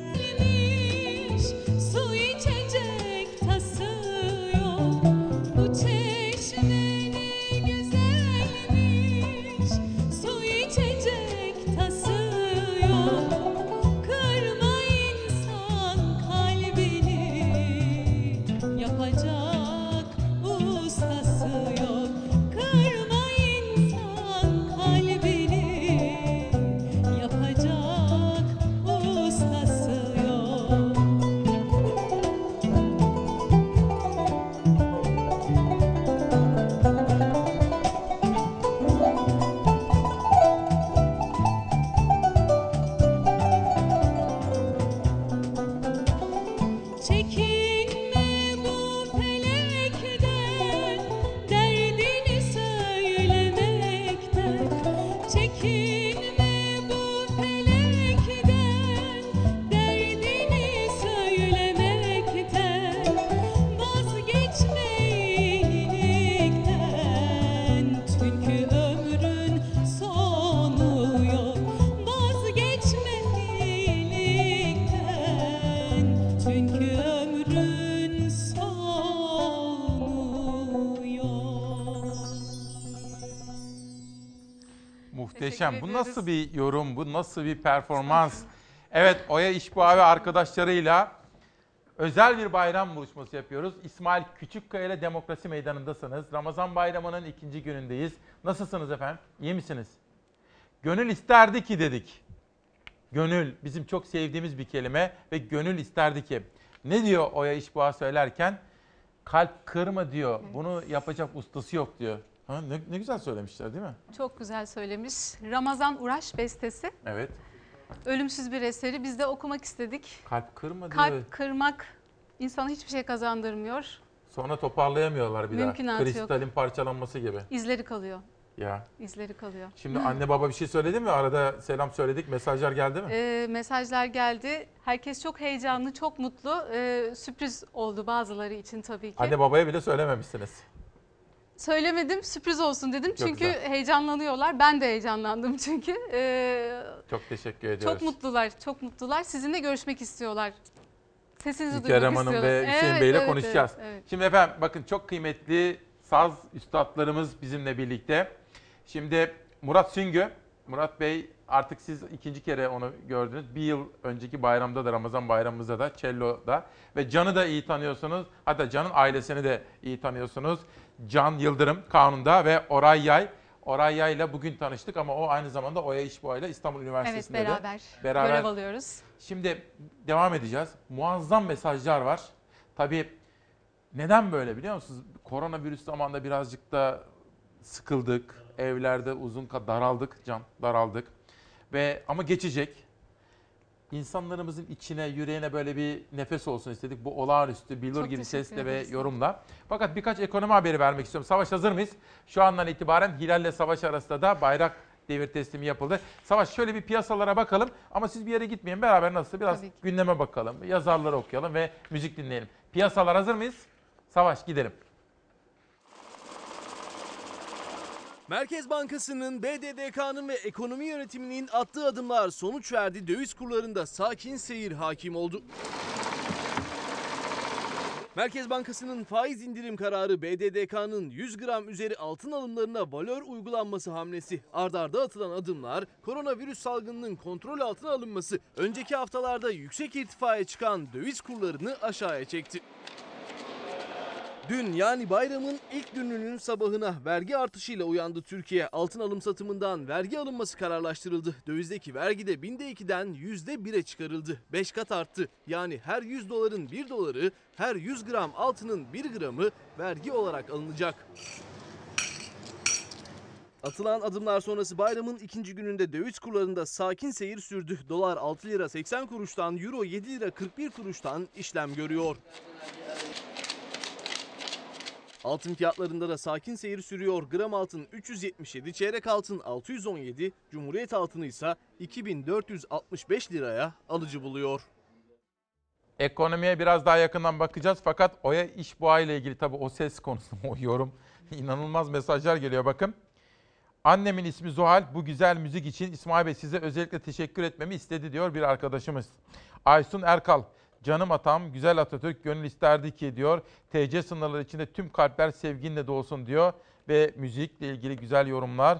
Su içecek tası yok, bu çeşme ne güzelmiş. Su içecek tası yok, kırma insan kalbini, yapacak ustası yok. Kırma insan kalbini, yapacak ustası yok. Çekinme bu felekten, derdini söylemekten. Çekinme bu felekten, derdini söylemekten. Vazgeçme iyilikten, çünkü ömrün sonu yok. Vazgeçme iyilikten, çünkü ömrün sonu yok. Muhteşem. Bu nasıl bir yorum, bu nasıl bir performans? Evet, Oya İşboğa ve arkadaşlarıyla özel bir bayram buluşması yapıyoruz. İsmail Küçükkaya ile Demokrasi Meydanı'ndasınız. Ramazan bayramının ikinci günündeyiz. Nasılsınız efendim? İyi misiniz? Gönül isterdi ki dedik. Gönül bizim çok sevdiğimiz bir kelime ve gönül isterdi ki. Ne diyor Oya İşboğa söylerken? Kalp kırma diyor. Bunu yapacak ustası yok diyor. Ha, ne güzel söylemişler değil mi? Çok güzel söylemiş. Ramazan Uraş bestesi. Evet. Ölümsüz bir eseri. Biz de okumak istedik. Kalp kırma diyor. Kalp kırmak insana hiçbir şey kazandırmıyor. Sonra toparlayamıyorlar bir Mümkünatı daha. yok. Kristalin parçalanması gibi. İzleri kalıyor. Ya. İzleri kalıyor. Şimdi anne baba bir şey söyledi mi? Arada selam söyledik. Mesajlar geldi mi? Mesajlar geldi. Herkes çok heyecanlı, çok mutlu. Sürpriz oldu bazıları için tabii ki. Anne babaya bile söylememişsiniz. Söylemedim, sürpriz olsun dedim. Çok çünkü güzel. Heyecanlanıyorlar. Ben de heyecanlandım çünkü. Çok teşekkür ediyoruz. Çok mutlular, çok mutlular. Sizinle görüşmek istiyorlar. Sesinizi duymak Kerem Hanım istiyorlar. ve Hüseyin Bey ile konuşacağız. Evet. Şimdi efendim bakın çok kıymetli saz üstadlarımız bizimle birlikte. Şimdi Murat Süngü. Murat Bey artık siz ikinci kere onu gördünüz. Bir yıl önceki bayramda da Ramazan bayramımızda da Cello'da ve Can'ı da iyi tanıyorsunuz. Hatta Can'ın ailesini de iyi tanıyorsunuz. Can Yıldırım Kanun'da ve Oray Yay. Oray Yay ile bugün tanıştık ama o aynı zamanda Oya İşboğa ile İstanbul Üniversitesi'nde evet, de beraber görev alıyoruz. Şimdi devam edeceğiz. Muazzam mesajlar var. Tabii neden böyle biliyor musunuz? Koronavirüs zamanında birazcık da sıkıldık. Evlerde daraldık, daraldık. Ama geçecek. İnsanlarımızın içine, yüreğine böyle bir nefes olsun istedik. Bu olağanüstü, billur gibi sesle ve yorumla. Fakat birkaç ekonomi haberi vermek istiyorum. Savaş hazır mıyız? Şu andan itibaren Hilal ile Savaş arasında da bayrak devir teslimi yapıldı. Savaş şöyle bir piyasalara bakalım ama siz bir yere gitmeyin. Beraber nasıl biraz gündeme bakalım, yazarları okuyalım ve müzik dinleyelim. Piyasalar hazır mıyız? Savaş gidelim. Merkez Bankası'nın, BDDK'nın ve ekonomi yönetiminin attığı adımlar sonuç verdi. Döviz kurlarında sakin seyir hakim oldu. Merkez Bankası'nın faiz indirim kararı, BDDK'nın 100 gram üzeri altın alımlarına valör uygulanması hamlesi. Arda arda atılan adımlar, koronavirüs salgınının kontrol altına alınması, önceki haftalarda yüksek irtifaya çıkan döviz kurlarını aşağıya çekti. Dün yani bayramın ilk gününün sabahına vergi artışıyla uyandı Türkiye. Altın alım satımından vergi alınması kararlaştırıldı. Dövizdeki vergi de binde 2'den %1'e çıkarıldı. 5 kat arttı. Yani her 100 doların 1 doları, her 100 gram altının 1 gramı vergi olarak alınacak. Atılan adımlar sonrası bayramın ikinci gününde döviz kurlarında sakin seyir sürdü. Dolar 6 lira 80 kuruştan, euro 7 lira 41 kuruştan işlem görüyor. Altın fiyatlarında da sakin seyir sürüyor. Gram altın 377, çeyrek altın 617, Cumhuriyet altını ise 2465 liraya alıcı buluyor. Ekonomiye biraz daha yakından bakacağız fakat Oya İşboğa ile ilgili tabii o ses konusu, o yorum inanılmaz mesajlar geliyor bakın. Annemin ismi Zuhal, bu güzel müzik için İsmail Bey size özellikle teşekkür etmemi istedi diyor bir arkadaşımız. Aysun Erkal, canım atam, güzel Atatürk gönül isterdi ki diyor. TC sınırları içinde tüm kalpler sevginle dolsun diyor. Ve müzikle ilgili güzel yorumlar.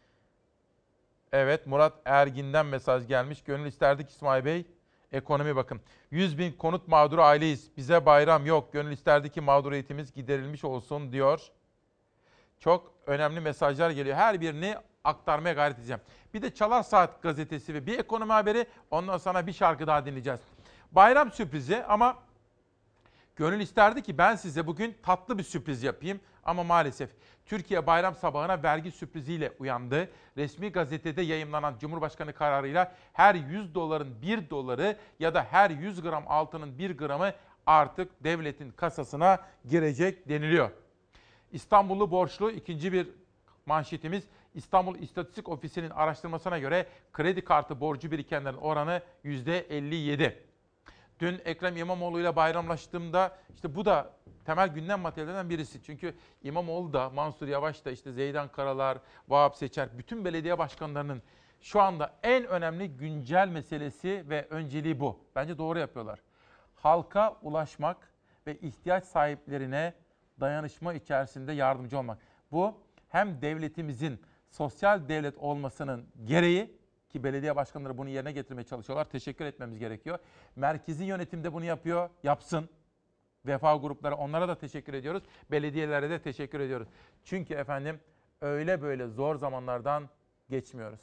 Evet, Murat Ergin'den mesaj gelmiş. Gönül isterdik İsmail Bey. Ekonomi bakın. 100.000 konut mağduru aileyiz. Bize bayram yok. Gönül isterdi ki mağduriyetimiz giderilmiş olsun diyor. Çok önemli mesajlar geliyor. Her birini aktarmaya gayret edeceğim. Bir de Çalar Saat gazetesi ve bir ekonomi haberi. Ondan sonra bir şarkı daha dinleyeceğiz. Bayram sürprizi ama gönül isterdi ki ben size bugün tatlı bir sürpriz yapayım. Ama maalesef Türkiye bayram sabahına vergi sürpriziyle uyandı. Resmi gazetede yayımlanan Cumhurbaşkanı kararıyla her 100 doların 1 doları ya da her 100 gram altının 1 gramı artık devletin kasasına girecek deniliyor. İstanbullu borçlu ikinci bir manşetimiz. İstanbul İstatistik Ofisi'nin araştırmasına göre kredi kartı borcu birikenlerin oranı %57. Dün Ekrem İmamoğlu ile bayramlaştığımda işte bu da temel gündem materyallerinden birisi. Çünkü İmamoğlu da, Mansur Yavaş da, işte Zeydan Karalar, Vahap Seçer, bütün belediye başkanlarının şu anda en önemli güncel meselesi ve önceliği bu. Bence doğru yapıyorlar. Halka ulaşmak ve ihtiyaç sahiplerine dayanışma içerisinde yardımcı olmak. Bu hem devletimizin sosyal devlet olmasının gereği, ki belediye başkanları bunu yerine getirmeye çalışıyorlar. Teşekkür etmemiz gerekiyor. Merkezi yönetimde bunu yapıyor, yapsın. Vefa grupları, onlara da teşekkür ediyoruz. Belediyelere de teşekkür ediyoruz. Çünkü efendim öyle böyle zor zamanlardan geçmiyoruz.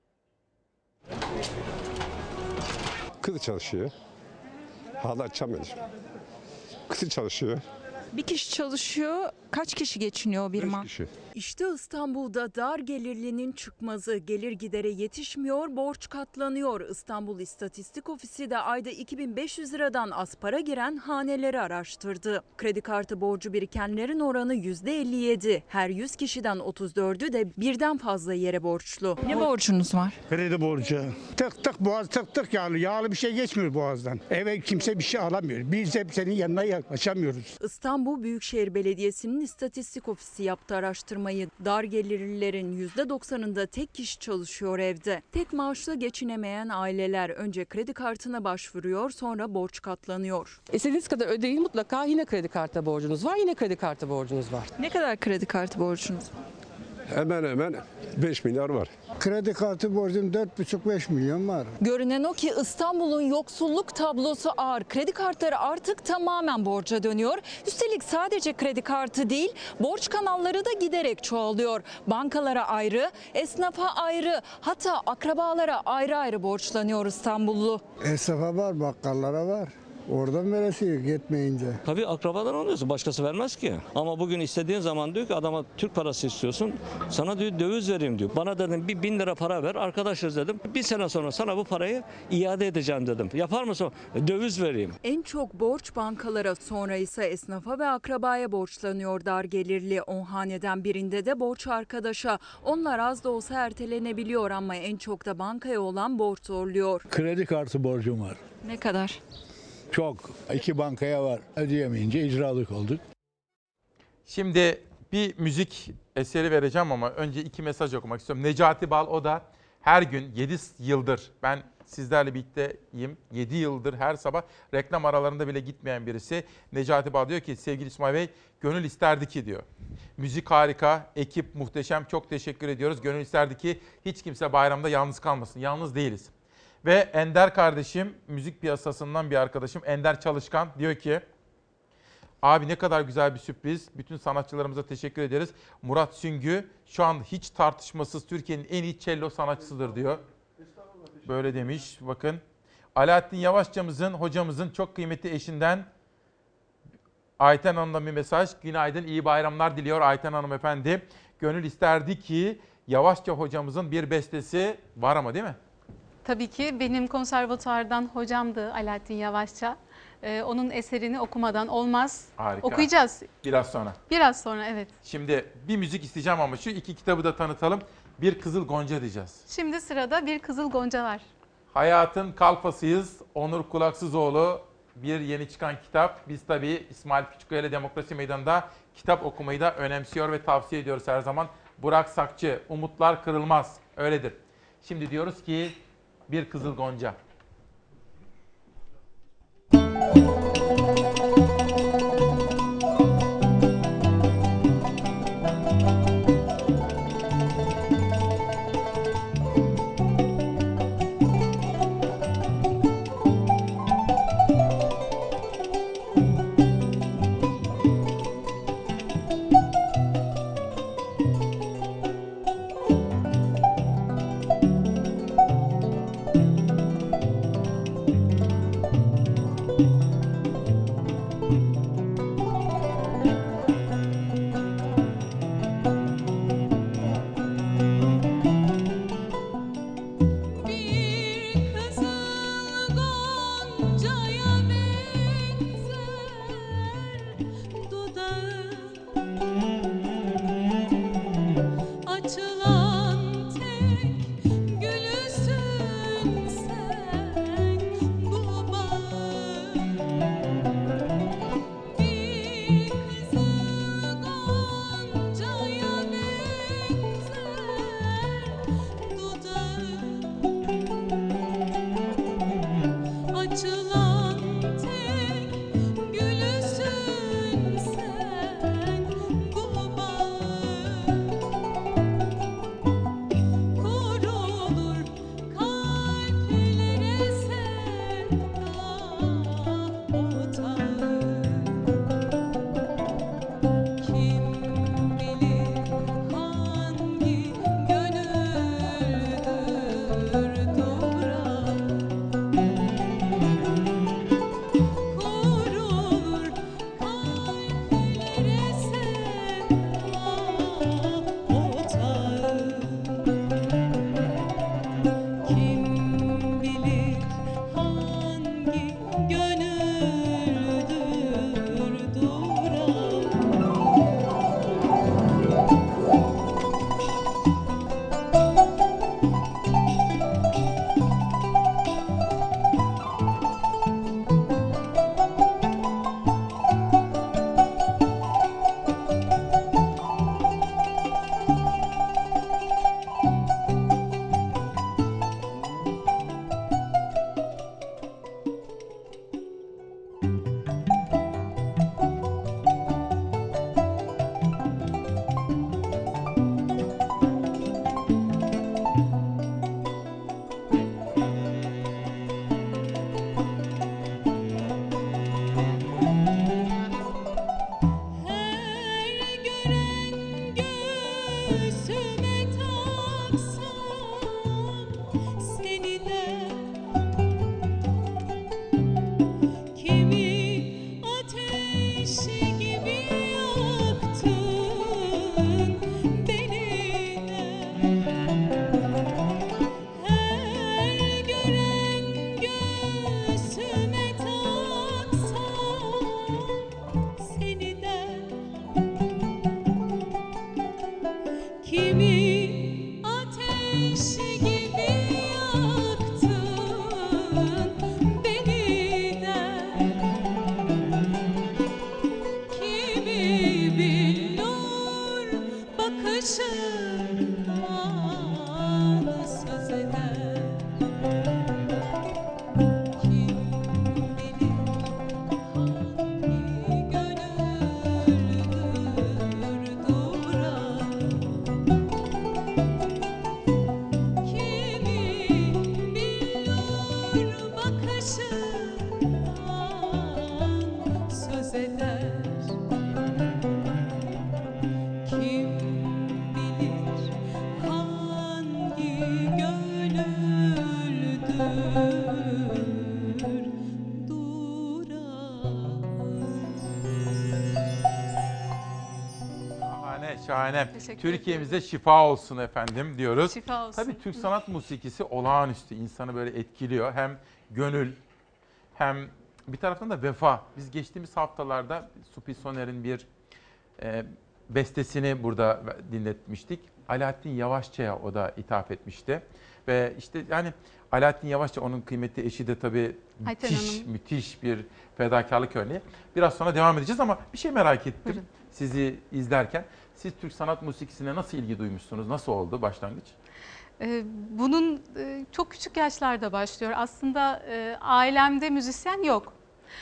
Kız çalışıyor. Hala açamıyor. Kız çalışıyor. Bir kişi çalışıyor, kaç kişi geçiniyor bir man? İşte İstanbul'da dar gelirlinin çıkmazı, gelir gidere yetişmiyor, borç katlanıyor. İstanbul İstatistik Ofisi de ayda 2500 liradan az para giren haneleri araştırdı. Kredi kartı borcu birikenlerin oranı %57. Her 100 kişiden 34'ü de birden fazla yere borçlu. Ne borcunuz var? Kredi borcu. Tık tık boğaz tık tık yağlı. Yağlı bir şey geçmiyor boğazdan. Eve kimse bir şey alamıyor. Biz hep senin yanına yaklaşamıyoruz. İstanbul Büyükşehir Belediyesi'nin İstatistik Ofisi yaptığı araştırmayı, dar gelirlilerin %90'ında tek kişi çalışıyor evde. Tek maaşla geçinemeyen aileler önce kredi kartına başvuruyor, sonra borç katlanıyor. İstediğiniz kadar ödeyin, mutlaka yine kredi kartı borcunuz var, yine kredi kartı borcunuz var. Ne kadar kredi kartı borcunuz var? Hemen hemen 5 milyar var. Kredi kartı borcum 4,5-5 milyon var. Görünen o ki İstanbul'un yoksulluk tablosu ağır. Kredi kartları artık tamamen borca dönüyor. Üstelik sadece kredi kartı değil, borç kanalları da giderek çoğalıyor. Bankalara ayrı, esnafa ayrı, hatta akrabalara ayrı ayrı borçlanıyor İstanbullu. Esnafa var, bakkallara var. Oradan veresiyor yetmeyince. Tabii akrabadan alıyorsun. Başkası vermez ki. Ama bugün istediğin zaman diyor ki adama Türk parası istiyorsun. Sana diyor döviz vereyim diyor. Bana dedim bir 1000 lira para ver. Arkadaşız dedim. Bir sene sonra sana bu parayı iade edeceğim dedim. Yapar mısın? Döviz vereyim. En çok borç bankalara, sonra ise esnafa ve akrabaya borçlanıyor dar gelirli. 10 haneden birinde de borç arkadaşa. Onlar az da olsa ertelenebiliyor ama en çok da bankaya olan borç zorluyor. Kredi kartı borcum var. Ne kadar? Çok. 2 bankaya var. Ödeyemeyince icralık olduk. Şimdi bir müzik eseri vereceğim ama önce 2 mesaj okumak istiyorum. Necati Bal, o da her gün 7 yıldır, ben sizlerle birlikteyim, 7 yıldır her sabah reklam aralarında bile gitmeyen birisi. Necati Bal diyor ki, sevgili İsmail Bey, gönül isterdi ki diyor. Müzik harika, ekip muhteşem, çok teşekkür ediyoruz. Gönül isterdi ki hiç kimse bayramda yalnız kalmasın. Yalnız değiliz. Ve Ender kardeşim, müzik piyasasından bir arkadaşım, Ender Çalışkan diyor ki, abi ne kadar güzel bir sürpriz. Bütün sanatçılarımıza teşekkür ederiz. Murat Süngü şu an hiç tartışmasız Türkiye'nin en iyi cello sanatçısıdır diyor. Böyle demiş. Bakın. Alaaddin Yavaşçamızın, hocamızın çok kıymetli eşinden Ayten Hanım'dan bir mesaj. Günaydın, iyi bayramlar diliyor Ayten Hanım efendi. Gönül isterdi ki Yavaşça hocamızın bir bestesi var ama değil mi? Tabii ki benim konservatuardan hocamdı Alaaddin Yavaşça. Onun eserini okumadan olmaz. Harika. Okuyacağız. Biraz sonra. Biraz sonra, evet. Şimdi bir müzik isteyeceğim ama şu 2 kitabı da tanıtalım. Bir Kızıl Gonca diyeceğiz. Şimdi sırada Bir Kızıl Gonca var. Hayatın Kalfasıyız. Onur Kulaksızoğlu, bir yeni çıkan kitap. Biz tabii İsmail Küçükkaya ile Demokrasi Meydanı'nda kitap okumayı da önemsiyor ve tavsiye ediyoruz her zaman. Burak Sakçı, umutlar kırılmaz. Öyledir. Şimdi diyoruz ki Bir Kızıl Gonca. Şahane. Teşekkür Türkiye'mize şifa olsun efendim diyoruz. Şifa olsun. Tabii Türk sanat musikisi olağanüstü. İnsanı böyle etkiliyor. Hem gönül hem bir taraftan da vefa. Biz geçtiğimiz haftalarda Supi Soner'in bir bestesini burada dinletmiştik. Alaaddin Yavaşça'ya o da ithaf etmişti. Ve işte yani Alaaddin Yavaşça, onun kıymetli eşi de tabii müthiş bir fedakarlık örneği. Biraz sonra devam edeceğiz ama bir şey merak ettim. Buyurun. Sizi izlerken. Siz Türk sanat musikisine nasıl ilgi duymuşsunuz? Nasıl oldu başlangıç? Bunun çok küçük yaşlarda başlıyor. Aslında ailemde müzisyen yok.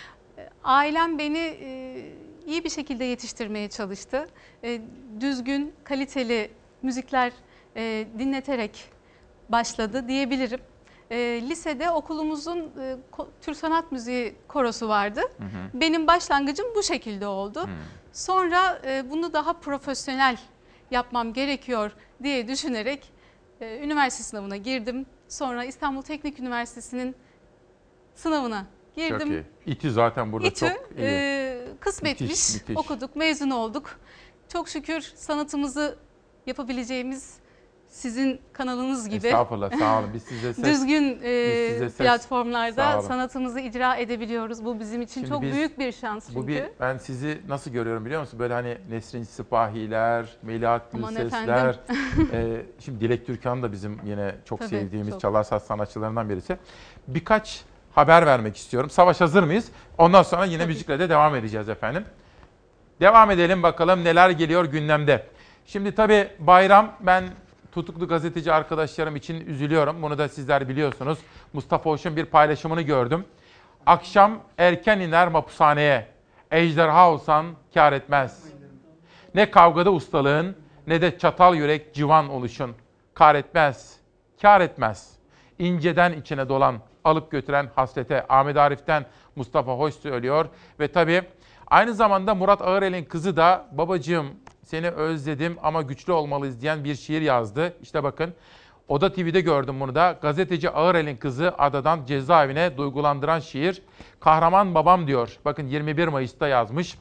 Ailem beni iyi bir şekilde yetiştirmeye çalıştı. Düzgün, kaliteli müzikler dinleterek başladı diyebilirim. Lisede okulumuzun Türk Sanat Müziği korosu vardı. Hı hı. Benim başlangıcım bu şekilde oldu. Hı. Sonra bunu daha profesyonel yapmam gerekiyor diye düşünerek üniversite sınavına girdim. Sonra İstanbul Teknik Üniversitesi'nin sınavına girdim. Çok iyi. İTÜ zaten burada İTÜ, çok iyi. Kısmetmiş, müthiş. Okuduk, mezun olduk. Çok şükür sanatımızı yapabileceğimiz sizin kanalınız gibi. Estağfurullah, sağ olun. Biz size ses, düzgün platformlarda sanatımızı icra edebiliyoruz. Bu bizim için şimdi çok büyük bir şans çünkü. Ben sizi nasıl görüyorum biliyor musun? Böyle hani Nesrin Sipahiler, Melahat Gülsesler. Şimdi Dilek Türkan da bizim yine çok sevdiğimiz Çalarsat sanatçılarından birisi. Birkaç haber vermek istiyorum. Savaş, hazır mıyız? Ondan sonra yine müzikle de devam edeceğiz efendim. Devam edelim bakalım neler geliyor gündemde. Şimdi tabii bayram, ben tutuklu gazeteci arkadaşlarım için üzülüyorum. Bunu da sizler biliyorsunuz. Mustafa Hoş'un bir paylaşımını gördüm. Akşam erken iner mahpushaneye. Ejderha olsan kâr etmez. Ne kavgada ustalığın ne de çatal yürek civan oluşun. Kâr etmez. Kâr etmez. İnceden içine dolan, alıp götüren hasrete. Ahmet Arif'ten Mustafa Hoş söylüyor. Ve tabii aynı zamanda Murat Ağırel'in kızı da babacığım seni özledim ama güçlü olmalıyız diyen bir şiir yazdı. İşte bakın, Oda TV'de gördüm bunu da. Gazeteci Ağırel'in kızı Ada'dan cezaevine duygulandıran şiir. Kahraman babam diyor. Bakın 21 Mayıs'ta yazmış.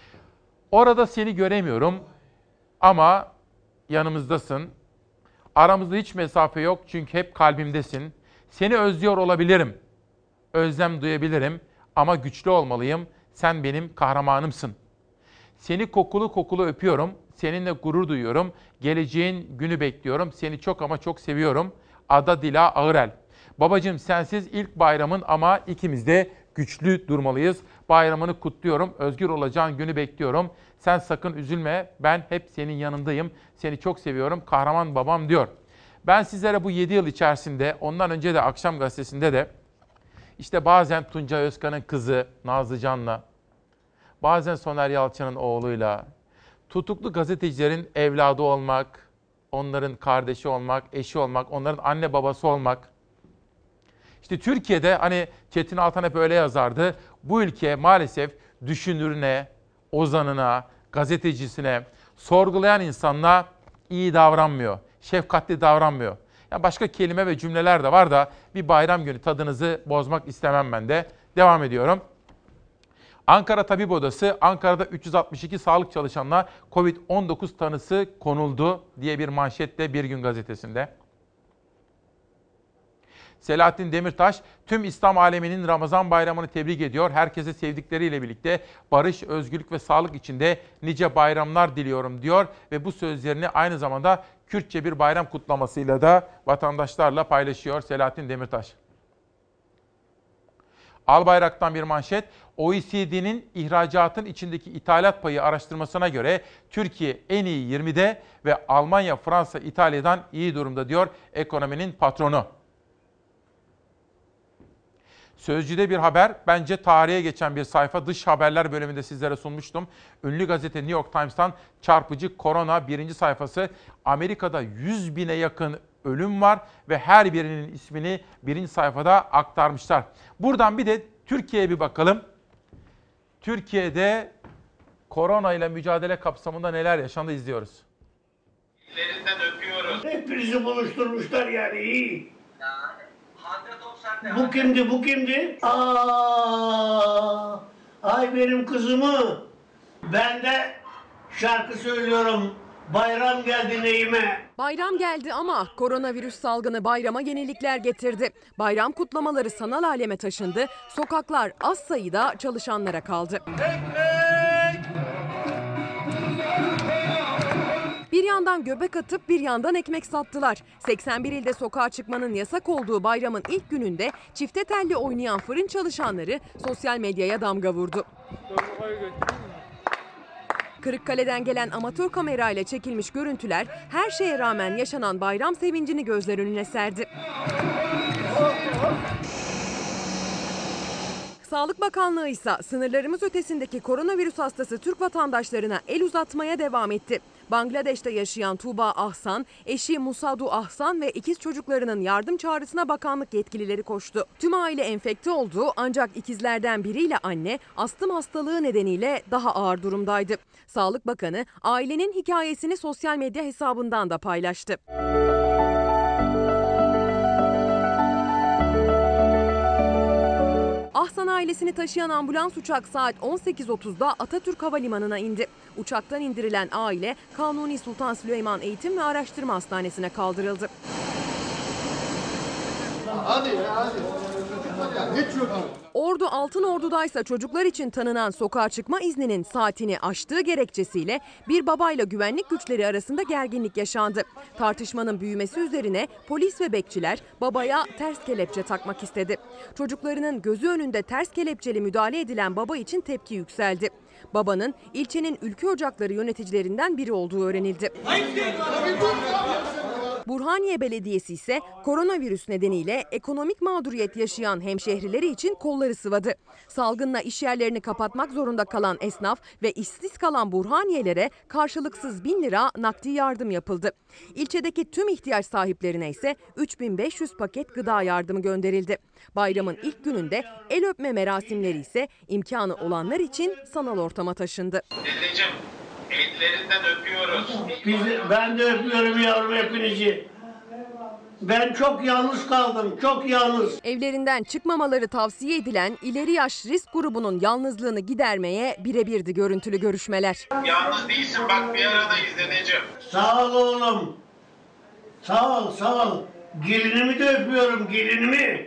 Orada seni göremiyorum ama yanımızdasın. Aramızda hiç mesafe yok çünkü hep kalbimdesin. Seni özlüyor olabilirim. Özlem duyabilirim ama güçlü olmalıyım. Sen benim kahramanımsın. Seni kokulu kokulu öpüyorum. Seninle gurur duyuyorum. Geleceğin günü bekliyorum. Seni çok ama çok seviyorum. Ada Dila Ağırel. Babacığım sensiz ilk bayramın ama ikimiz de güçlü durmalıyız. Bayramını kutluyorum. Özgür olacağın günü bekliyorum. Sen sakın üzülme. Ben hep senin yanındayım. Seni çok seviyorum. Kahraman babam diyor. Ben sizlere bu 7 yıl içerisinde, ondan önce de Akşam Gazetesi'nde de işte bazen Tuncay Özkan'ın kızı Nazlıcan'la, bazen Soner Yalçın'ın oğluyla, tutuklu gazetecilerin evladı olmak, onların kardeşi olmak, eşi olmak, onların anne babası olmak. İşte Türkiye'de hani Çetin Altan hep öyle yazardı. Bu ülke maalesef düşünürüne, ozanına, gazetecisine, sorgulayan insanla iyi davranmıyor, şefkatli davranmıyor. Ya başka kelime ve cümleler de var da bir bayram günü tadınızı bozmak istemem ben de. Devam ediyorum. Ankara Tabip Odası, Ankara'da 362 sağlık çalışanına Covid-19 tanısı konuldu diye bir manşetle Bir Gün Gazetesi'nde. Selahattin Demirtaş, tüm İslam aleminin Ramazan bayramını tebrik ediyor. Herkese sevdikleriyle birlikte barış, özgürlük ve sağlık içinde nice bayramlar diliyorum diyor. Ve bu sözlerini aynı zamanda Kürtçe bir bayram kutlamasıyla da vatandaşlarla paylaşıyor Selahattin Demirtaş. Albayrak'tan bir manşet, OECD'nin ihracatın içindeki ithalat payı araştırmasına göre Türkiye en iyi 20'de ve Almanya, Fransa, İtalya'dan iyi durumda diyor ekonominin patronu. Sözcü'de bir haber, bence tarihe geçen bir sayfa. Dış haberler bölümünde sizlere sunmuştum. Ünlü gazete New York Times'tan çarpıcı korona birinci sayfası. Amerika'da 100 bine yakın ölüm var ve her birinin ismini birinci sayfada aktarmışlar. Buradan bir de Türkiye'ye bir bakalım. Türkiye'de korona ile mücadele kapsamında neler yaşandı izliyoruz. Ellerinden öpüyoruz. Hepinizi buluşturmuşlar yani iyi. Bu kimdi, bu kimdi? Ay benim kızımı. Ben de şarkı söylüyorum. Bayram geldi neyime? Bayram geldi ama koronavirüs salgını bayrama yenilikler getirdi. Bayram kutlamaları sanal aleme taşındı. Sokaklar az sayıda çalışanlara kaldı. Bir yandan göbek atıp bir yandan ekmek sattılar. 81 ilde sokağa çıkmanın yasak olduğu bayramın ilk gününde çifte telli oynayan fırın çalışanları sosyal medyaya damga vurdu. Kırıkkale'den gelen amatör kamerayla çekilmiş görüntüler her şeye rağmen yaşanan bayram sevincini gözler önüne serdi. Sağlık Bakanlığı ise sınırlarımız ötesindeki koronavirüs hastası Türk vatandaşlarına el uzatmaya devam etti. Bangladeş'te yaşayan Tuğba Ahsan, eşi Musadu Ahsan ve ikiz çocuklarının yardım çağrısına bakanlık yetkilileri koştu. Tüm aile enfekte oldu ancak ikizlerden biriyle anne astım hastalığı nedeniyle daha ağır durumdaydı. Sağlık Bakanı ailenin hikayesini sosyal medya hesabından da paylaştı. Ahsan ailesini taşıyan ambulans uçak saat 18.30'da Atatürk Havalimanı'na indi. Uçaktan indirilen aile Kanuni Sultan Süleyman Eğitim ve Araştırma Hastanesi'ne kaldırıldı. Ordu Altınordu'daysa çocuklar için tanınan sokağa çıkma izninin saatini aştığı gerekçesiyle bir babayla güvenlik güçleri arasında gerginlik yaşandı. Tartışmanın büyümesi üzerine polis ve bekçiler babaya ters kelepçe takmak istedi. Çocuklarının gözü önünde ters kelepçeli müdahale edilen baba için tepki yükseldi. Babanın ilçenin ülke ocakları yöneticilerinden biri olduğu öğrenildi. Burhaniye Belediyesi ise koronavirüs nedeniyle ekonomik mağduriyet yaşayan hemşehrileri için kolları sıvadı. Salgınla iş yerlerini kapatmak zorunda kalan esnaf ve işsiz kalan Burhaniyelere karşılıksız 1000 lira nakdi yardım yapıldı. İlçedeki tüm ihtiyaç sahiplerine ise 3500 paket gıda yardımı gönderildi. Bayramın ilk gününde el öpme merasimleri ise imkanı olanlar için sanal ortama taşındı. Dedeciğim, ellerinden öpüyoruz. Ben de öpüyorum yavrum hepinizi. Ben çok yalnız kaldım, çok yalnız. Evlerinden çıkmamaları tavsiye edilen ileri yaş risk grubunun yalnızlığını gidermeye birebirdi görüntülü görüşmeler. Yalnız değilsin, bak bir aradayız dedeciğim. Sağ ol oğlum. Sağ ol, sağ ol. Gelinimi de öpüyorum, gelinimi.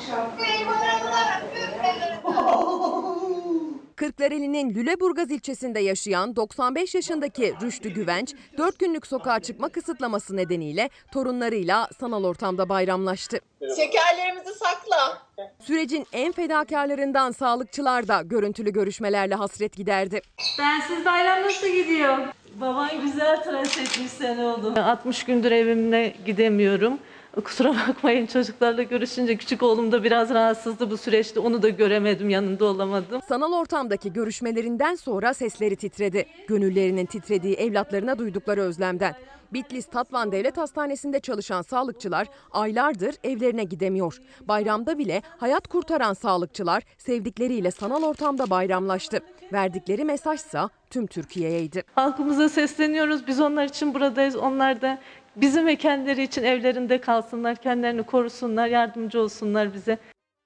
Kırklareli'nin Lüleburgaz ilçesinde yaşayan 95 yaşındaki Rüştü Güvenç, 4 günlük sokağa çıkma kısıtlaması nedeniyle torunlarıyla sanal ortamda bayramlaştı. Şekerlerimizi sakla. Sürecin en fedakarlarından sağlıkçılar da görüntülü görüşmelerle hasret giderdi. Bensiz bayram nasıl gidiyor? Baban güzel tıraş etmiş sene oldu. 60 gündür evimde gidemiyorum. Kusura bakmayın, çocuklarla görüşünce küçük oğlum da biraz rahatsızdı bu süreçte. Onu da göremedim, yanında olamadım. Sanal ortamdaki görüşmelerinden sonra sesleri titredi. Gönüllerinin titrediği evlatlarına duydukları özlemden. Bitlis Tatvan Devlet Hastanesi'nde çalışan sağlıkçılar aylardır evlerine gidemiyor. Bayramda bile hayat kurtaran sağlıkçılar sevdikleriyle sanal ortamda bayramlaştı. Verdikleri mesajsa tüm Türkiye'yeydi. Halkımıza sesleniyoruz, biz onlar için buradayız. Onlar da bizim ve kendileri için evlerinde kalsınlar, kendilerini korusunlar, yardımcı olsunlar bize.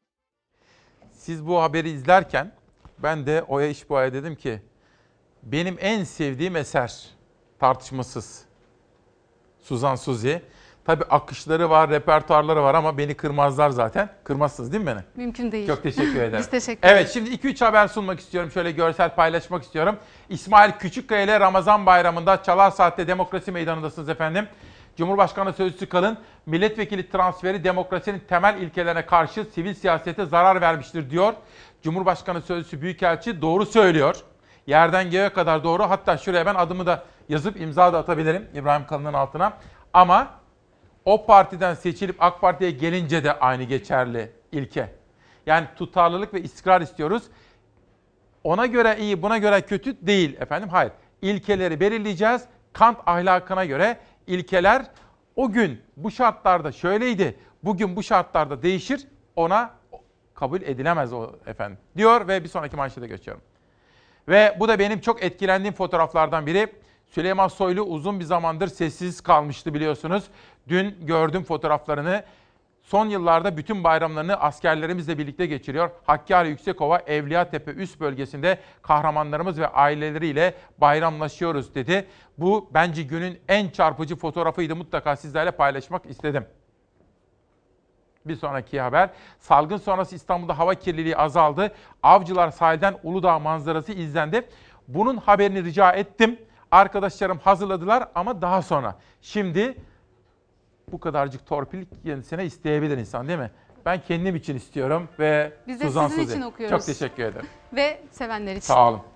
Siz bu haberi izlerken ben de Oya İşboğa'ya dedim ki benim en sevdiğim eser tartışmasız Suzan Suzy. Tabii akışları var, repertuarları var ama beni kırmazlar zaten. Kırmazsınız değil mi beni? Mümkün değil. Çok teşekkür ederim. Biz teşekkür Evet, ederiz. şimdi 2-3 haber sunmak istiyorum. Şöyle görsel paylaşmak istiyorum. İsmail Küçükkaya ile Ramazan Bayramı'nda Çalar Saat'te Demokrasi Meydanı'ndasınız efendim. Cumhurbaşkanı Sözcüsü Kalın, milletvekili transferi demokrasinin temel ilkelerine karşı sivil siyasete zarar vermiştir diyor. Cumhurbaşkanı Sözcüsü Büyükelçi doğru söylüyor. Yerden göğe kadar doğru. Hatta şuraya ben adımı da yazıp imza da atabilirim İbrahim Kalın'ın altına. Ama o partiden seçilip AK Parti'ye gelince de aynı geçerli ilke. Yani tutarlılık ve istikrar istiyoruz. Ona göre iyi, buna göre kötü değil efendim. Hayır. İlkeleri belirleyeceğiz. Kant ahlakına göre ilkeler o gün bu şartlarda şöyleydi. Bugün bu şartlarda değişir. Ona kabul edilemez o efendim. Diyor ve bir sonraki manşete geçiyorum. Ve bu da benim çok etkilendiğim fotoğraflardan biri. Süleyman Soylu uzun bir zamandır sessiz kalmıştı biliyorsunuz. Dün gördüm fotoğraflarını. son yıllarda bütün bayramlarını askerlerimizle birlikte geçiriyor. Hakkari Yüksekova, Evliyatepe üst bölgesinde kahramanlarımız ve aileleriyle bayramlaşıyoruz dedi. Bu bence günün en çarpıcı fotoğrafıydı. Mutlaka sizlerle paylaşmak istedim. Bir sonraki haber. Salgın sonrası İstanbul'da hava kirliliği azaldı. Avcılar sahilden Uludağ manzarası izlendi. Bunun haberini rica ettim. Arkadaşlarım hazırladılar ama daha sonra. Şimdi bu kadarcık torpil kendisine isteyebilir insan değil mi? Ben kendim için istiyorum ve Biz de Suzan sizin Suzi. için okuyoruz. Çok teşekkür ederim. Ve sevenler için. Sağ olun.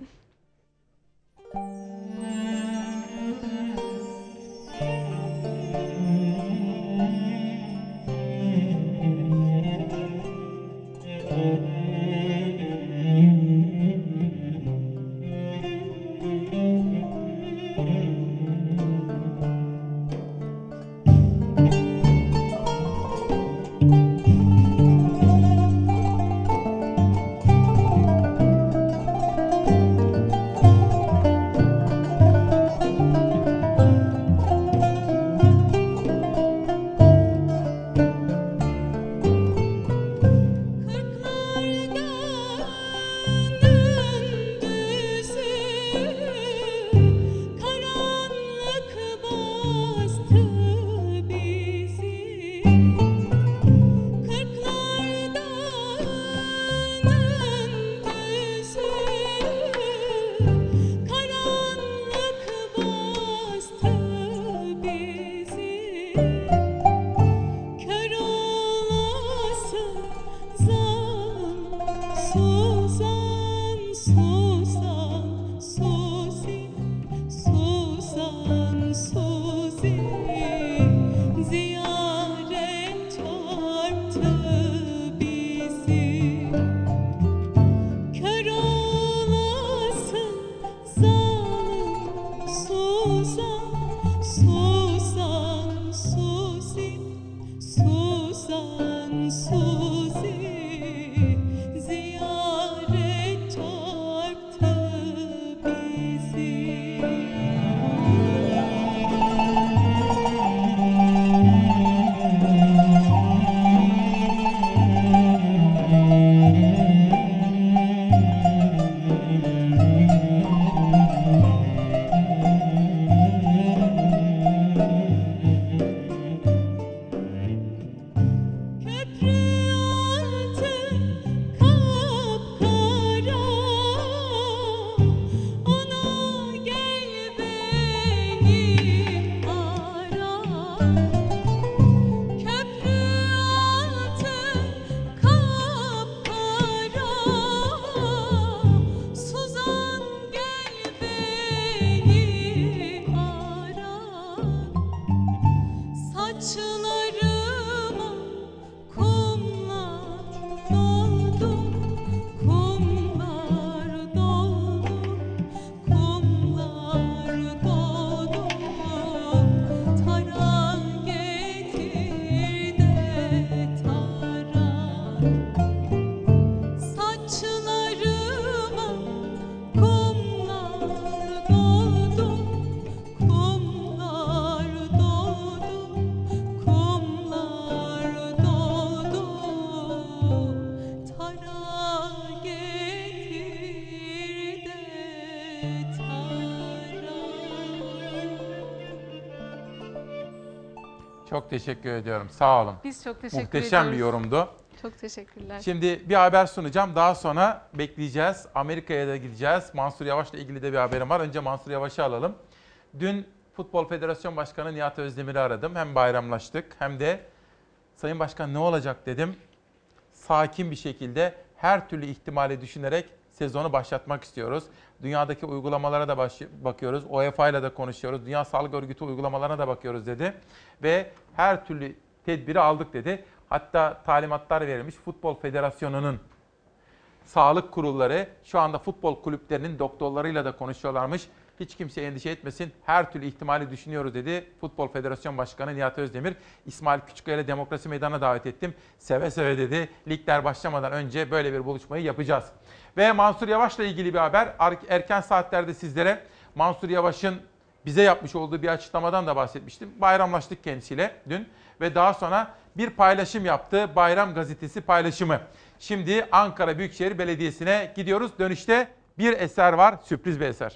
Çok teşekkür ediyorum. Sağ olun. Biz çok teşekkür Muhteşem ediyoruz. bir yorumdu. Çok teşekkürler. Şimdi bir haber sunacağım. Daha sonra bekleyeceğiz. Amerika'ya da gideceğiz. Mansur Yavaş'la ilgili de bir haberim var. Önce Mansur Yavaş'ı alalım. Dün Futbol Federasyon Başkanı Nihat Özdemir'i aradım. Hem bayramlaştık hem de Sayın Başkan ne olacak dedim. Sakin bir şekilde her türlü ihtimali düşünerek sezonu başlatmak istiyoruz. Dünyadaki uygulamalara da bakıyoruz. UEFA ile de konuşuyoruz. Dünya Sağlık Örgütü uygulamalarına da bakıyoruz dedi. Ve her türlü tedbiri aldık dedi. Hatta talimatlar verilmiş. Futbol Federasyonu'nun sağlık kurulları şu anda futbol kulüplerinin doktorlarıyla da konuşuyorlarmış. Hiç kimse endişe etmesin. Her türlü ihtimali düşünüyoruz dedi Futbol Federasyon Başkanı Nihat Özdemir. İsmail Küçükkaya'yı Demokrasi Meydanı'na davet ettim. Seve seve dedi. Ligler başlamadan önce böyle bir buluşmayı yapacağız. Ve Mansur Yavaş'la ilgili bir haber. Erken saatlerde sizlere Mansur Yavaş'ın bize yapmış olduğu bir açıklamadan da bahsetmiştim. Bayramlaştık kendisiyle dün ve daha sonra bir paylaşım yaptı. Bayram Gazetesi paylaşımı. Şimdi Ankara Büyükşehir Belediyesi'ne gidiyoruz. Dönüşte bir eser var, sürpriz bir eser.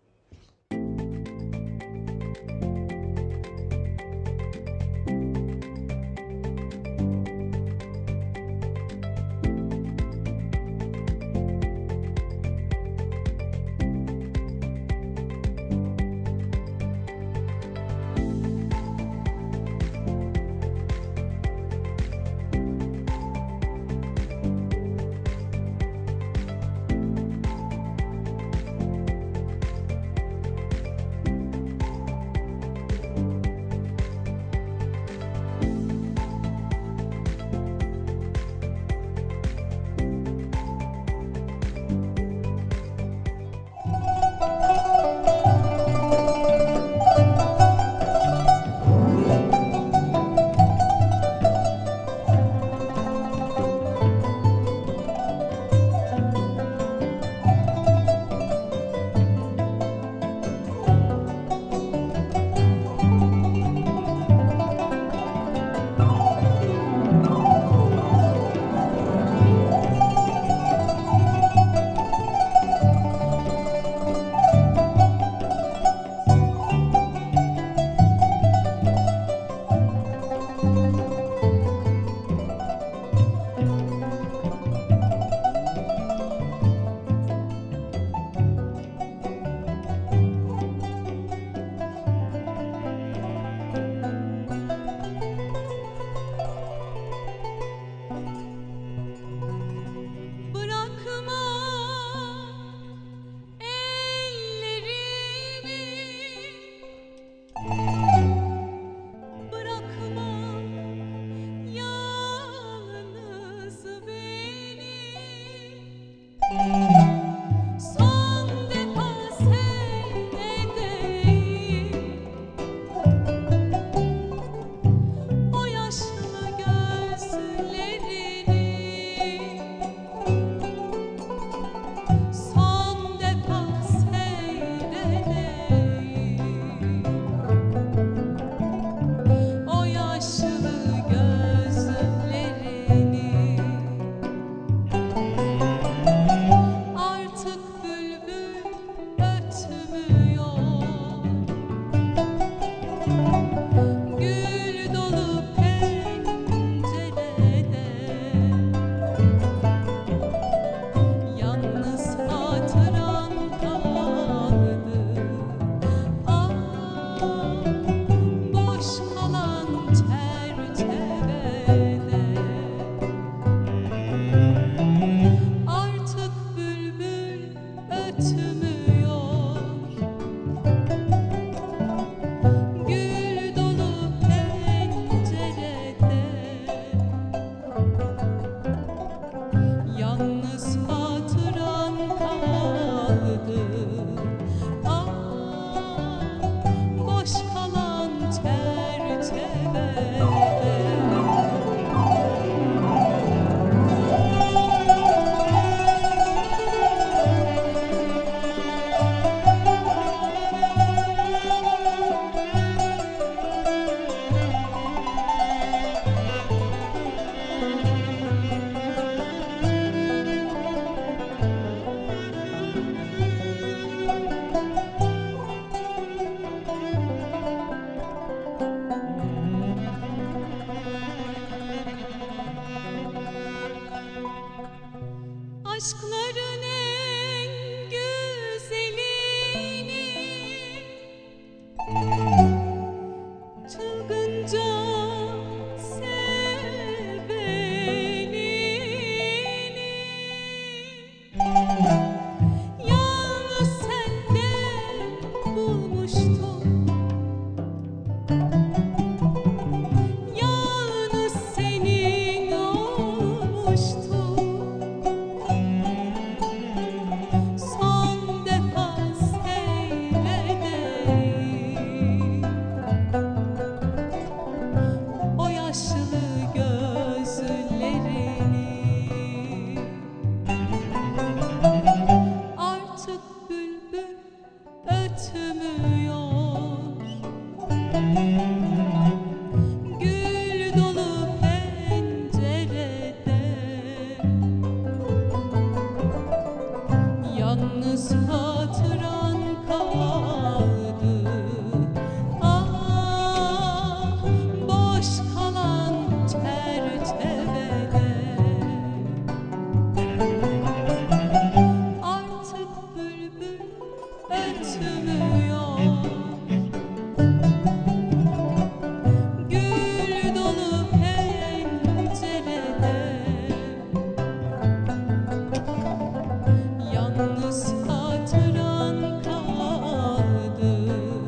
Aşkların en güzelini çılgınca sevenini yalnız sende bulmuştum. Yalnız senin olmuştum. hatıran kaldı. Ah, boş kalan çerçevede artık bülbül ötmüyor. Gül dolu pencerede yalnız hatıran kaldı.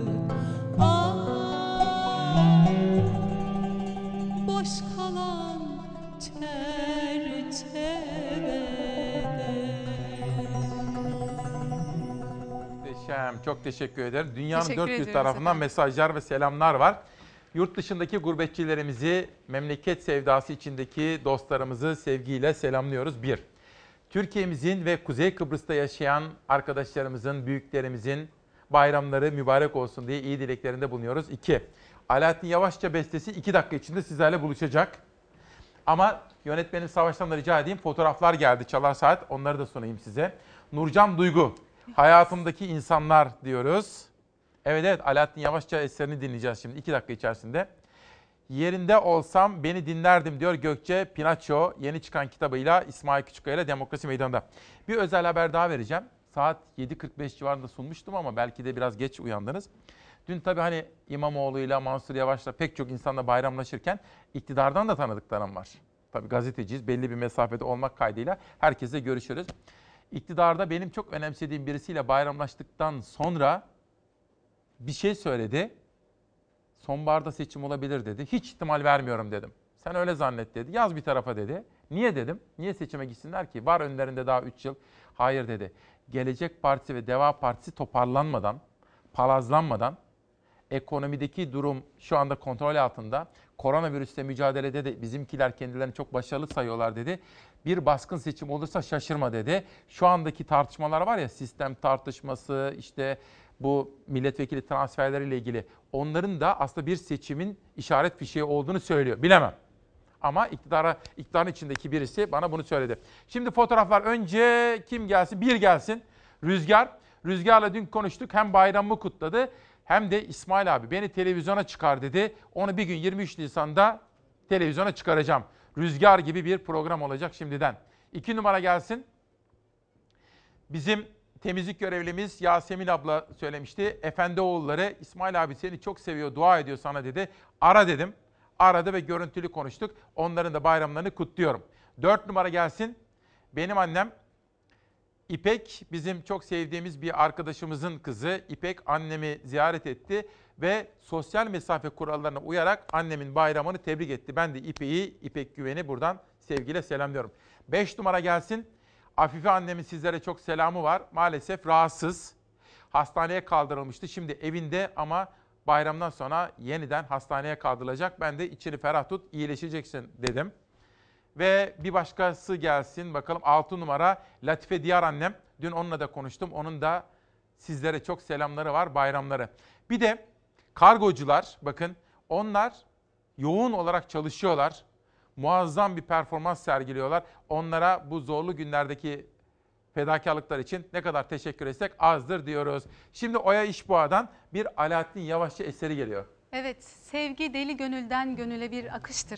Ah, boş kalan Muhteşem. Çok teşekkür ederim. Dünyanın Teşekkür dört bir ediyoruz tarafından efendim. mesajlar ve selamlar var. Yurt dışındaki gurbetçilerimizi, memleket sevdası içindeki dostlarımızı sevgiyle selamlıyoruz. 1. Türkiye'mizin ve Kuzey Kıbrıs'ta yaşayan arkadaşlarımızın, büyüklerimizin bayramları mübarek olsun diye iyi dileklerinde bulunuyoruz. 2. Alaaddin Yavaşça bestesi 2 dakika içinde sizlerle buluşacak. Ama yönetmenim Savaş'tan da rica edeyim, fotoğraflar geldi Çalar Saat, onları da sunayım size. Nurcan Duygu, hayatımdaki insanlar diyoruz. Evet, Alaaddin Yavaşça eserini dinleyeceğiz şimdi 2 dakika içerisinde. Yerinde olsam beni dinlerdim diyor Gökçe Pinaço, yeni çıkan kitabıyla İsmail Küçükkaya ile Demokrasi Meydanı'nda. Bir özel haber daha vereceğim. Saat 7.45 civarında sunmuştum ama belki de biraz geç uyandınız. Dün tabii hani İmamoğlu'yla, Mansur Yavaş'la pek çok insanla bayramlaşırken iktidardan da tanıdıklarım var. Tabii gazeteciyiz, belli bir mesafede olmak kaydıyla herkesle görüşürüz. İktidarda benim çok önemsediğim birisiyle bayramlaştıktan sonra bir şey söyledi. Sonbaharda seçim olabilir dedi. Hiç ihtimal vermiyorum dedim. Sen öyle zannet dedi. Yaz bir tarafa dedi. Niye dedim? Niye seçime gitsinler ki? Var önlerinde daha 3 yıl. Hayır dedi. Gelecek Partisi ve Deva Partisi toparlanmadan, palazlanmadan, ekonomideki durum şu anda kontrol altında. Koronavirüsle mücadelede de bizimkiler kendilerini çok başarılı sayıyorlar dedi. Bir baskın seçim olursa şaşırma dedi. Şu andaki tartışmalar var ya, sistem tartışması, işte bu milletvekili transferleriyle ilgili, onların da aslında bir seçimin işaret fişeği olduğunu söylüyor. Bilemem. Ama iktidarın içindeki birisi bana bunu söyledi. Şimdi fotoğraflar, önce kim gelsin? Bir gelsin. Rüzgar. Rüzgar'la dün konuştuk. Hem bayramımı kutladı hem de İsmail abi beni televizyona çıkar dedi. Onu bir gün 23 Nisan'da televizyona çıkaracağım. Rüzgar gibi bir program olacak şimdiden. 2 numara gelsin. Bizim temizlik görevlimiz Yasemin abla söylemişti. Efendioğulları, İsmail abi seni çok seviyor, dua ediyor sana dedi. Ara dedim. Aradı ve görüntülü konuştuk. Onların da bayramlarını kutluyorum. 4 numara gelsin. Benim annem İpek, bizim çok sevdiğimiz bir arkadaşımızın kızı. İpek annemi ziyaret etti ve sosyal mesafe kurallarına uyarak annemin bayramını tebrik etti. Ben de İpek Güven'i buradan sevgiyle selamlıyorum. 5 numara gelsin. Afife annemin sizlere çok selamı var. Maalesef rahatsız. Hastaneye kaldırılmıştı. Şimdi evinde ama bayramdan sonra yeniden hastaneye kaldırılacak. Ben de içini ferah tut, iyileşeceksin dedim. Ve bir başkası gelsin bakalım. 6 numara Latife Diyar annem. Dün onunla da konuştum. Onun da sizlere çok selamları var, bayramları. Bir de kargocular, bakın onlar yoğun olarak çalışıyorlar. Muazzam bir performans sergiliyorlar. Onlara bu zorlu günlerdeki fedakarlıklar için ne kadar teşekkür etsek azdır diyoruz. Şimdi Oya İşboğa'dan bir Alaaddin Yavaşça eseri geliyor. Evet, sevgi deli gönülden gönüle bir akıştır.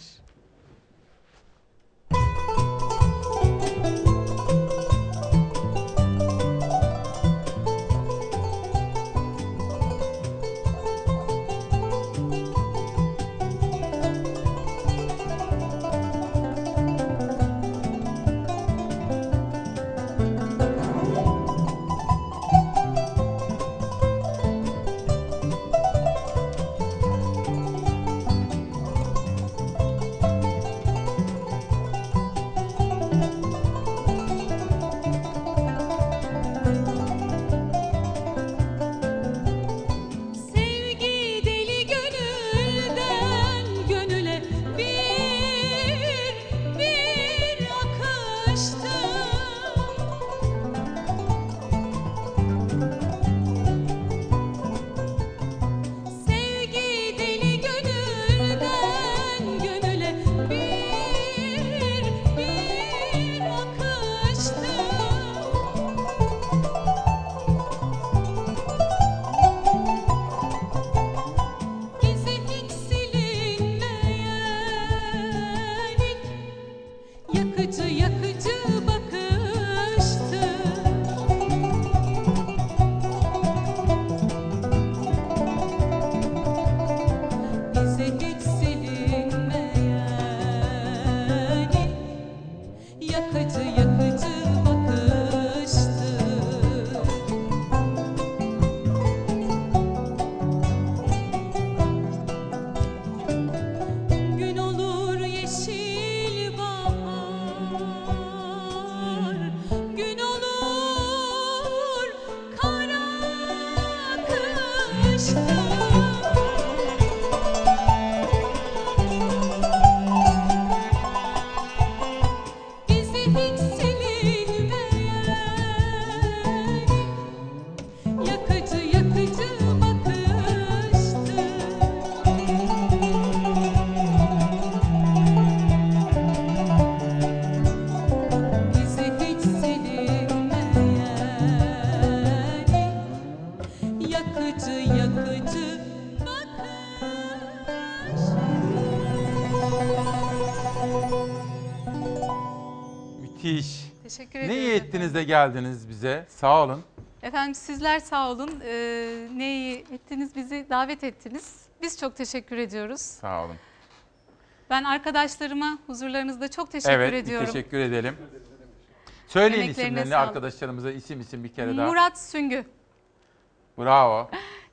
Teşekkür Ne ederim. iyi ettiniz de geldiniz bize. Sağ olun. Efendim sizler sağ olun. Ne iyi ettiniz, bizi davet ettiniz. Biz çok teşekkür ediyoruz. Sağ olun. Ben arkadaşlarıma huzurlarınızda çok teşekkür ediyorum. Evet, teşekkür edelim. Söyleyin Emeklerine isimlerini sağlık. arkadaşlarımıza isim bir kere daha. Murat Süngü, Bravo.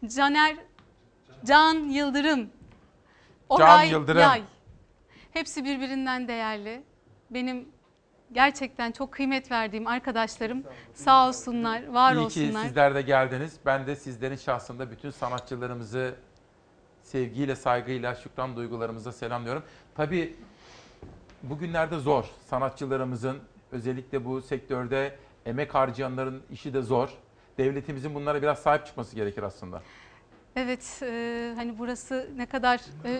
Can Yıldırım, Yıldırım. Yay. Hepsi birbirinden değerli. Benim gerçekten çok kıymet verdiğim arkadaşlarım. Sağ olsunlar, var olsunlar. İyi ki sizler de geldiniz. Ben de sizlerin şahsında bütün sanatçılarımızı sevgiyle, saygıyla, şükran duygularımızla selamlıyorum. Tabii bugünlerde zor. Sanatçılarımızın, özellikle bu sektörde emek harcayanların işi de zor. Devletimizin bunlara biraz sahip çıkması gerekir aslında. Evet, hani burası ne kadar...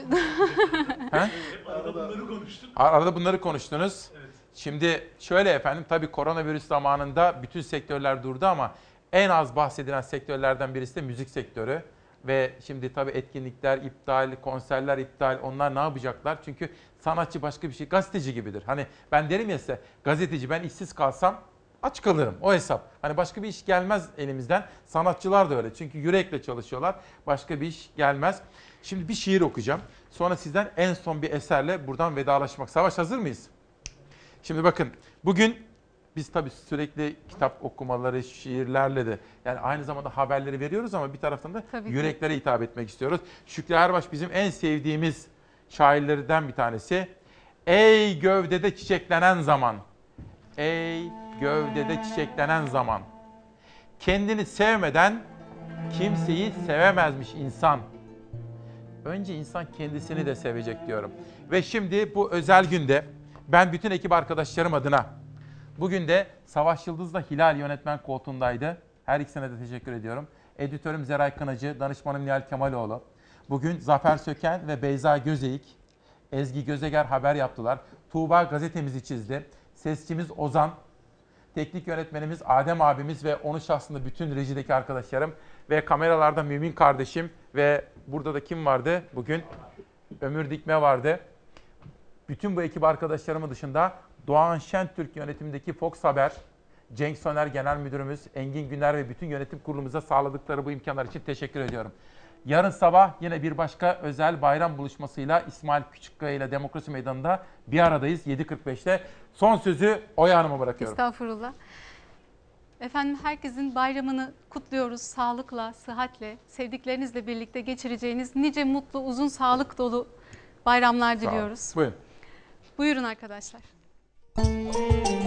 Arada bunları konuştuk. Arada bunları konuştunuz. Evet. Şimdi şöyle efendim, tabii koronavirüs zamanında bütün sektörler durdu ama en az bahsedilen sektörlerden birisi de müzik sektörü. Ve şimdi tabii etkinlikler iptal, konserler iptal. Onlar ne yapacaklar? Çünkü sanatçı başka bir şey, gazeteci gibidir. Hani ben derim ya size, gazeteci, ben işsiz kalsam aç kalırım, o hesap. Hani başka bir iş gelmez elimizden. Sanatçılar da öyle. Çünkü yürekle çalışıyorlar. Başka bir iş gelmez. Şimdi bir şiir okuyacağım. Sonra sizden en son bir eserle buradan vedalaşmak. Savaş, hazır mıyız? Şimdi bakın, bugün biz tabii sürekli kitap okumaları, şiirlerle de yani aynı zamanda haberleri veriyoruz ama bir taraftan da yüreklere hitap etmek istiyoruz. Şükrü Erbaş bizim en sevdiğimiz şairlerden bir tanesi. Ey gövdede çiçeklenen zaman, ey gövdede çiçeklenen zaman, kendini sevmeden kimseyi sevemezmiş insan. Önce insan kendisini de sevecek diyorum. Ve şimdi bu özel günde ben bütün ekip arkadaşlarım adına, bugün de Savaş Yıldız'la Hilal yönetmen koltuğundaydı. Her ikisine de teşekkür ediyorum. Editörüm Zeray Kınacı, danışmanım Nihal Kemaloğlu. Bugün Zafer Söken ve Beyza Gözeyik, Ezgi Gözeger haber yaptılar. Tuğba gazetemizi çizdi. Sesçimiz Ozan, teknik yönetmenimiz Adem abimiz ve onun şahsında bütün rejideki arkadaşlarım ve kameralarda Mümin kardeşim ve burada da kim vardı bugün? Ömür Dikme vardı. Bütün bu ekip arkadaşlarımın dışında Doğan Şentürk yönetimindeki Fox Haber, Cenk Soner Genel Müdürümüz, Engin Güner ve bütün yönetim kurulumuza sağladıkları bu imkanlar için teşekkür ediyorum. Yarın sabah yine bir başka özel bayram buluşmasıyla İsmail Küçükkaya ile Demokrasi Meydanı'nda bir aradayız 7.45'te. Son sözü Oya Hanım'a bırakıyorum. Estağfurullah. Efendim herkesin bayramını kutluyoruz. Sağlıkla, sıhhatle, sevdiklerinizle birlikte geçireceğiniz nice mutlu, uzun, sağlık dolu bayramlar diliyoruz. Buyurun. Buyurun arkadaşlar.